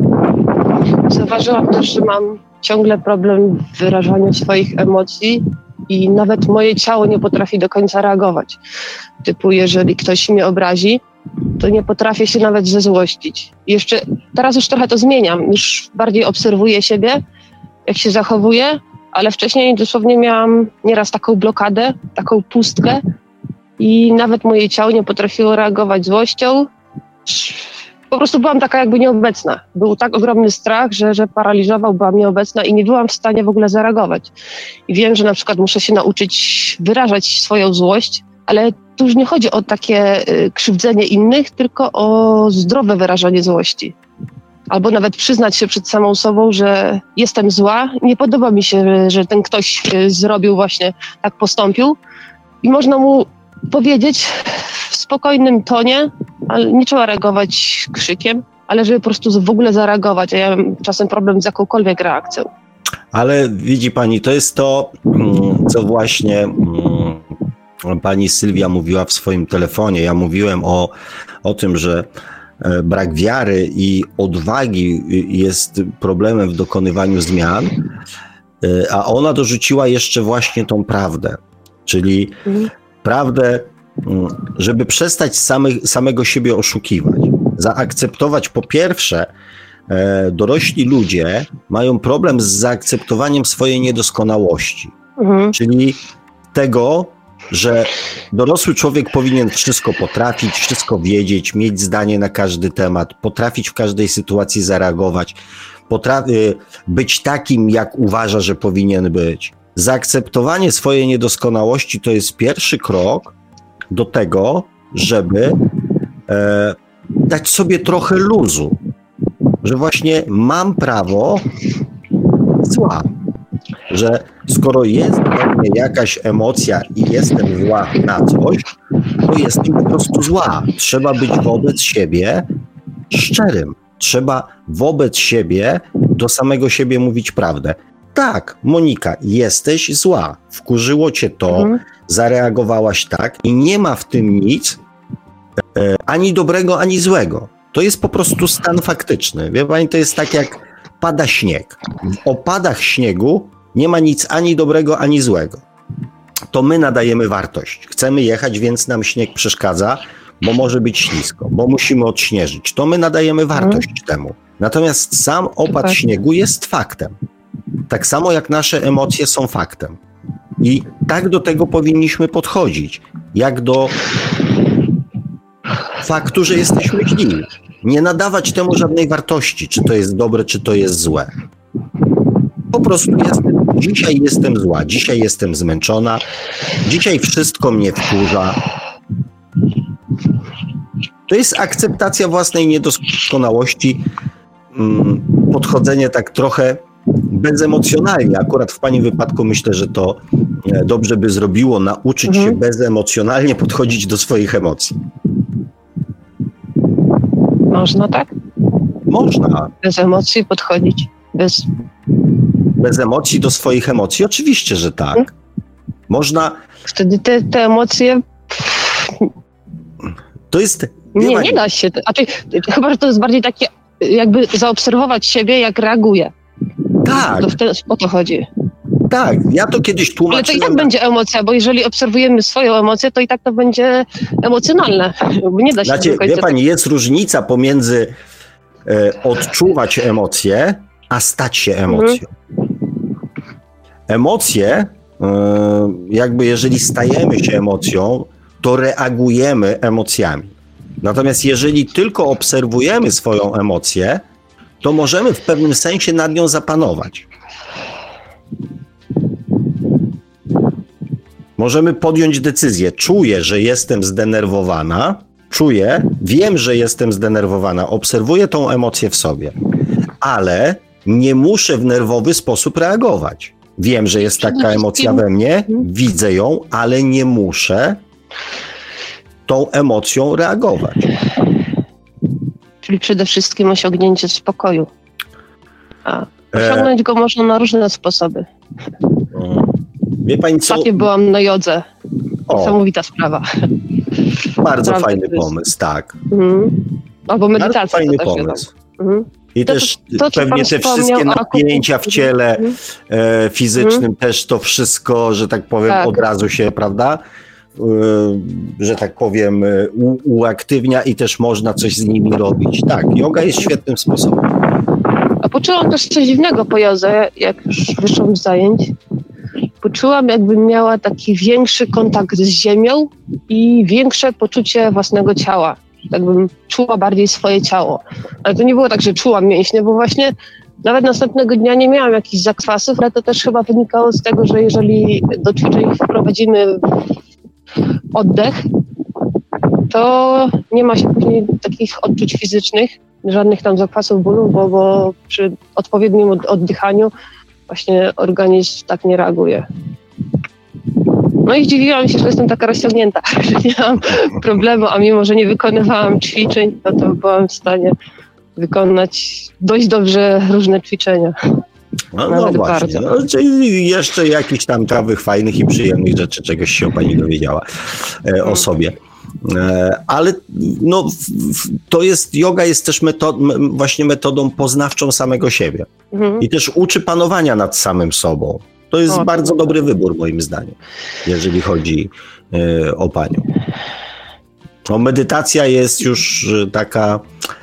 Zauważyłam też, że mam ciągle problem w wyrażaniu swoich emocji i nawet moje ciało nie potrafi do końca reagować. Typu, jeżeli ktoś mnie obrazi, to nie potrafię się nawet zezłościć. I jeszcze teraz już trochę to zmieniam, już bardziej obserwuję siebie, jak się zachowuję, ale wcześniej dosłownie miałam nieraz taką blokadę, taką pustkę i nawet moje ciało nie potrafiło reagować złością. Po prostu byłam taka jakby nieobecna. Był tak ogromny strach, że, że paraliżował, byłam nieobecna i nie byłam w stanie w ogóle zareagować. I wiem, że na przykład muszę się nauczyć wyrażać swoją złość, ale tu już nie chodzi o takie y, krzywdzenie innych, tylko o zdrowe wyrażanie złości. Albo nawet przyznać się przed samą sobą, że jestem zła, nie podoba mi się, że, że ten ktoś y, zrobił właśnie, tak postąpił. I można mu powiedzieć w spokojnym tonie, ale nie trzeba reagować krzykiem, ale żeby po prostu w ogóle zareagować, a ja mam czasem problem z jakąkolwiek reakcją. Ale widzi pani, to jest to, co właśnie pani Sylwia mówiła w swoim telefonie. Ja mówiłem o, o tym, że brak wiary i odwagi jest problemem w dokonywaniu zmian, a ona dorzuciła jeszcze właśnie tą prawdę, czyli mhm. prawdę, żeby przestać samych, samego siebie oszukiwać. Zaakceptować po pierwsze, e, dorośli ludzie mają problem z zaakceptowaniem swojej niedoskonałości, mhm. czyli tego, że dorosły człowiek powinien wszystko potrafić, wszystko wiedzieć, mieć zdanie na każdy temat, potrafić w każdej sytuacji zareagować, potrafi być takim, jak uważa, że powinien być. Zaakceptowanie swojej niedoskonałości to jest pierwszy krok do tego, żeby e, dać sobie trochę luzu, że właśnie mam prawo zła, że skoro jest we mnie jakaś emocja i jestem zła na coś, to jestem po prostu zła. Trzeba być wobec siebie szczerym. Trzeba wobec siebie do samego siebie mówić prawdę. Tak, Monika, jesteś zła. Wkurzyło cię to, mhm. zareagowałaś tak i nie ma w tym nic e, ani dobrego, ani złego. To jest po prostu stan faktyczny. Wie pani, to jest tak jak pada śnieg. W opadach śniegu nie ma nic ani dobrego, ani złego. To my nadajemy wartość. Chcemy jechać, więc nam śnieg przeszkadza, bo może być ślisko, bo musimy odśnieżyć. To my nadajemy wartość mhm. temu. Natomiast sam opad tak. śniegu jest faktem. Tak samo jak nasze emocje są faktem. I tak do tego powinniśmy podchodzić, jak do faktu, że jesteśmy źli. Nie nadawać temu żadnej wartości, czy to jest dobre, czy to jest złe. Po prostu jestem, dzisiaj jestem zła, dzisiaj jestem zmęczona, dzisiaj wszystko mnie wkurza. To jest akceptacja własnej niedoskonałości, podchodzenie tak trochę bezemocjonalnie. Akurat w pani wypadku myślę, że to dobrze by zrobiło nauczyć mhm. się bezemocjonalnie podchodzić do swoich emocji. Można, tak? Można. Bez emocji podchodzić. Bez... Bez emocji do swoich emocji? Oczywiście, że tak. Hmm? Można... Wtedy te, te emocje... To jest... Nie, nie, nie da się. Znaczy, chyba, że to jest bardziej takie, jakby zaobserwować siebie, jak reaguje. Tak. To wtedy o to chodzi. Tak, ja to kiedyś tłumaczyłem. Ale to i tak będzie emocja, bo jeżeli obserwujemy swoją emocję, to i tak to będzie emocjonalne. Nie da się znaczy, wie pani, tak... jest różnica pomiędzy e, odczuwać emocje, a stać się emocją. Mhm. Emocje, e, jakby jeżeli stajemy się emocją, to reagujemy emocjami. Natomiast jeżeli tylko obserwujemy swoją emocję, to możemy w pewnym sensie nad nią zapanować. Możemy podjąć decyzję. Czuję, że jestem zdenerwowana, czuję, wiem, że jestem zdenerwowana, obserwuję tą emocję w sobie, ale nie muszę w nerwowy sposób reagować. Wiem, że jest taka emocja we mnie, widzę ją, ale nie muszę tą emocją reagować. Czyli przede wszystkim osiągnięcie spokoju. A osiągnąć e... go można na różne sposoby. Wie pani co? Ostatnio byłam na jodze. Niesamowita sprawa. Bardzo Naprawdę fajny jest. pomysł, tak. Mhm. Albo medytacja. Bardzo fajny to też pomysł. Mhm. I To- też to, co pewnie pan te wspomniał wszystkie o napięcia w akupunturze. ciele Mhm. e, fizycznym Mhm. też to wszystko, że tak powiem, Tak. od razu się, prawda, e, że tak powiem, e, u, uaktywnia i też można coś z nimi robić. Tak, joga jest świetnym sposobem. A poczułam też coś dziwnego po jodze, jak już wyszłam z zajęć. Poczułam, jakbym miała taki większy kontakt z ziemią i większe poczucie własnego ciała. Jakbym czuła bardziej swoje ciało. Ale to nie było tak, że czułam mięśnie, bo właśnie nawet następnego dnia nie miałam jakichś zakwasów, ale to też chyba wynikało z tego, że jeżeli do ćwiczeń wprowadzimy oddech, to nie ma się później takich odczuć fizycznych, żadnych tam zakwasów bólu, bo, bo przy odpowiednim od- oddychaniu właśnie organizm tak nie reaguje. No i zdziwiłam się, że jestem taka rozciągnięta, że nie mam problemu, a mimo, że nie wykonywałam ćwiczeń, no to byłam w stanie wykonać dość dobrze różne ćwiczenia. No, no Nawet właśnie, bardzo. no, czyli jeszcze jakichś tam ciekawych, fajnych i przyjemnych rzeczy, czegoś się o pani dowiedziała e, o sobie. E, ale no, w, w, to jest, yoga jest też metod, m, właśnie metodą poznawczą samego siebie Mhm. i też uczy panowania nad samym sobą. To jest O, bardzo tak. dobry wybór moim zdaniem, jeżeli chodzi e, o panią. No, medytacja jest już e, taka,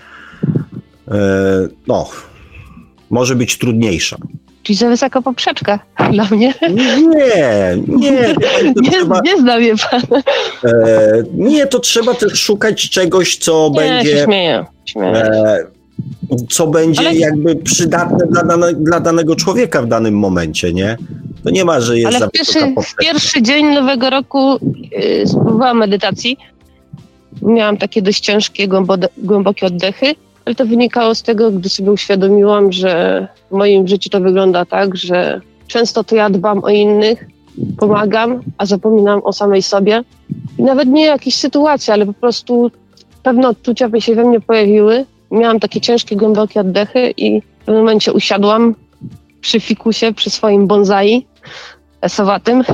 e, no, może być trudniejsza. Czyli za wysoka poprzeczka dla mnie. Nie, nie, to Nie, trzeba, nie zna mnie pan. e, nie, to trzeba też szukać czegoś, co Nie, się będzie, śmieję. śmieję. e, co będzie Ale- jakby przydatne dla, dane, dla danego człowieka w danym momencie, nie? To nie ma, że jest Ale za w pierwszy, wysoka w poprzeczka. pierwszy dzień nowego roku yy, spróbowałam medytacji. Miałam takie dość ciężkie, głębo- głębokie oddechy, ale to wynikało z tego, gdy sobie uświadomiłam, że w moim życiu to wygląda tak, że często to ja dbam o innych, pomagam, a zapominam o samej sobie. I nawet nie jakieś sytuacje, ale po prostu pewne odczucia by się we mnie pojawiły. Miałam takie ciężkie, głębokie oddechy i w pewnym momencie usiadłam przy fikusie, przy swoim bonsai esowatym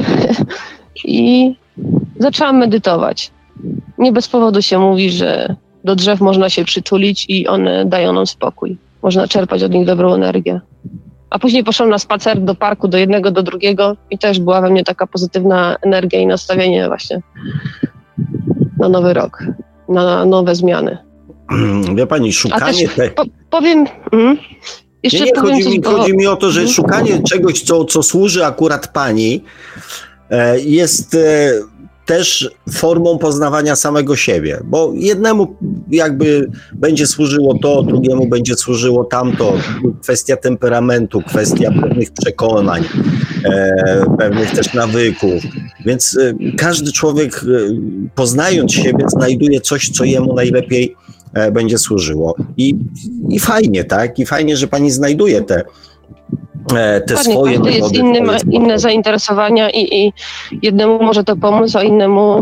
i zaczęłam medytować. Nie bez powodu się mówi, że do drzew można się przytulić i one dają nam spokój. Można czerpać od nich dobrą energię. A później poszłam na spacer do parku, do jednego, do drugiego i też była we mnie taka pozytywna energia i nastawienie właśnie na nowy rok, na nowe zmiany. Wie pani, A szukanie też te... po, powiem... Mm, jeszcze Nie, nie, powiem chodzi coś, mi, bo- chodzi mi o to, że Mhm. szukanie czegoś, co, co służy akurat pani, e, jest e, też formą poznawania samego siebie, bo jednemu jakby będzie służyło to, drugiemu będzie służyło tamto, kwestia temperamentu, kwestia pewnych przekonań, e, pewnych też nawyków, więc e, każdy człowiek e, poznając siebie znajduje coś, co jemu najlepiej e, będzie służyło i, i fajnie, tak? I fajnie, że pani znajduje te e, te Dokładnie, swoje każdy jest metody, inny, swoje ma sposoby. inne zainteresowania i, i jednemu może to pomóc, a innemu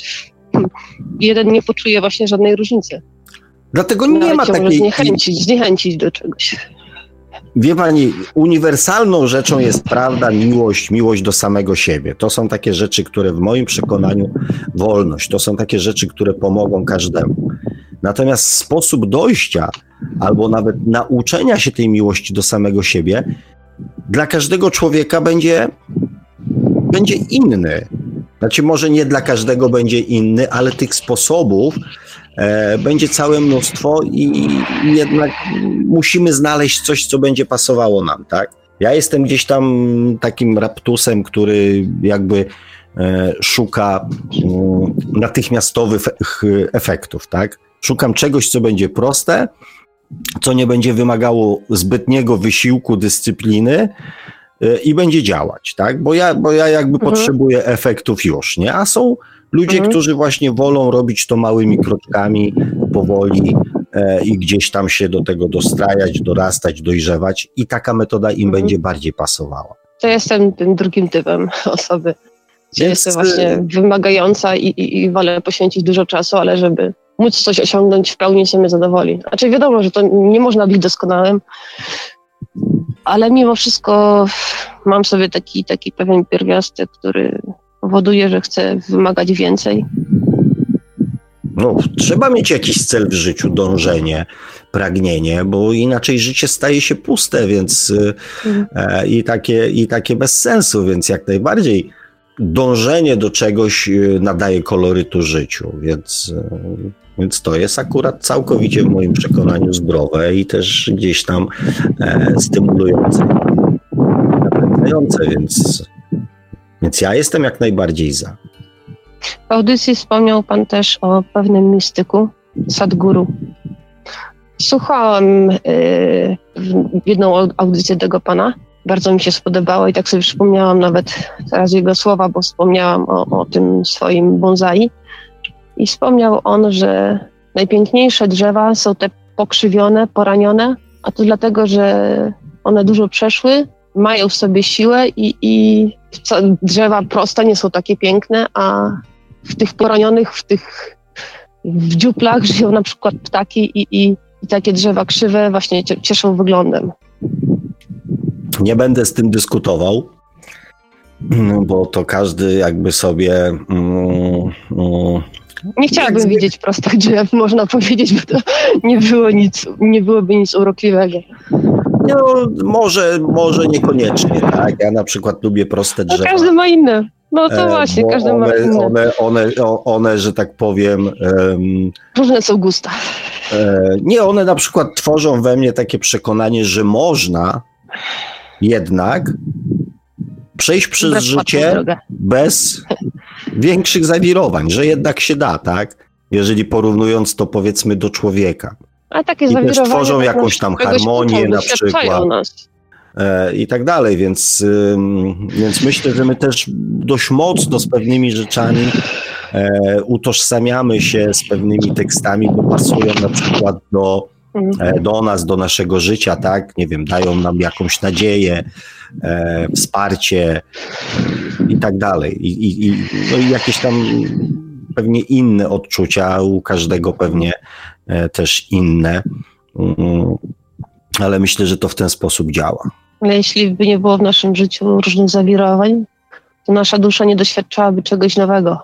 jeden nie poczuje właśnie żadnej różnicy. Dlatego nie Nawet ma się może takiej... zniechęcić, zniechęcić do czegoś. Wie pani, uniwersalną rzeczą jest prawda, miłość, miłość do samego siebie. To są takie rzeczy, które w moim przekonaniu wolność, to są takie rzeczy, które pomogą każdemu. Natomiast sposób dojścia albo nawet nauczenia się tej miłości do samego siebie dla każdego człowieka będzie, będzie inny. Znaczy może nie dla każdego będzie inny, ale tych sposobów e, będzie całe mnóstwo i, i jednak musimy znaleźć coś, co będzie pasowało nam, tak? Ja jestem gdzieś tam takim raptusem, który jakby e, szuka mm, natychmiastowych efektów, tak? Szukam czegoś, co będzie proste, co nie będzie wymagało zbytniego wysiłku, dyscypliny y, i będzie działać, tak? Bo ja, bo ja jakby Mhm. potrzebuję efektów już, nie? A są ludzie, Mhm. którzy właśnie wolą robić to małymi kroczkami, powoli e, i gdzieś tam się do tego dostrajać, dorastać, dojrzewać i taka metoda im Mhm. będzie bardziej pasowała. To jestem tym drugim typem osoby. Gdzie Więc, jestem właśnie wymagająca i, i, i wolę poświęcić dużo czasu, ale żeby móc coś osiągnąć w pełni, co mnie zadowoli. Znaczy wiadomo, że to nie można być doskonałym, ale mimo wszystko mam sobie taki, taki pewien pierwiastek, który powoduje, że chcę wymagać więcej. No, trzeba mieć jakiś cel w życiu, dążenie, pragnienie, bo inaczej życie staje się puste, więc mhm. e, i, takie, i takie bez sensu, więc jak najbardziej dążenie do czegoś nadaje kolorytu życiu, więc, e, więc to jest akurat całkowicie w moim przekonaniu zdrowe i też gdzieś tam e, stymulujące, napędzające, więc, więc ja jestem jak najbardziej za. W audycji wspomniał Pan też o pewnym mistyku, Sadhguru. Słuchałam yy, jedną audycję tego Pana, bardzo mi się spodobało i tak sobie przypomniałam nawet teraz jego słowa, bo wspomniałam o, o tym swoim bonsai. I wspomniał on, że najpiękniejsze drzewa są te pokrzywione, poranione, a to dlatego, że one dużo przeszły, mają w sobie siłę i, i drzewa proste nie są takie piękne, a w tych poranionych, w tych w dziuplach żyją na przykład ptaki i, i, i takie drzewa krzywe właśnie cieszą wyglądem. Nie będę z tym dyskutował, bo to każdy jakby sobie... Mm, mm, nie chciałabym jak widzieć prostych drzew, można powiedzieć, bo to nie było nic, nie byłoby nic urokliwego. No, może, może niekoniecznie, tak? Ja na przykład lubię proste drzewa. No, każdy ma inne. No to właśnie, każdy one, ma inne. One, one, one, że tak powiem... Um, różne są gusta. E, nie, one na przykład tworzą we mnie takie przekonanie, że można jednak przejść przez bez życie bez większych zawirowań, że jednak się da, tak? Jeżeli porównując to powiedzmy do człowieka. A takie I też zawirowania tworzą jakąś tam harmonię uczą, na przykład nas. E, i tak dalej, więc, y, więc myślę, że my też dość mocno z pewnymi rzeczami e, utożsamiamy się z pewnymi tekstami, bo pasują na przykład do, e, do nas, do naszego życia, tak? Nie wiem, dają nam jakąś nadzieję, e, wsparcie i tak dalej. I, i, i, no i jakieś tam pewnie inne odczucia, u każdego pewnie e, też inne, mm, ale myślę, że to w ten sposób działa. Ale jeśli by nie było w naszym życiu różnych zawirowań, to nasza dusza nie doświadczałaby czegoś nowego.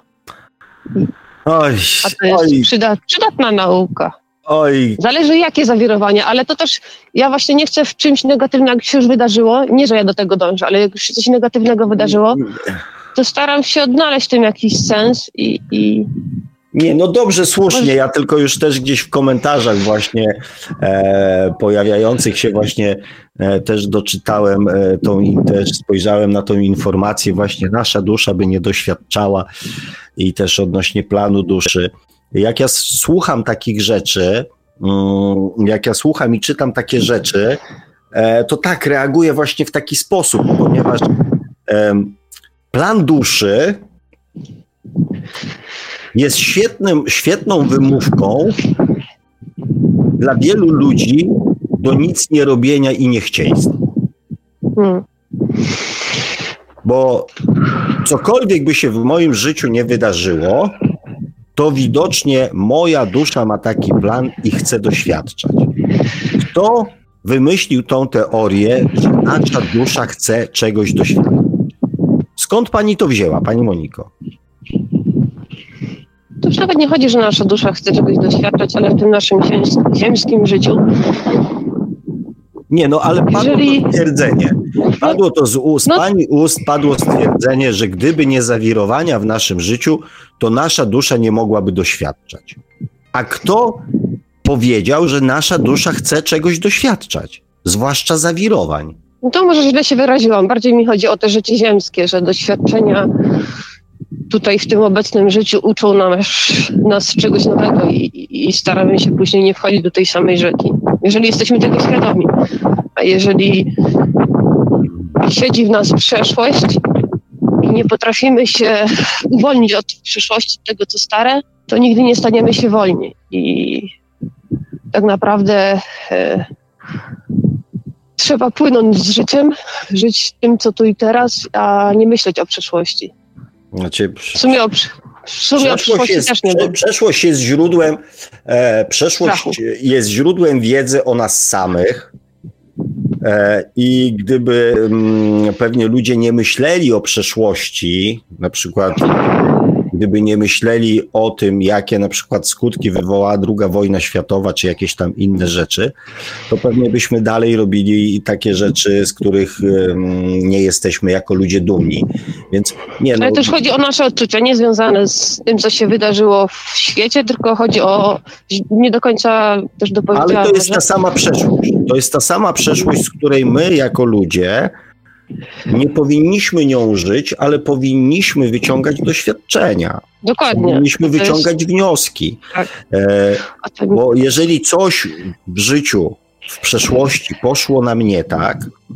Oj, A to jest oj, przydat, przydatna nauka. oj. Zależy jakie zawirowania, ale to też ja właśnie nie chcę w czymś negatywnym, jak się już wydarzyło, nie, że ja do tego dążę, ale jak już się coś negatywnego wydarzyło, to staram się odnaleźć w tym jakiś sens i... i... Nie, no dobrze, słusznie, ja tylko już też gdzieś w komentarzach właśnie e, pojawiających się właśnie e, też doczytałem e, tą i też spojrzałem na tą informację właśnie nasza dusza by nie doświadczała i też odnośnie planu duszy. Jak ja słucham takich rzeczy, mm, jak ja słucham i czytam takie rzeczy, e, to tak reaguję właśnie w taki sposób, ponieważ e, plan duszy jest świetnym, świetną wymówką dla wielu ludzi do nic nie robienia i niechciejstwa. Hmm. Bo cokolwiek by się w moim życiu nie wydarzyło, to widocznie moja dusza ma taki plan i chce doświadczać. Kto wymyślił tą teorię, że nasza dusza chce czegoś doświadczać? Skąd pani to wzięła, pani Moniko? To już nawet nie chodzi, że nasza dusza chce czegoś doświadczać, ale w tym naszym ziemskim życiu. Nie, no ale padło Jeżeli... to stwierdzenie. Padło to z ust, no... pani ust padło stwierdzenie, że gdyby nie zawirowania w naszym życiu, to nasza dusza nie mogłaby doświadczać. A kto powiedział, że nasza dusza chce czegoś doświadczać? Zwłaszcza zawirowań. No to może źle się wyraziłam. Bardziej mi chodzi o te życie ziemskie, że doświadczenia tutaj w tym obecnym życiu uczą nas, nas czegoś nowego i, i staramy się później nie wchodzić do tej samej rzeki. Jeżeli jesteśmy tego świadomi, a jeżeli siedzi w nas przeszłość i nie potrafimy się uwolnić od przyszłości, od tego co stare, to nigdy nie staniemy się wolni. I tak naprawdę e, trzeba płynąć z życiem, żyć tym co tu i teraz, a nie myśleć o przeszłości. Znaczy, w sumie o, w sumie o przyszłości jest, też nie prze, Przeszłość jest źródłem e, przeszłość Strachu. jest źródłem wiedzy o nas samych I gdyby pewnie ludzie nie myśleli o przeszłości, na przykład gdyby nie myśleli o tym, jakie na przykład skutki wywołała druga wojna światowa, czy jakieś tam inne rzeczy, to pewnie byśmy dalej robili takie rzeczy, z których nie jesteśmy jako ludzie dumni. Więc nie, no... Ale też chodzi o nasze odczucia, nie związane z tym, co się wydarzyło w świecie, tylko chodzi o nie do końca też dopowiedziane. Ale to jest że... ta sama przeszłość. To jest ta sama przeszłość, z której my jako ludzie nie powinniśmy nią żyć, ale powinniśmy wyciągać doświadczenia. Dokładnie. Powinniśmy wyciągać jest... wnioski. Tak. E, bo jeżeli coś w życiu, w przeszłości poszło nam nie tak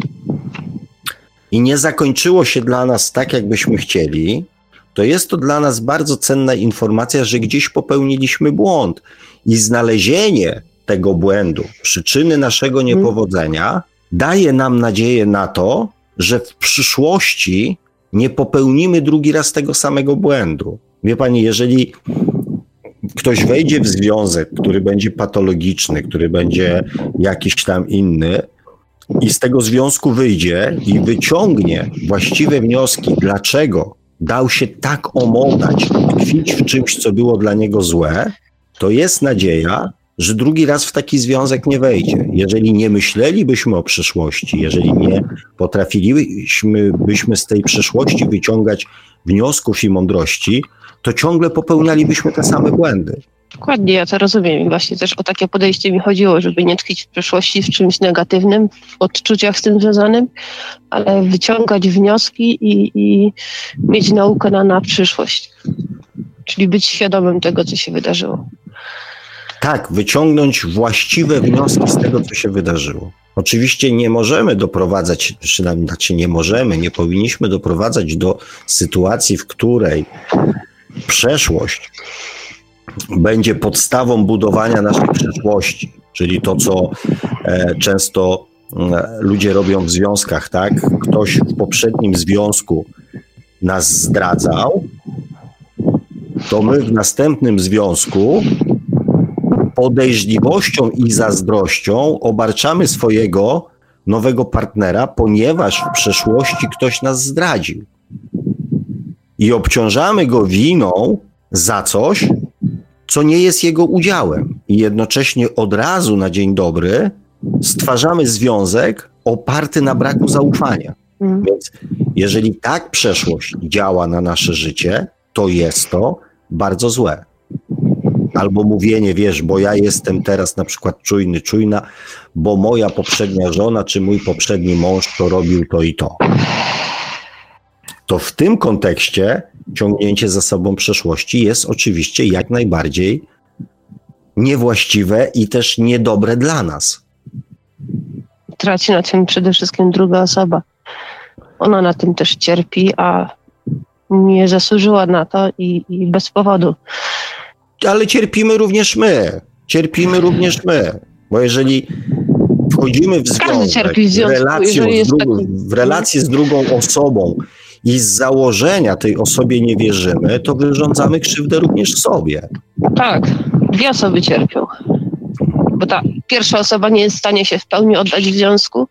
i nie zakończyło się dla nas tak, jakbyśmy chcieli, to jest to dla nas bardzo cenna informacja, że gdzieś popełniliśmy błąd. I znalezienie tego błędu, przyczyny naszego niepowodzenia, daje nam nadzieję na to, że w przyszłości nie popełnimy drugi raz tego samego błędu. Wie pani, jeżeli ktoś wejdzie w związek, który będzie patologiczny, który będzie jakiś tam inny i z tego związku wyjdzie i wyciągnie właściwe wnioski, dlaczego dał się tak omotać, tkwić w czymś, co było dla niego złe, to jest nadzieja, że drugi raz w taki związek nie wejdzie. Jeżeli nie myślelibyśmy o przyszłości, jeżeli nie potrafilibyśmy byśmy z tej przeszłości wyciągać wniosków i mądrości, to ciągle popełnialibyśmy te same błędy. Dokładnie, ja to rozumiem i właśnie też o takie podejście mi chodziło, żeby nie tkwić w przeszłości w czymś negatywnym, w odczuciach z tym związanym, ale wyciągać wnioski i, i mieć naukę na, na przyszłość. Czyli być świadomym tego, co się wydarzyło. Tak, wyciągnąć właściwe wnioski z tego, co się wydarzyło. Oczywiście nie możemy doprowadzać, przynajmniej znaczy nie możemy, nie powinniśmy doprowadzać do sytuacji, w której przeszłość będzie podstawą budowania naszej przyszłości, czyli to, co e, często e, ludzie robią w związkach, tak? Ktoś w poprzednim związku nas zdradzał, to my w następnym związku podejrzliwością i zazdrością obarczamy swojego nowego partnera, ponieważ w przeszłości ktoś nas zdradził. I obciążamy go winą za coś, co nie jest jego udziałem. I jednocześnie od razu na dzień dobry stwarzamy związek oparty na braku zaufania. Mm. Więc jeżeli tak przeszłość działa na nasze życie, to jest to bardzo złe. Albo mówienie, wiesz, bo ja jestem teraz na przykład czujny, czujna, bo moja poprzednia żona czy mój poprzedni mąż to robił to i to. To w tym kontekście ciągnięcie za sobą przeszłości jest oczywiście jak najbardziej niewłaściwe i też niedobre dla nas. Traci na tym przede wszystkim druga osoba. Ona na tym też cierpi, a nie zasłużyła na to i, i bez powodu. Ale cierpimy również my. Cierpimy również my. Bo jeżeli wchodzimy w związek, w, relację z drugą, w relację z drugą osobą i z założenia tej osobie nie wierzymy, to wyrządzamy krzywdę również sobie. Tak, dwie osoby cierpią. Bo ta pierwsza osoba nie jest w stanie się w pełni oddać w związku,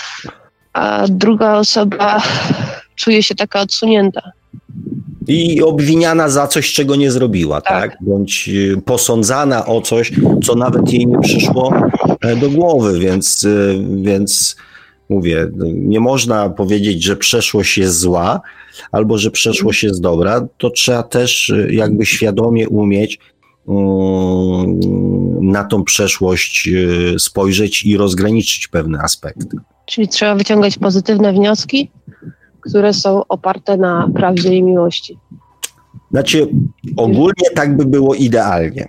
a druga osoba czuje się taka odsunięta. I obwiniana za coś, czego nie zrobiła, tak? tak? Bądź posądzana o coś, co nawet jej nie przyszło do głowy, więc, więc mówię, nie można powiedzieć, że przeszłość jest zła, albo że przeszłość jest dobra, to trzeba też jakby świadomie umieć um, na tą przeszłość spojrzeć i rozgraniczyć pewne aspekty. Czyli trzeba wyciągać pozytywne wnioski, które są oparte na prawdzie i miłości. Znaczy, ogólnie tak by było idealnie.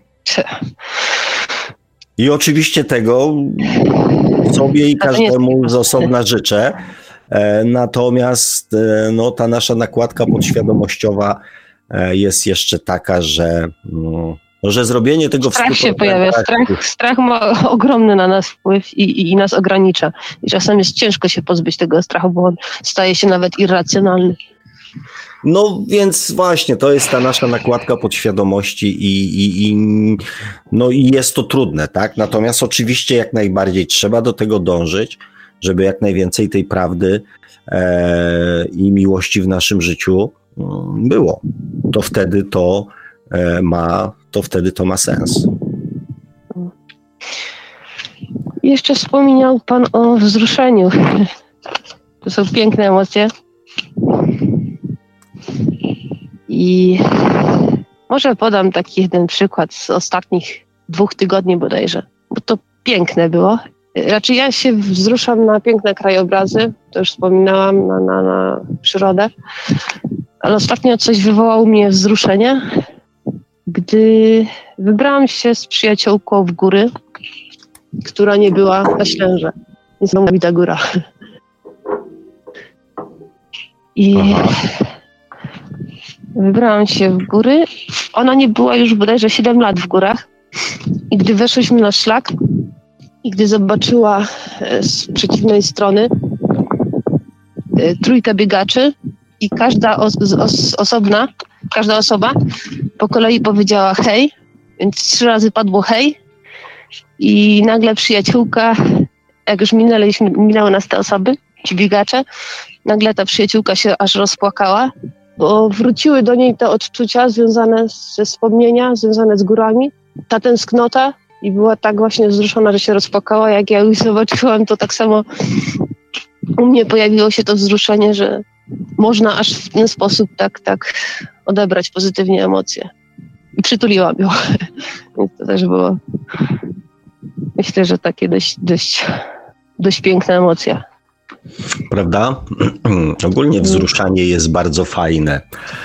I oczywiście tego sobie i każdemu z osobna życzę. Natomiast no, ta nasza nakładka podświadomościowa jest jeszcze taka, że, no, że zrobienie tego w stu procentach... Strach się pojawia. Strach, strach ma ogromny na nas wpływ i, i, i nas ogranicza. I czasem jest ciężko się pozbyć tego strachu, bo on staje się nawet irracjonalny. No więc właśnie, to jest ta nasza nakładka podświadomości i, i, i, no i jest to trudne, tak? Natomiast oczywiście jak najbardziej trzeba do tego dążyć, żeby jak najwięcej tej prawdy e, i miłości w naszym życiu um, było. To wtedy to e, ma, to wtedy to ma sens. Jeszcze wspomniał Pan o wzruszeniu. To są piękne emocje. I może podam taki jeden przykład z ostatnich dwóch tygodni bodajże, bo to piękne było. Raczej ja się wzruszam na piękne krajobrazy, to już wspominałam, na, na, na przyrodę, ale ostatnio coś wywołało mnie wzruszenie, gdy wybrałam się z przyjaciółką w góry, która nie była na Ślęże. Niesamowita góra. I Aha. wybrałam się w góry. Ona nie była już bodajże siedem lat w górach. I gdy weszliśmy na szlak i gdy zobaczyła z przeciwnej strony trójkę biegaczy i każda os- os- osobna, każda osoba po kolei powiedziała hej, więc trzy razy padło hej i nagle przyjaciółka, jak już minęliśmy, minęły nas te osoby, ci biegacze, nagle ta przyjaciółka się aż rozpłakała, bo wróciły do niej te odczucia związane ze wspomnienia, związane z górami, ta tęsknota i była tak właśnie wzruszona, że się rozpłakała. Jak ja już zobaczyłam, to tak samo u mnie pojawiło się to wzruszenie, że można aż w ten sposób tak, tak odebrać pozytywnie emocje. I przytuliłam ją. Więc to też było, myślę, że takie dość, dość, dość piękna emocja. Prawda? Ogólnie wzruszanie jest bardzo fajne.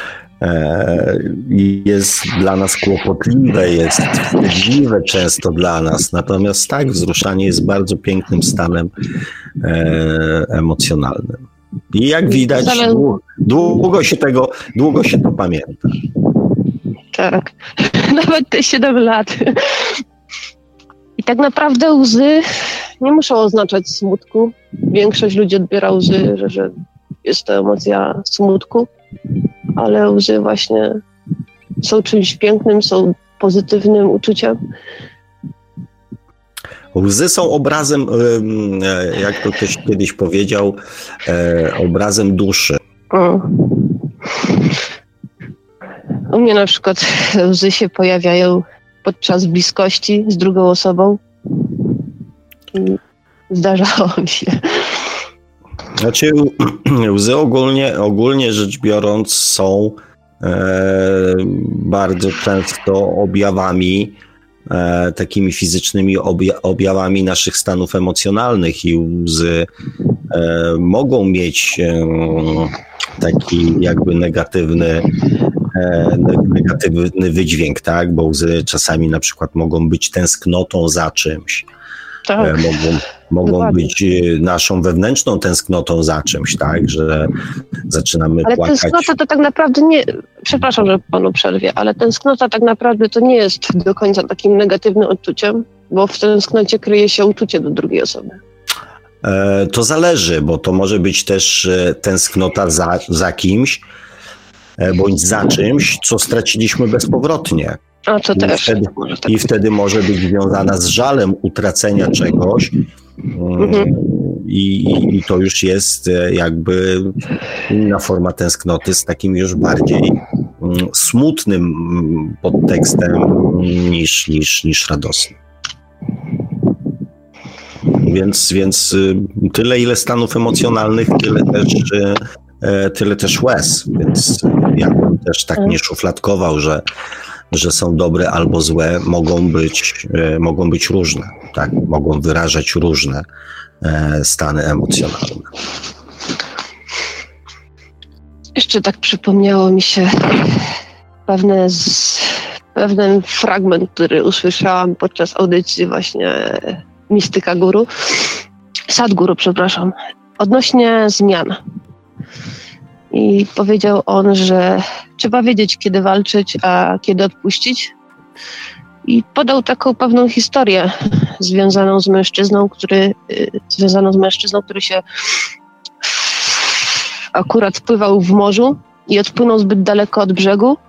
Jest dla nas kłopotliwe, jest wstydliwe często dla nas, natomiast tak, wzruszanie jest bardzo pięknym stanem emocjonalnym. I jak widać, długo, długo się tego, długo się to pamięta. Tak, nawet te siedem lat. I tak naprawdę łzy nie muszą oznaczać smutku. Większość ludzi odbiera łzy, że, że jest to emocja smutku, ale łzy właśnie są czymś pięknym, są pozytywnym uczuciem. Łzy są obrazem, jak to ktoś kiedyś powiedział, obrazem duszy. O. U mnie na przykład łzy się pojawiają podczas bliskości z drugą osobą. Zdarzało mi się. Znaczy, łzy ogólnie, ogólnie rzecz biorąc są e, bardzo często objawami, e, takimi fizycznymi obja- objawami naszych stanów emocjonalnych i łzy e, mogą mieć e, taki jakby negatywny, e, negatywny wydźwięk, tak? Bo łzy czasami na przykład mogą być tęsknotą za czymś. Tak. Mogą, mogą być naszą wewnętrzną tęsknotą za czymś, tak, że zaczynamy ale płakać. Ale tęsknota to tak naprawdę nie, przepraszam, że panu przerwię, ale tęsknota tak naprawdę to nie jest do końca takim negatywnym odczuciem, bo w tęsknocie kryje się uczucie do drugiej osoby. E, to zależy, bo to może być też tęsknota za, za kimś, e, bądź za czymś, co straciliśmy bezpowrotnie. A to I też. Wtedy, tak I wtedy może być związana z żalem utracenia czegoś mhm. i, i to już jest jakby inna forma tęsknoty z takim już bardziej smutnym podtekstem niż, niż, niż radosnym. Więc, więc tyle, ile stanów emocjonalnych, tyle też, tyle też łez. Więc ja bym też tak nie szufladkował, że że są dobre albo złe, mogą być, e, mogą być różne, tak? Mogą wyrażać różne e, stany emocjonalne. Jeszcze tak przypomniało mi się pewne z, pewien fragment, który usłyszałam podczas audycji właśnie Mistyka Guru, Sadhguru, przepraszam, odnośnie zmian. I powiedział on, że trzeba wiedzieć, kiedy walczyć, a kiedy odpuścić. I podał taką pewną historię związaną z mężczyzną, który, związaną z mężczyzną, który się akurat pływał w morzu i odpłynął zbyt daleko od brzegu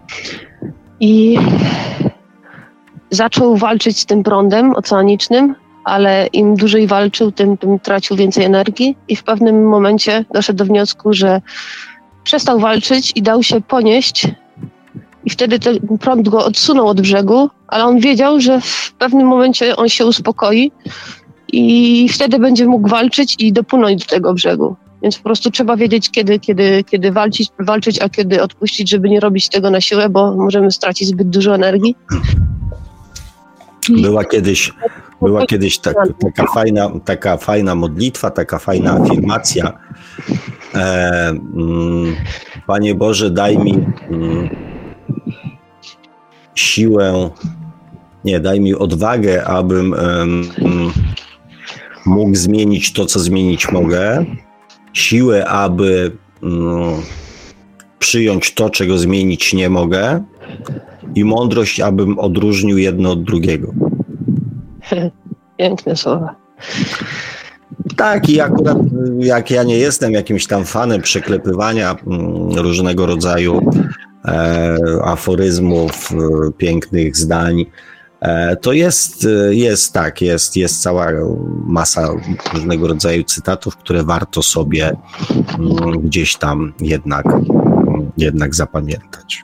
i zaczął walczyć z tym prądem oceanicznym ale im dłużej walczył, tym, tym tracił więcej energii i w pewnym momencie doszedł do wniosku, że przestał walczyć i dał się ponieść i wtedy ten prąd go odsunął od brzegu, ale on wiedział, że w pewnym momencie on się uspokoi i wtedy będzie mógł walczyć i dopłynąć do tego brzegu. Więc po prostu trzeba wiedzieć, kiedy, kiedy, kiedy walczyć, walczyć, a kiedy odpuścić, żeby nie robić tego na siłę, bo możemy stracić zbyt dużo energii. Była kiedyś, była kiedyś tak, taka, fajna, taka fajna modlitwa, taka fajna afirmacja. E, mm, Panie Boże, daj mi mm, siłę, nie, daj mi odwagę, abym um, mógł zmienić to, co zmienić mogę, siłę, aby um, przyjąć to, czego zmienić nie mogę i mądrość, abym odróżnił jedno od drugiego. Piękne słowa. Tak, i akurat jak ja nie jestem jakimś tam fanem przeklepywania mm, różnego rodzaju e, aforyzmów, e, pięknych zdań, e, to jest, jest tak, jest, jest cała masa różnego rodzaju cytatów, które warto sobie mm, gdzieś tam jednak, mm, jednak zapamiętać.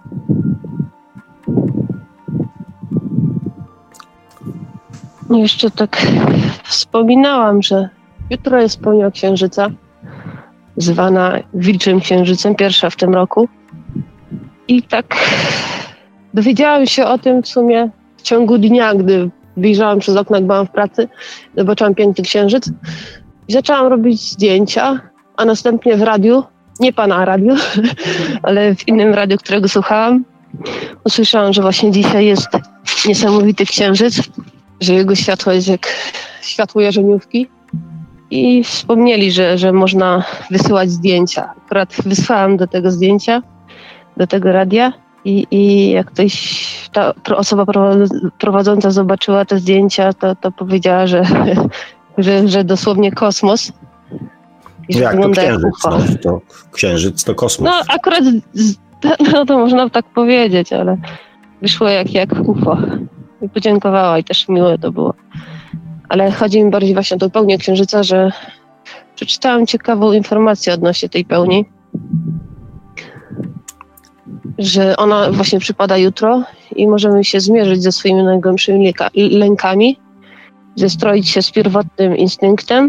Jeszcze tak wspominałam, że jutro jest pełnia księżyca, zwana Wilczym Księżycem, pierwsza w tym roku. I tak dowiedziałam się o tym w sumie w ciągu dnia, gdy wyjrzałam przez okno, jak byłam w pracy, zobaczyłam piękny księżyc i zaczęłam robić zdjęcia, a następnie w radiu, nie pana radiu, ale w innym radiu, którego słuchałam, usłyszałam, że właśnie dzisiaj jest niesamowity księżyc, że jego światło jest jak światło jarzeniówki i wspomnieli, że, że można wysyłać zdjęcia. Akurat wysłałam do tego zdjęcia, do tego radia i, i jak ktoś, ta osoba prowadząca zobaczyła te zdjęcia, to, to powiedziała, że, że, że dosłownie kosmos. I że jak to księżyc? No, to księżyc to kosmos. No akurat no, to można tak powiedzieć, ale wyszło jak, jak U F O. I podziękowała i też miłe to było. Ale chodzi mi bardziej właśnie o tą pełnię księżyca, że przeczytałam ciekawą informację odnośnie tej pełni, że ona właśnie przypada jutro i możemy się zmierzyć ze swoimi najgłębszymi lękami, zestroić się z pierwotnym instynktem.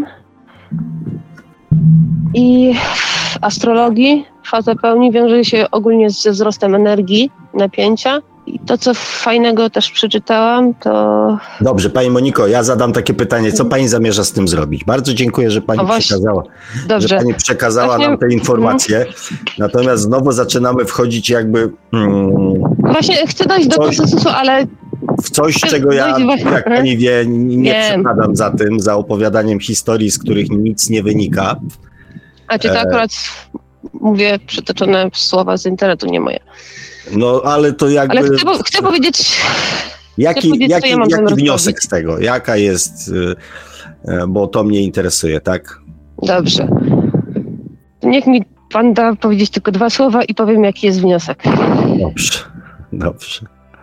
I w astrologii faza pełni wiąże się ogólnie ze wzrostem energii, napięcia. I to, co fajnego też przeczytałam, to... Dobrze, Pani Moniko, ja zadam takie pytanie. Co Pani zamierza z tym zrobić? Bardzo dziękuję, że Pani przekazała, Dobrze. że Pani przekazała właśnie nam te informacje. Mm. Natomiast znowu zaczynamy wchodzić jakby... Mm, właśnie chcę dojść do konsensusu, ale... W coś, czego ja, jak Pani wie, nie, nie przepadam za tym, za opowiadaniem historii, z których nic nie wynika. A czy to akurat e... mówię przytoczone słowa z internetu, nie moje. No, ale to jakby... Ale chcę, chcę powiedzieć... Jaki, chcę powiedzieć, jaki, ja mam jaki wniosek robić z tego? Jaka jest... Bo to mnie interesuje, tak? Dobrze. Niech mi Pan da powiedzieć tylko dwa słowa i powiem, jaki jest wniosek. Dobrze, dobrze.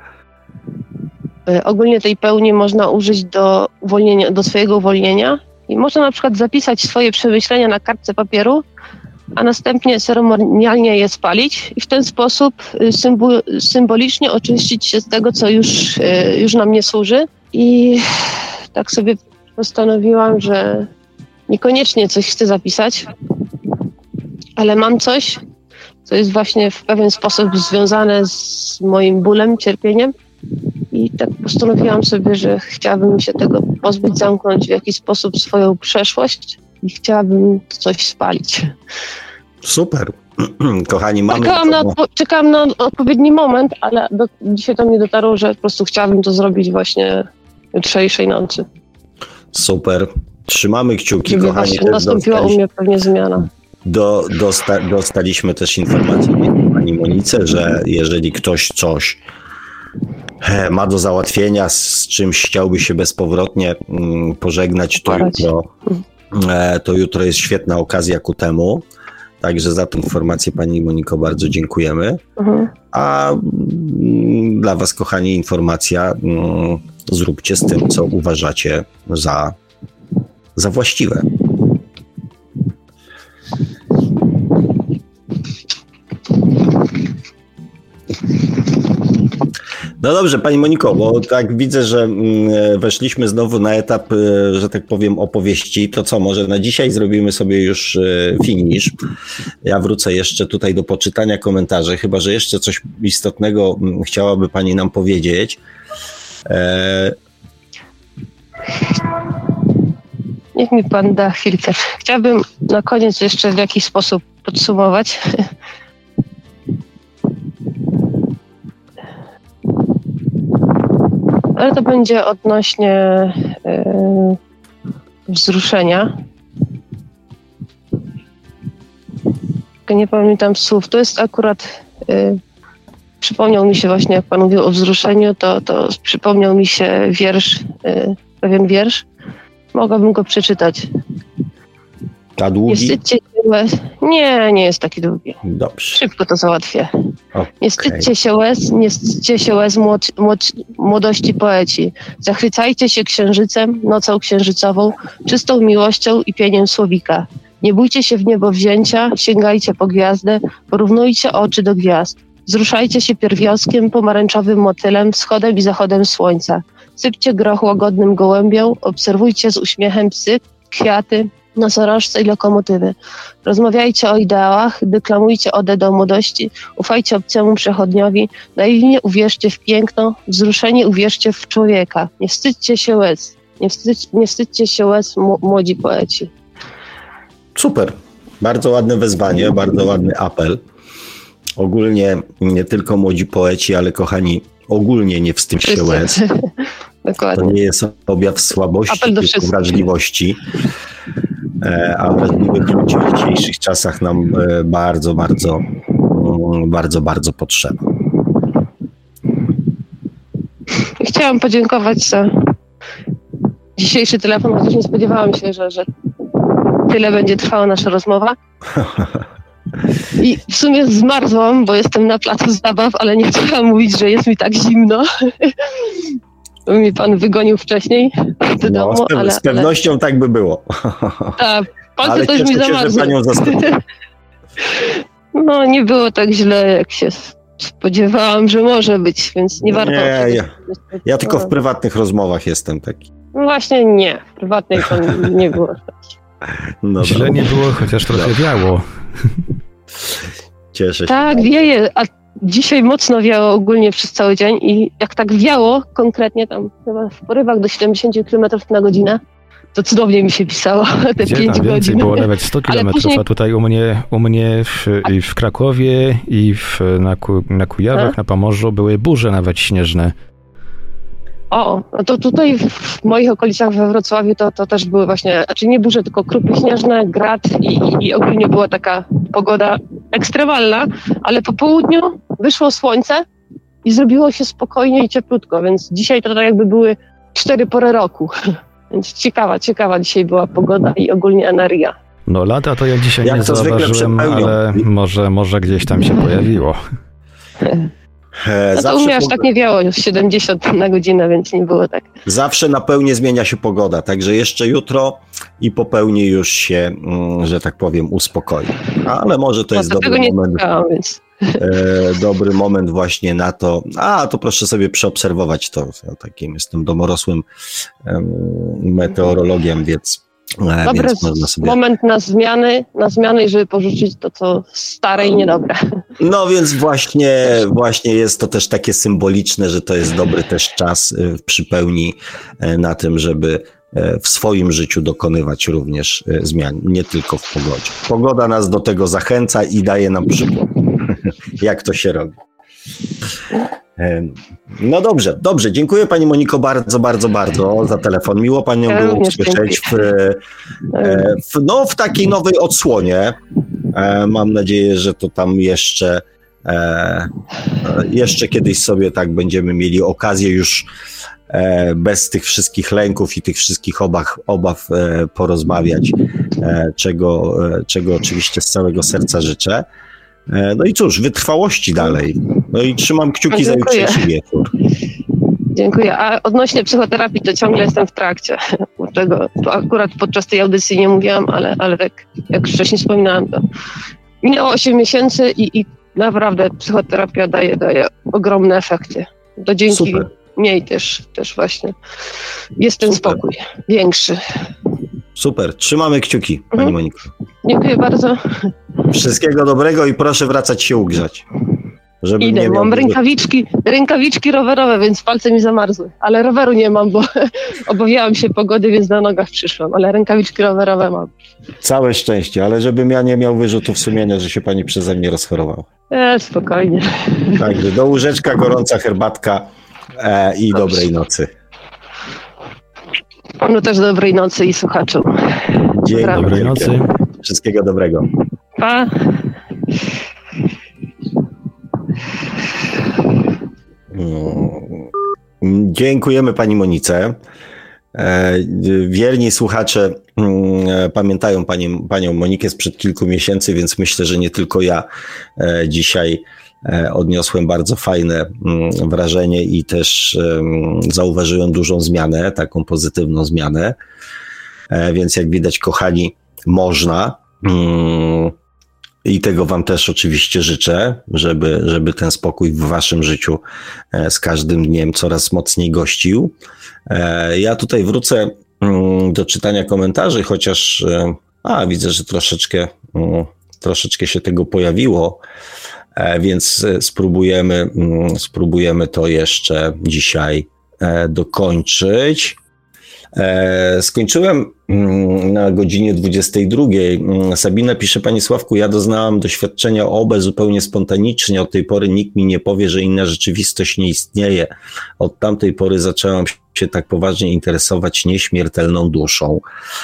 Ogólnie tej pełni można użyć do uwolnienia, do swojego uwolnienia i można na przykład zapisać swoje przemyślenia na kartce papieru, a następnie ceremonialnie je spalić i w ten sposób symbol, symbolicznie oczyścić się z tego, co już, już nam nie służy. I tak sobie postanowiłam, że niekoniecznie coś chcę zapisać, ale mam coś, co jest właśnie w pewien sposób związane z moim bólem, cierpieniem. I tak postanowiłam sobie, że chciałabym się tego pozbyć, zamknąć w jakiś sposób swoją przeszłość i chciałabym coś spalić. Super. Kochani, mamy... Czekałam na, odpo- czekałam na odpowiedni moment, ale do, dzisiaj to mnie dotarło, że po prostu chciałabym to zrobić właśnie jutrzejszej nocy. Super. Trzymamy kciuki, żeby kochani. Nastąpiła u mnie pewnie zmiana. Do, dosta, dostaliśmy też informację pani Monice, że jeżeli ktoś coś ma do załatwienia, z czymś chciałby się bezpowrotnie pożegnać, to jutro, to jutro jest świetna okazja ku temu. Także za tę informację Pani Moniko bardzo dziękujemy. Mhm. A dla Was, kochani, informacja, zróbcie z tym, co uważacie za, za właściwe. No dobrze, Pani Moniko, bo tak widzę, że weszliśmy znowu na etap, że tak powiem, opowieści. To co, może na dzisiaj zrobimy sobie już finish. Ja wrócę jeszcze tutaj do poczytania komentarzy, chyba że jeszcze coś istotnego chciałaby Pani nam powiedzieć. E... Niech mi Pan da chwilkę. Chciałabym na koniec jeszcze w jakiś sposób podsumować. Ale to będzie odnośnie yy, wzruszenia. Nie pamiętam słów. To jest akurat... Yy, przypomniał mi się właśnie, jak Pan mówił o wzruszeniu, to, to przypomniał mi się wiersz, yy, pewien wiersz. Mogłabym go przeczytać. A długi? Nie wstydźcie się łez. Nie, nie jest taki długi. Dobrze. Szybko to załatwię. Okay. Nie wstydźcie się łez, nie wstydźcie się łez młod, młod, młodości poeci. Zachwycajcie się księżycem, nocą księżycową, czystą miłością i pieniem słowika. Nie bójcie się w niebo wzięcia, sięgajcie po gwiazdę, porównujcie oczy do gwiazd. Wzruszajcie się pierwiastkiem, pomarańczowym motylem, wschodem i zachodem słońca. Sypcie groch łagodnym gołębią, obserwujcie z uśmiechem psy, kwiaty, nosorożce i lokomotywy. Rozmawiajcie o ideałach, deklamujcie odę do młodości, ufajcie obcemu przechodniowi, naiwnie uwierzcie w piękno, wzruszenie uwierzcie w człowieka. Nie wstydźcie się łez, nie, wstydź, nie wstydźcie się łez, młodzi poeci. Super, bardzo ładne wezwanie, bardzo ładny apel. Ogólnie nie tylko młodzi poeci, ale kochani, ogólnie nie wstydźcie się łez. Dokładnie. To nie jest objaw słabości, tylko wrażliwości. A wrażliwych ludzi w dzisiejszych czasach nam bardzo, bardzo, bardzo, bardzo potrzeba. Chciałam podziękować za dzisiejszy telefon, chociaż nie spodziewałam się, że, że tyle będzie trwała nasza rozmowa. I w sumie zmarzłam, bo jestem na placu zabaw, ale nie chciałam mówić, że jest mi tak zimno. Mi Pan wygonił wcześniej do no, domu, z, pe- ale... z pewnością ale... tak by było. Tak, Pan ale to już mi zamarzł. że Panią zastąpię. No, nie było tak źle, jak się spodziewałam, że może być, więc nie warto... Nie, ja, ja tylko w prywatnych rozmowach jestem taki. No właśnie nie, w prywatnej to nie było taki. No źle nie było, chociaż trochę no. wiało. Cieszę się. Tak, wieje, a dzisiaj mocno wiało ogólnie przez cały dzień i jak tak wiało, konkretnie tam chyba w porywach do siedemdziesiąt kilometrów na godzinę, to cudownie mi się pisało te Gdzie pięć tam godzin. Więcej było nawet sto kilometrów, później... a tutaj u mnie, u mnie w, i w Krakowie i w, na, na Kujawach, a? na Pomorzu były burze nawet śnieżne. O, no to tutaj w moich okolicach we Wrocławiu to, to też były właśnie, znaczy nie burze, tylko krupy śnieżne, grad i, i ogólnie była taka pogoda ekstremalna, ale po południu wyszło słońce i zrobiło się spokojnie i cieplutko, więc dzisiaj to tak jakby były cztery pory roku. Więc ciekawa, ciekawa dzisiaj była pogoda i ogólnie energia. No lata to ja dzisiaj Jak nie zauważyłem, ale może, może gdzieś tam się pojawiło. No to u mnie aż tak nie wiało, już siedemdziesiąt na godzinę, więc nie było tak. Zawsze na pełni zmienia się pogoda, także jeszcze jutro i po pełni już się, że tak powiem, uspokoi. Ale może to no, jest to dobry moment. Czekałam, więc... e, dobry moment właśnie na to. A, to proszę sobie przeobserwować to. Ja takim jestem domorosłym um, meteorologiem, więc Dobry więc można sobie... moment na zmiany, na zmiany, żeby porzucić to, co stare i niedobre. No więc właśnie, właśnie jest to też takie symboliczne, że to jest dobry też czas przy pełni na tym, żeby w swoim życiu dokonywać również zmian, nie tylko w pogodzie. Pogoda nas do tego zachęca i daje nam przykład, jak to się robi. No dobrze, dobrze. Dziękuję Pani Moniko bardzo, bardzo, bardzo za telefon. Miło Panią ja było usłyszeć w, w, no, w takiej nowej odsłonie. Mam nadzieję, że to tam jeszcze jeszcze kiedyś sobie tak będziemy mieli okazję już bez tych wszystkich lęków i tych wszystkich obaw, obaw porozmawiać, czego, czego oczywiście z całego serca życzę. No i cóż, wytrwałości dalej. No i trzymam kciuki za jutrzejszy wieczór. Dziękuję. A odnośnie psychoterapii to ciągle jestem w trakcie. Czego to akurat podczas tej audycji nie mówiłam, ale, ale tak jak wcześniej wspominałam, to minęło osiem miesięcy i, i naprawdę psychoterapia daje, daje ogromne efekty. To dzięki Super. niej też, też właśnie jest ten Super. spokój większy. Super, trzymamy kciuki, Mhm. pani Moniko. Dziękuję bardzo. Wszystkiego dobrego i proszę wracać się ugrzać. Żeby Idę, nie miał mam dużo- rękawiczki, rękawiczki rowerowe, więc palce mi zamarzły. Ale roweru nie mam, bo obawiałam się pogody, więc na nogach przyszłam. Ale rękawiczki rowerowe mam. Całe szczęście, ale żebym ja nie miał wyrzutów sumienia, że się pani przeze mnie rozchorowała. E, spokojnie. Także do łóżeczka, gorąca herbatka e, i Dobrze. dobrej nocy. Panu też dobrej nocy i słuchaczom. Dzień Dobra. dobry. Dobrej nocy. Wszystkiego dobrego. Pa. Mm, Dziękujemy pani Monice. E, Wierni słuchacze mm, pamiętają panią, panią Monikę sprzed kilku miesięcy, więc myślę, że nie tylko ja e, dzisiaj e, odniosłem bardzo fajne mm, wrażenie i też em, zauważyłem dużą zmianę, taką pozytywną zmianę. E, Więc jak widać, kochani, można. Mm, I tego wam też oczywiście życzę, żeby, żeby ten spokój w waszym życiu e, z każdym dniem coraz mocniej gościł. E, Ja tutaj wrócę mm, do czytania komentarzy, chociaż e, a, widzę, że troszeczkę, mm, troszeczkę się tego pojawiło, e, więc e, spróbujemy, mm, spróbujemy to jeszcze dzisiaj e, dokończyć. E, Skończyłem mm, na godzinie dwudziestej drugiej. Mm, Sabina pisze: Panie Sławku, ja doznałam doświadczenia O B zupełnie spontanicznie. Od tej pory nikt mi nie powie, że inna rzeczywistość nie istnieje. Od tamtej pory zaczęłam się tak poważnie interesować nieśmiertelną duszą.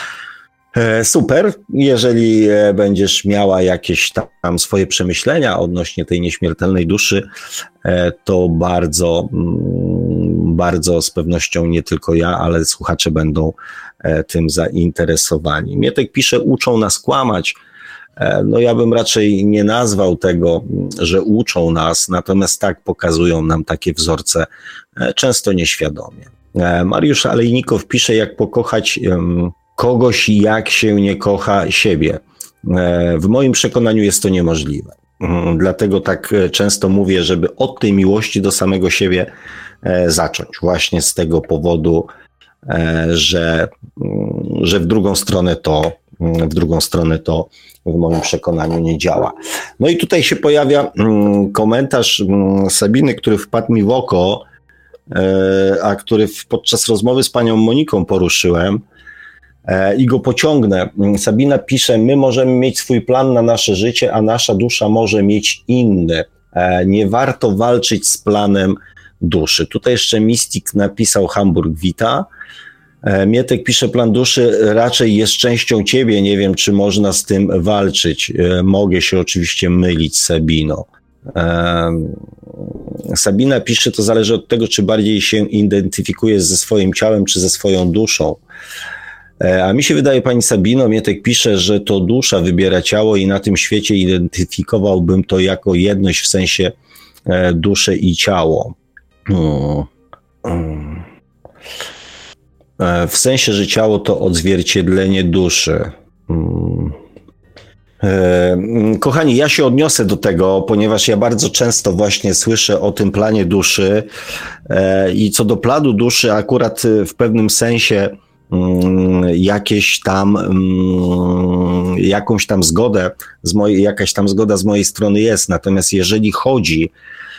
E, Super. Jeżeli e, będziesz miała jakieś tam swoje przemyślenia odnośnie tej nieśmiertelnej duszy, e, to bardzo, mm, bardzo z pewnością nie tylko ja, ale słuchacze będą e, tym zainteresowani. Mietek pisze: uczą nas kłamać. E, No ja bym raczej nie nazwał tego, że uczą nas, natomiast tak pokazują nam takie wzorce, e, często nieświadomie. E, Mariusz Alejnikow pisze: jak pokochać em, kogoś, jak się nie kocha siebie. E, W moim przekonaniu jest to niemożliwe. Mm, Dlatego tak e, często mówię, żeby od tej miłości do samego siebie e, zacząć. Właśnie z tego powodu, e, że, mm, że w drugą stronę to, mm, w drugą stronę to w moim przekonaniu nie działa. No i tutaj się pojawia mm, komentarz mm, Sabiny, który wpadł mi w oko, e, a który w, podczas rozmowy z panią Moniką poruszyłem. E, I go pociągnę. Sabina pisze: my możemy mieć swój plan na nasze życie, a nasza dusza może mieć inny. E, Nie warto walczyć z planem duszy. Tutaj jeszcze Mystik napisał Hamburg Vita. E, Mietek pisze: plan duszy raczej jest częścią ciebie, nie wiem, czy można z tym walczyć. E, Mogę się oczywiście mylić, Sabino. E, Sabina pisze: to zależy od tego, czy bardziej się identyfikujesz ze swoim ciałem, czy ze swoją duszą. A mi się wydaje, pani Sabino, Mietek pisze, że to dusza wybiera ciało i na tym świecie identyfikowałbym to jako jedność w sensie e, duszę i ciało. Hmm. Hmm. E, w sensie, że ciało to odzwierciedlenie duszy. Hmm. E, kochani, ja się odniosę do tego, ponieważ ja bardzo często właśnie słyszę o tym planie duszy e, i co do planu duszy akurat w pewnym sensie jakieś tam, jakąś tam zgodę z mojej, jakaś tam zgoda z mojej strony jest. Natomiast jeżeli chodzi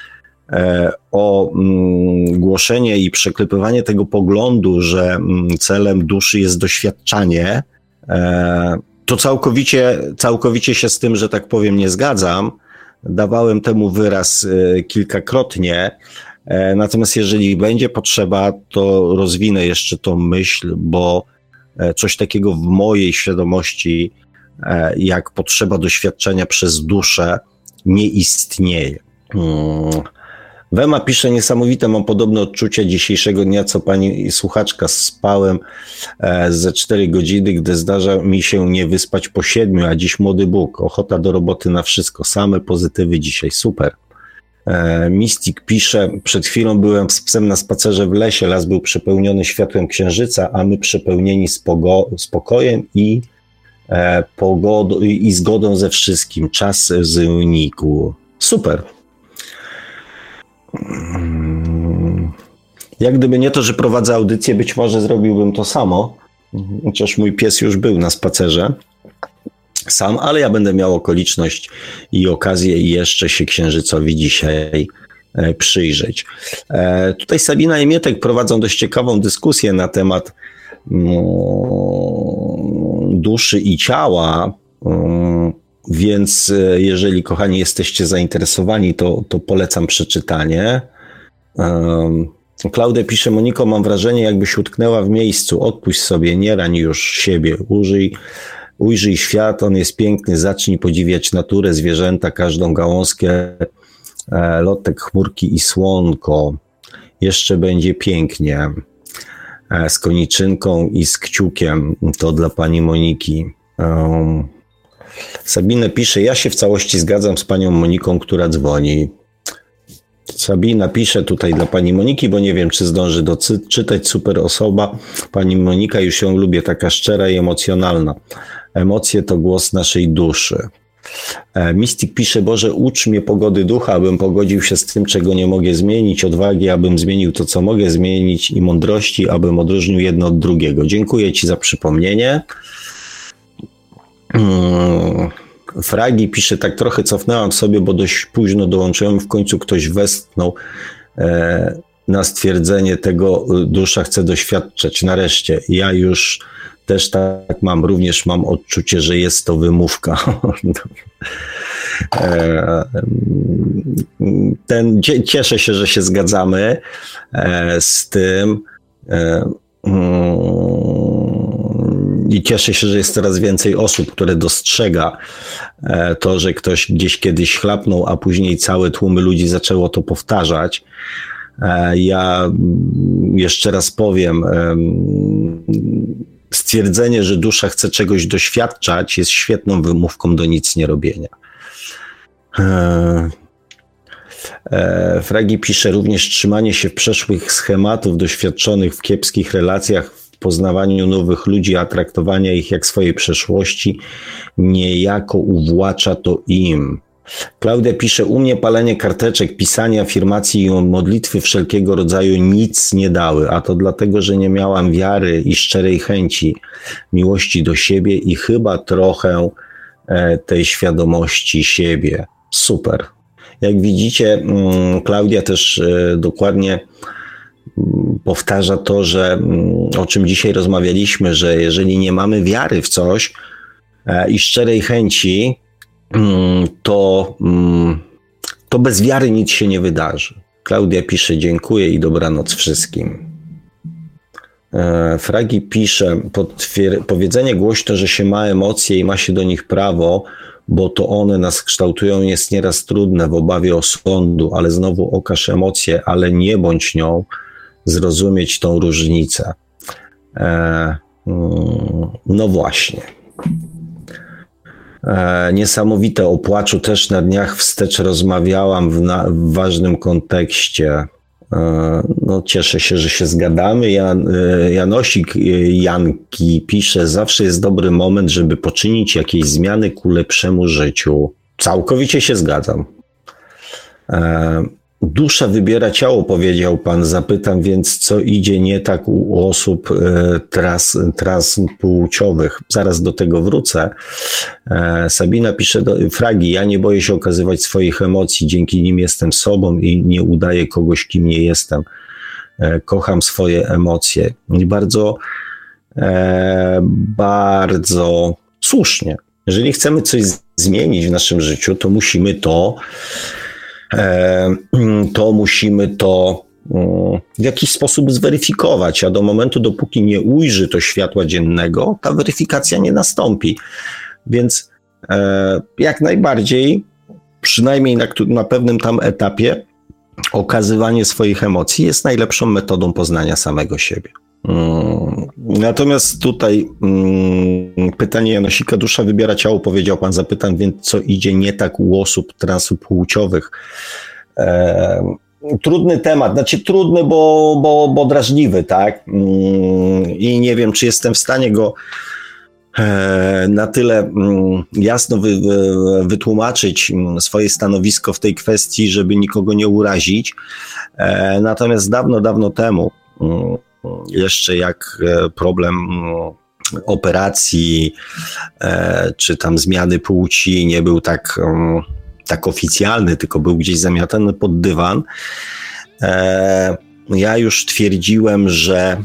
o głoszenie i przeklepywanie tego poglądu, że celem duszy jest doświadczanie, to całkowicie, całkowicie się z tym, że tak powiem, nie zgadzam. Dawałem temu wyraz kilkakrotnie. Natomiast jeżeli będzie potrzeba, to rozwinę jeszcze tą myśl, bo coś takiego w mojej świadomości, jak potrzeba doświadczenia przez duszę, nie istnieje. Wema pisze: niesamowite, mam podobne odczucia dzisiejszego dnia, co pani słuchaczka. Spałem ze cztery godziny, gdy zdarza mi się nie wyspać po siedmiu, a dziś młody Bóg. Ochota do roboty na wszystko, same pozytywy dzisiaj. Super. E, Mystic pisze, przed chwilą byłem z psem na spacerze w lesie, las był przepełniony światłem księżyca, a my przepełnieni spogo- spokojem i, e, pogodą, i zgodą ze wszystkim. Czas znikł. Super. Jak gdyby nie to, że prowadzę audycję, być może zrobiłbym to samo, chociaż mój pies już był na spacerze sam, ale ja będę miał okoliczność i okazję i jeszcze się księżycowi dzisiaj przyjrzeć. Tutaj Sabina i Mietek prowadzą dość ciekawą dyskusję na temat duszy i ciała, więc jeżeli, kochani, jesteście zainteresowani, to, to polecam przeczytanie. Klaudia pisze, Moniko, mam wrażenie, jakbyś utknęła w miejscu. Odpuść sobie, nie rań już siebie. Użyj, ujrzyj świat, on jest piękny. Zacznij podziwiać naturę, zwierzęta, każdą gałązkę, lotek, chmurki i słonko. Jeszcze będzie pięknie. Z koniczynką i z kciukiem. To dla pani Moniki. Um, Sabina pisze, ja się w całości zgadzam z panią Moniką, która dzwoni. Sabina pisze tutaj dla pani Moniki, bo nie wiem, czy zdąży doczytać. Super osoba. Pani Monika, już ją lubię, taka szczera i emocjonalna. Emocje to głos naszej duszy. Mystic pisze, Boże, ucz mnie pogody ducha, abym pogodził się z tym, czego nie mogę zmienić, odwagi, abym zmienił to, co mogę zmienić i mądrości, abym odróżnił jedno od drugiego. Dziękuję ci za przypomnienie. Hmm. Fragi pisze, tak trochę cofnęłam sobie, bo dość późno dołączyłem, w końcu ktoś westchnął e, na stwierdzenie tego, dusza chce doświadczać. Nareszcie, ja już też tak mam, również mam odczucie, że jest to wymówka. e, ten, cieszę się, że się zgadzamy e, z tym. E, mm, I cieszę się, że jest coraz więcej osób, które dostrzega to, że ktoś gdzieś kiedyś chlapnął, a później całe tłumy ludzi zaczęło to powtarzać. Ja jeszcze raz powiem, stwierdzenie, że dusza chce czegoś doświadczać, jest świetną wymówką do nic nie robienia. Fragi pisze, również trzymanie się przeszłych schematów doświadczonych w kiepskich relacjach, poznawaniu nowych ludzi, a traktowania ich jak swojej przeszłości niejako uwłacza to im. Klaudia pisze, u mnie palenie karteczek, pisanie afirmacji i modlitwy wszelkiego rodzaju nic nie dały, a to dlatego, że nie miałam wiary i szczerej chęci, miłości do siebie i chyba trochę tej świadomości siebie. Super. Jak widzicie, Klaudia też dokładnie powtarza to, że o czym dzisiaj rozmawialiśmy, że jeżeli nie mamy wiary w coś i szczerej chęci, to, to bez wiary nic się nie wydarzy. Klaudia pisze, dziękuję i dobranoc wszystkim. Fragi pisze, potwier- powiedzenie głośno, że się ma emocje i ma się do nich prawo, bo to one nas kształtują, jest nieraz trudne w obawie osądu, ale znowu okaż emocje, ale nie bądź nią, zrozumieć tą różnicę. E, no właśnie. E, niesamowite, o płaczu też na dniach wstecz rozmawiałam w, na, w ważnym kontekście. E, no cieszę się, że się zgadamy. Jan, e, Janosik Janki pisze, zawsze jest dobry moment, żeby poczynić jakieś zmiany ku lepszemu życiu. Całkowicie się zgadzam. E, Dusza wybiera ciało, powiedział pan. Zapytam więc, co idzie nie tak u osób e, trans, transpłciowych. Zaraz do tego wrócę. E, Sabina pisze do Fragi, ja nie boję się okazywać swoich emocji, dzięki nim jestem sobą i nie udaję kogoś, kim nie jestem. E, kocham swoje emocje. I bardzo, e, bardzo słusznie. Jeżeli chcemy coś zmienić w naszym życiu, to musimy to to musimy to w jakiś sposób zweryfikować, a do momentu, dopóki nie ujrzy to światła dziennego, ta weryfikacja nie nastąpi. Więc jak najbardziej, przynajmniej na, na pewnym tam etapie, okazywanie swoich emocji jest najlepszą metodą poznania samego siebie. Natomiast tutaj pytanie Janosika, dusza wybiera ciało, powiedział pan, zapytam więc, co idzie nie tak u osób transpłciowych. e, trudny temat, znaczy trudny, bo, bo, bo drażliwy, tak? I nie wiem, czy jestem w stanie go na tyle jasno wy, wytłumaczyć swoje stanowisko w tej kwestii, żeby nikogo nie urazić. Natomiast dawno, dawno temu, jeszcze jak problem operacji czy tam zmiany płci nie był tak, tak oficjalny, tylko był gdzieś zamiatany pod dywan, ja już twierdziłem, że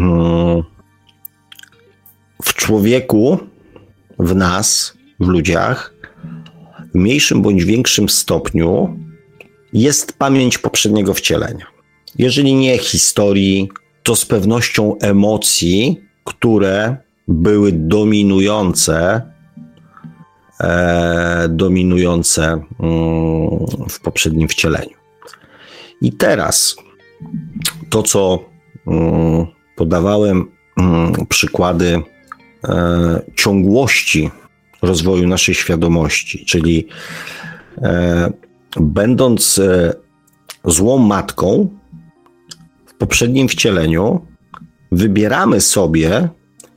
w człowieku, w nas, w ludziach, w mniejszym bądź większym stopniu jest pamięć poprzedniego wcielenia. Jeżeli nie historii, to z pewnością emocji, które były dominujące, e, dominujące mm, w poprzednim wcieleniu. I teraz to, co mm, podawałem, mm, przykłady e, ciągłości rozwoju naszej świadomości, czyli e, będąc e, złą matką, w poprzednim wcieleniu wybieramy sobie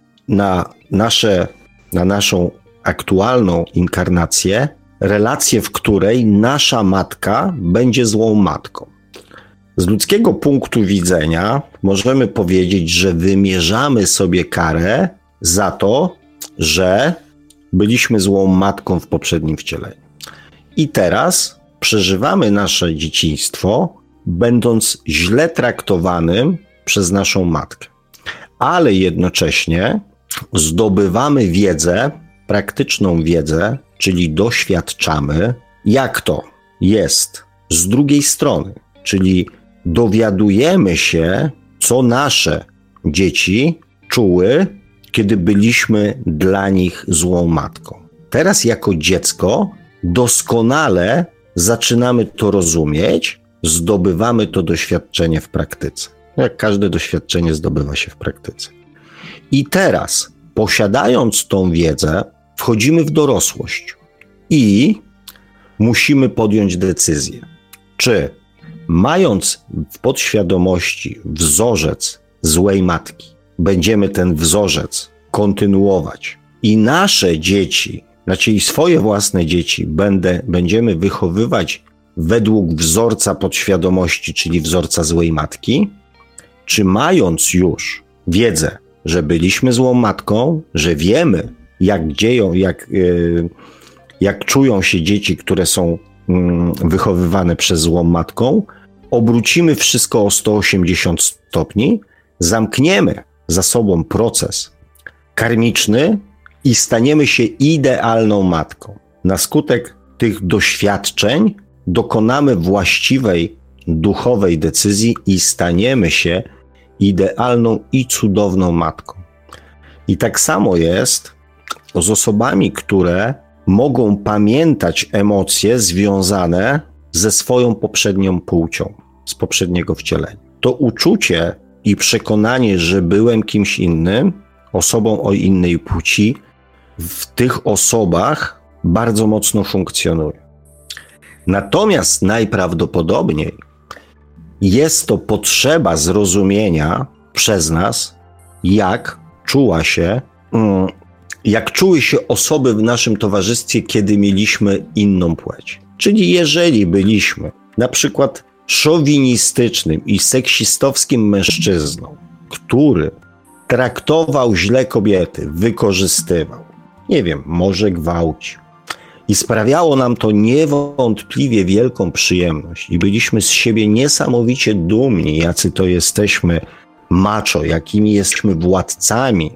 na, nasze, na naszą aktualną inkarnację relację, w której nasza matka będzie złą matką. Z ludzkiego punktu widzenia możemy powiedzieć, że wymierzamy sobie karę za to, że byliśmy złą matką w poprzednim wcieleniu. I teraz przeżywamy nasze dzieciństwo, będąc źle traktowanym przez naszą matkę. Ale jednocześnie zdobywamy wiedzę, praktyczną wiedzę, czyli doświadczamy, jak to jest z drugiej strony, czyli dowiadujemy się, co nasze dzieci czuły, kiedy byliśmy dla nich złą matką. Teraz jako dziecko doskonale zaczynamy to rozumieć, zdobywamy to doświadczenie w praktyce. Jak każde doświadczenie zdobywa się w praktyce. I teraz, posiadając tą wiedzę, wchodzimy w dorosłość i musimy podjąć decyzję, czy mając w podświadomości wzorzec złej matki, będziemy ten wzorzec kontynuować i nasze dzieci, znaczy i swoje własne dzieci będę, będziemy wychowywać według wzorca podświadomości, czyli wzorca złej matki, czy mając już wiedzę, że byliśmy złą matką, że wiemy, jak dzieją, jak, yy, jak czują się dzieci, które są yy, wychowywane przez złą matką, obrócimy wszystko o sto osiemdziesiąt stopni, zamkniemy za sobą proces karmiczny i staniemy się idealną matką. Na skutek tych doświadczeń dokonamy właściwej duchowej decyzji i staniemy się idealną i cudowną matką. I tak samo jest z osobami, które mogą pamiętać emocje związane ze swoją poprzednią płcią, z poprzedniego wcielenia. To uczucie i przekonanie, że byłem kimś innym, osobą o innej płci, w tych osobach bardzo mocno funkcjonuje. Natomiast najprawdopodobniej jest to potrzeba zrozumienia przez nas, jak czuła się, jak czuły się osoby w naszym towarzystwie, kiedy mieliśmy inną płeć. Czyli jeżeli byliśmy na przykład szowinistycznym i seksistowskim mężczyzną, który traktował źle kobiety, wykorzystywał, nie wiem, może gwałcił, i sprawiało nam to niewątpliwie wielką przyjemność i byliśmy z siebie niesamowicie dumni, jacy to jesteśmy macho, jakimi jesteśmy władcami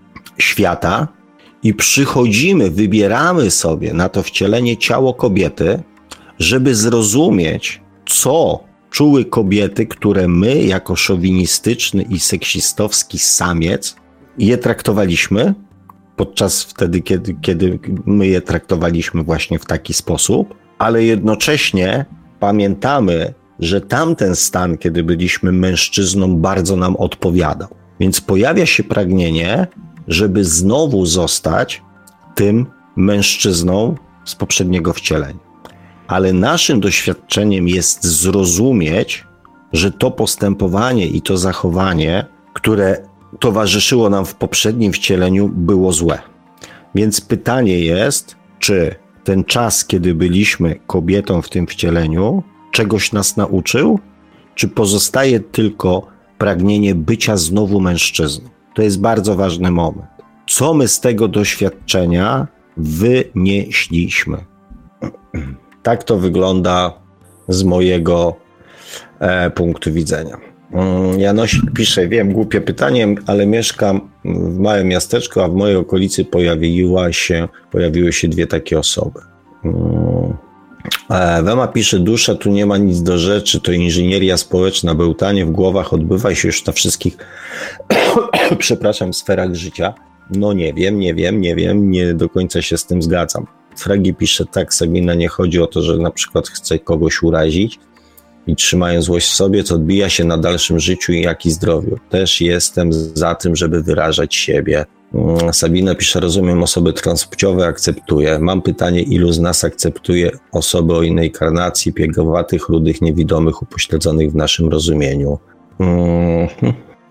świata, i przychodzimy, wybieramy sobie na to wcielenie ciało kobiety, żeby zrozumieć, co czuły kobiety, które my jako szowinistyczny i seksistowski samiec je traktowaliśmy, podczas wtedy, kiedy, kiedy my je traktowaliśmy właśnie w taki sposób, ale jednocześnie pamiętamy, że tamten stan, kiedy byliśmy mężczyzną, bardzo nam odpowiadał. Więc pojawia się pragnienie, żeby znowu zostać tym mężczyzną z poprzedniego wcielenia. ale naszym doświadczeniem jest zrozumieć, że to postępowanie i to zachowanie, które towarzyszyło nam w poprzednim wcieleniu, było złe. Więc pytanie jest, czy ten czas, kiedy byliśmy kobietą w tym wcieleniu, czegoś nas nauczył, czy pozostaje tylko pragnienie bycia znowu mężczyzną? To jest bardzo ważny moment. Co my z tego doświadczenia wynieśliśmy? Tak to wygląda z mojego e, punktu widzenia. Janosik pisze, wiem, głupie pytanie, ale mieszkam w małym miasteczku, a w mojej okolicy pojawiła się, pojawiły się dwie takie osoby. Wema pisze, dusza, tu nie ma nic do rzeczy, to inżynieria społeczna, bełtanie w głowach odbywa się już na wszystkich, przepraszam, sferach życia. No nie wiem, nie wiem, nie wiem, nie do końca się z tym zgadzam. Fragi pisze, tak, Sabina, nie chodzi o to, że na przykład chce kogoś urazić i trzymają złość w sobie, co odbija się na dalszym życiu, jak i zdrowiu. Też jestem za tym, żeby wyrażać siebie. Sabina pisze, rozumiem osoby transpłciowe, akceptuję. Mam pytanie, ilu z nas akceptuje osoby o innej karnacji, piegowatych, rudych, niewidomych, upośledzonych w naszym rozumieniu? Hmm.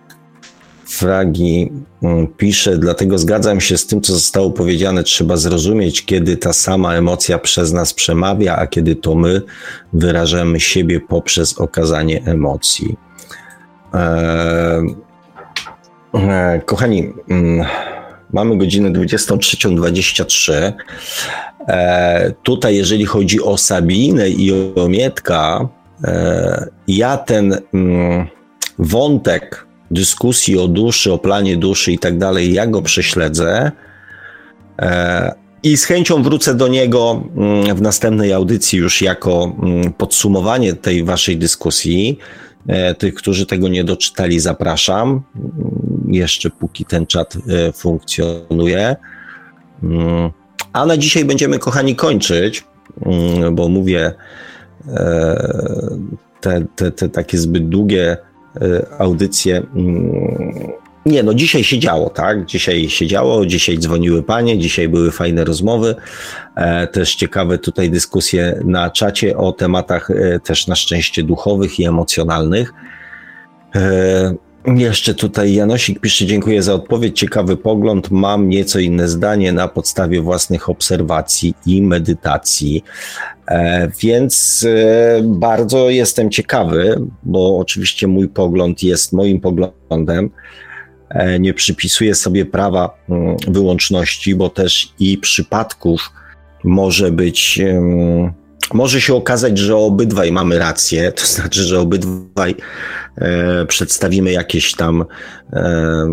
Fragi pisze, dlatego zgadzam się z tym, co zostało powiedziane. Trzeba zrozumieć, kiedy ta sama emocja przez nas przemawia, a kiedy to my wyrażamy siebie poprzez okazanie emocji. Eee, e, kochani, mm, mamy godzinę dwudziestą trzecią dwadzieścia trzy. E, tutaj, jeżeli chodzi o Sabinę i o Mietka, e, ja ten mm, wątek dyskusji o duszy, o planie duszy i tak dalej, ja go prześledzę e, i z chęcią wrócę do niego mm, w następnej audycji już jako mm, podsumowanie tej waszej dyskusji. E, tych, którzy tego nie doczytali, zapraszam. Jeszcze póki ten czat e, funkcjonuje. Mm, a na dzisiaj będziemy, kochani, kończyć, mm, bo mówię, e, te, te, te takie zbyt długie audycje. Nie, no dzisiaj się działo, tak? Dzisiaj się działo, dzisiaj dzwoniły panie, dzisiaj były fajne rozmowy, e, też ciekawe tutaj dyskusje na czacie o tematach e, też na szczęście duchowych i emocjonalnych. E, jeszcze tutaj Janosik pisze, dziękuję za odpowiedź, ciekawy pogląd, mam nieco inne zdanie na podstawie własnych obserwacji i medytacji. E, więc e, bardzo jestem ciekawy, bo oczywiście mój pogląd jest moim poglądem. E, nie przypisuję sobie prawa m, wyłączności, bo też i przypadków może być, m, może się okazać, że obydwaj mamy rację, to znaczy, że obydwaj e, przedstawimy jakieś tam e,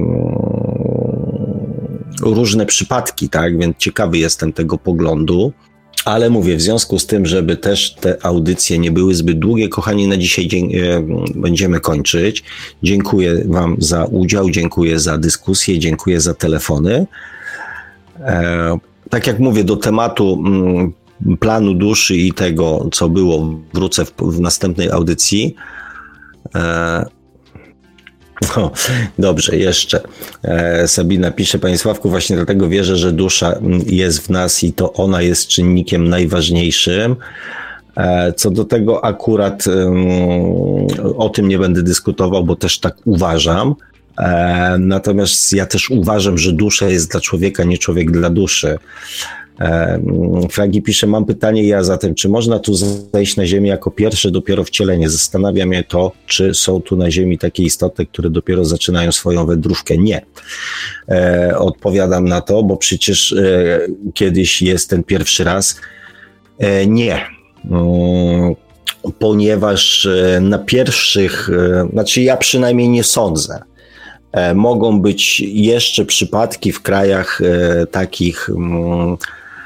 różne przypadki, tak? Więc ciekawy jestem tego poglądu. Ale mówię, w związku z tym, żeby też te audycje nie były zbyt długie, kochani, na dzisiaj dzie- będziemy kończyć. Dziękuję wam za udział, dziękuję za dyskusję, dziękuję za telefony. E, tak jak mówię, do tematu m, planu duszy i tego, co było, wrócę w, w następnej audycji. E, No, dobrze, jeszcze. E, Sabina pisze, panie Sławku, właśnie dlatego wierzę, że dusza jest w nas i to ona jest czynnikiem najważniejszym. E, co do tego akurat um, o tym nie będę dyskutował, bo też tak uważam. E, natomiast ja też uważam, że dusza jest dla człowieka, nie człowiek dla duszy. Fragi pisze, mam pytanie ja zatem, czy można tu zejść na ziemię jako pierwsze dopiero wcielenie? Zastanawia mnie to, czy są tu na ziemi takie istoty, które dopiero zaczynają swoją wędrówkę. Nie. E, odpowiadam na to, bo przecież e, kiedyś jest ten pierwszy raz. E, nie. E, ponieważ e, na pierwszych, e, znaczy ja przynajmniej nie sądzę. E, mogą być jeszcze przypadki w krajach e, takich mm,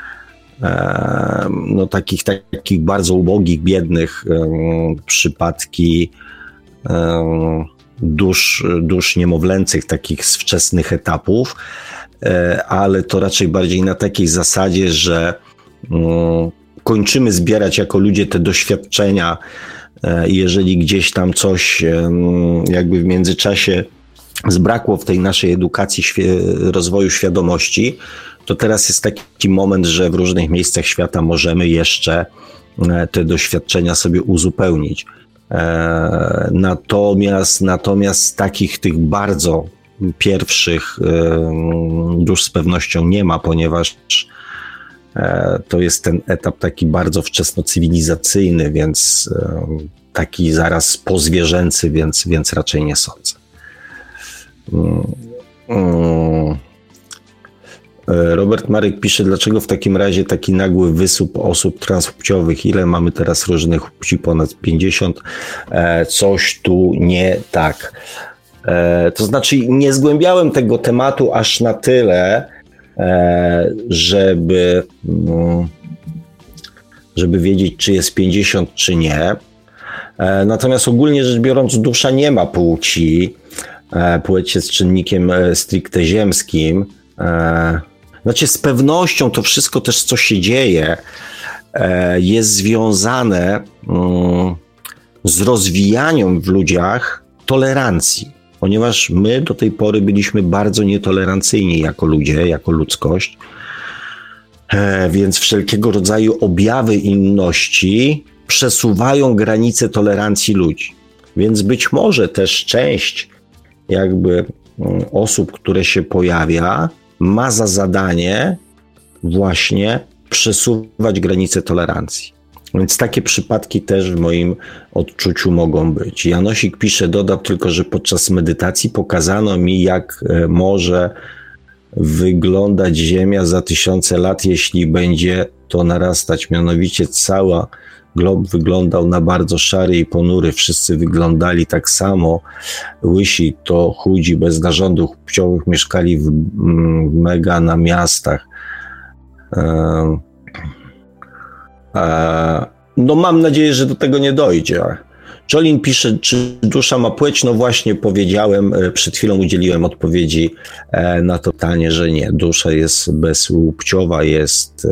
no takich, takich bardzo ubogich, biednych, przypadki dusz, dusz niemowlęcych, takich z wczesnych etapów, ale to raczej bardziej na takiej zasadzie, że kończymy zbierać jako ludzie te doświadczenia, jeżeli gdzieś tam coś jakby w międzyczasie zbrakło w tej naszej edukacji, rozwoju świadomości, to teraz jest taki moment, że w różnych miejscach świata możemy jeszcze te doświadczenia sobie uzupełnić. Natomiast, natomiast takich tych bardzo pierwszych już z pewnością nie ma, ponieważ to jest ten etap taki bardzo wczesnocywilizacyjny, więc taki zaraz pozwierzęcy, więc, więc raczej nie sądzę. Robert Marek pisze, dlaczego w takim razie taki nagły wysób osób transpłciowych? Ile mamy teraz różnych płci? Ponad pięćdziesiąt. Coś tu nie tak. To znaczy nie zgłębiałem tego tematu aż na tyle, żeby, żeby wiedzieć, czy jest pięćdziesiąt, czy nie. Natomiast ogólnie rzecz biorąc, dusza nie ma płci. Płeć jest czynnikiem stricte ziemskim. Znaczy z pewnością to wszystko też, co się dzieje, jest związane z rozwijaniem w ludziach tolerancji, ponieważ my do tej pory byliśmy bardzo nietolerancyjni jako ludzie, jako ludzkość, więc wszelkiego rodzaju objawy inności przesuwają granice tolerancji ludzi. Więc być może też część jakby osób, które się pojawia, ma za zadanie właśnie przesuwać granice tolerancji. Więc takie przypadki też w moim odczuciu mogą być. Janosik pisze, dodam tylko, że podczas medytacji pokazano mi, jak może wyglądać Ziemia za tysiące lat, jeśli będzie to narastać. Mianowicie cały glob wyglądał na bardzo szary i ponury. Wszyscy wyglądali tak samo. Łysi to chudzi, bez narządów płciowych, mieszkali w, w mega na miastach. E, e, no mam nadzieję, że do tego nie dojdzie. Jolin pisze, czy dusza ma płeć? No właśnie powiedziałem, przed chwilą udzieliłem odpowiedzi na to pytanie, że nie. Dusza jest bezpłciowa, jest...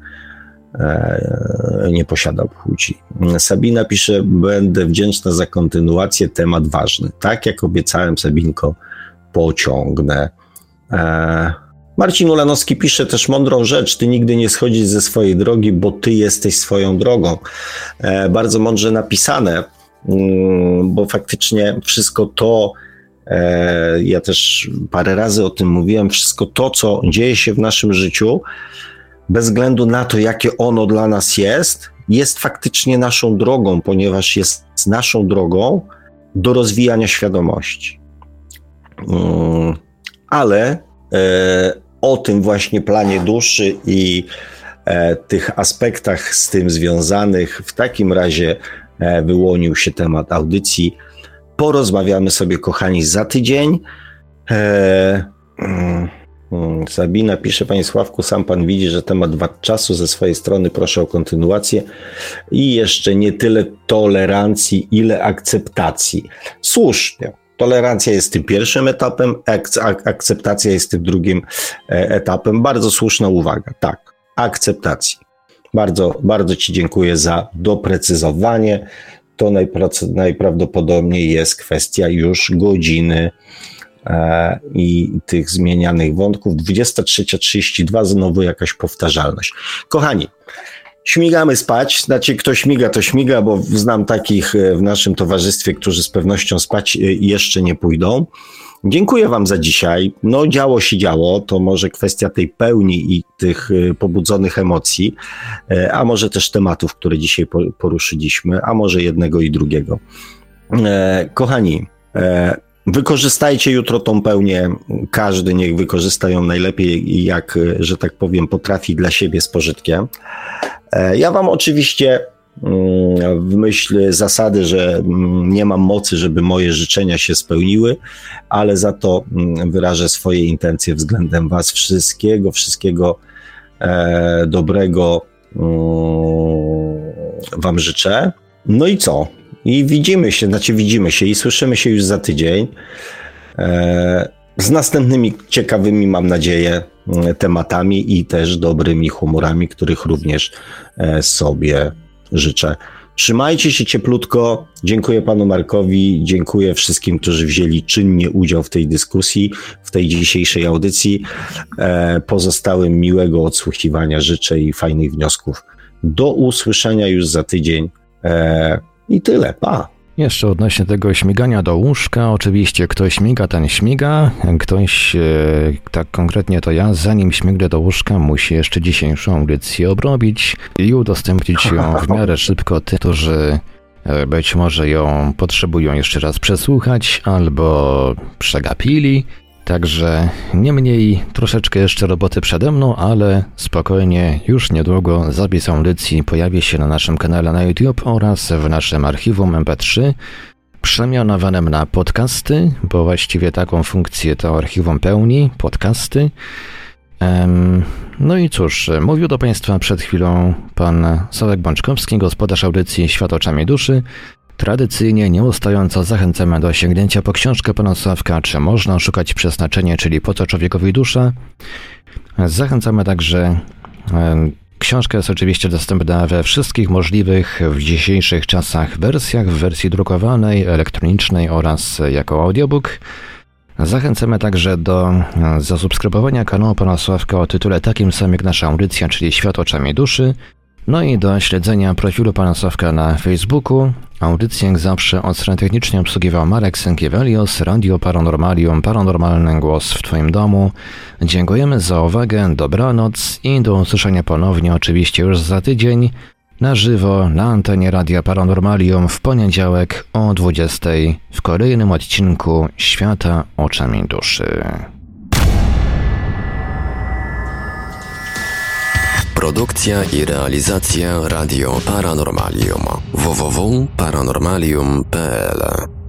nie posiada płci. Sabina pisze, będę wdzięczna za kontynuację, temat ważny. Tak jak obiecałem, Sabinko, pociągnę. Marcin Ulanowski pisze też mądrą rzecz, ty nigdy nie schodzisz ze swojej drogi, bo ty jesteś swoją drogą. Bardzo mądrze napisane, bo faktycznie wszystko to, ja też parę razy o tym mówiłem, wszystko to, co dzieje się w naszym życiu, bez względu na to, jakie ono dla nas jest, jest faktycznie naszą drogą, ponieważ jest naszą drogą do rozwijania świadomości. Ale o tym właśnie planie duszy i tych aspektach z tym związanych w takim razie wyłonił się temat audycji. Porozmawiamy sobie, kochani, za tydzień. Sabina pisze, panie Sławku, sam pan widzi, że temat wad czasu, ze swojej strony proszę o kontynuację i jeszcze nie tyle tolerancji, ile akceptacji. Słusznie, tolerancja jest tym pierwszym etapem, ak- akceptacja jest tym drugim etapem. Bardzo słuszna uwaga, tak, akceptacji. Bardzo, bardzo ci dziękuję za doprecyzowanie. To najpra- najprawdopodobniej jest kwestia już godziny i tych zmienianych wątków. dwudziesta trzecia trzydzieści dwa, znowu jakaś powtarzalność. Kochani, śmigamy spać, znaczy kto śmiga, to śmiga, bo znam takich w naszym towarzystwie, którzy z pewnością spać jeszcze nie pójdą. Dziękuję wam za dzisiaj. No działo się działo, to może kwestia tej pełni i tych pobudzonych emocji, a może też tematów, które dzisiaj poruszyliśmy, a może jednego i drugiego. Kochani, wykorzystajcie jutro tą pełnię, każdy niech wykorzysta ją najlepiej, jak, że tak powiem, potrafi dla siebie z pożytkiem. Ja wam oczywiście w myśl zasady, że nie mam mocy, żeby moje życzenia się spełniły, ale za to wyrażę swoje intencje względem was. Wszystkiego, wszystkiego dobrego wam życzę. No i co? I widzimy się, znaczy widzimy się i słyszymy się już za tydzień e, z następnymi ciekawymi, mam nadzieję, tematami i też dobrymi humorami, których również e, sobie życzę. Trzymajcie się cieplutko. Dziękuję panu Markowi, dziękuję wszystkim, którzy wzięli czynnie udział w tej dyskusji, w tej dzisiejszej audycji. E, pozostałym miłego odsłuchiwania życzę i fajnych wniosków Do usłyszenia już za tydzień e, i tyle, pa. Jeszcze odnośnie tego śmigania do łóżka, oczywiście kto śmiga, ten śmiga, ktoś, e, tak konkretnie to ja, zanim śmignę do łóżka, musi jeszcze dzisiejszą audycję obrobić i udostępnić ją w miarę szybko tym, którzy e, być może ją potrzebują jeszcze raz przesłuchać albo przegapili. Także niemniej troszeczkę jeszcze roboty przede mną, ale spokojnie, już niedługo zapis audycji pojawi się na naszym kanale na YouTube oraz w naszym archiwum em pe trzy przemianowanym na podcasty, bo właściwie taką funkcję to archiwum pełni, podcasty. Um, no i cóż, mówił do Państwa przed chwilą pan Sławek Bączkowski, gospodarz audycji Świat oczami duszy. Tradycyjnie, nieustająco zachęcamy do sięgnięcia po książkę pana Sławka, Czy można szukać przeznaczenia, czyli Po co człowiekowi dusza. Zachęcamy także, książka jest oczywiście dostępna we wszystkich możliwych w dzisiejszych czasach wersjach, w wersji drukowanej, elektronicznej oraz jako audiobook. Zachęcamy także do zasubskrybowania kanału pana Sławka o tytule takim samym jak nasza audycja, czyli Świat oczami duszy. No i do śledzenia profilu pana Sławka na Facebooku. Audycję jak zawsze od strony technicznej obsługiwał Marek Sękiewelios, Radio Paranormalium, Paranormalny Głos w Twoim domu. Dziękujemy za uwagę, dobranoc i do usłyszenia ponownie oczywiście już za tydzień na żywo na antenie Radia Paranormalium w poniedziałek o dwudziestej w kolejnym odcinku Świata oczami duszy. Produkcja i realizacja Radio Paranormalium. w w w kropka paranormalium kropka p l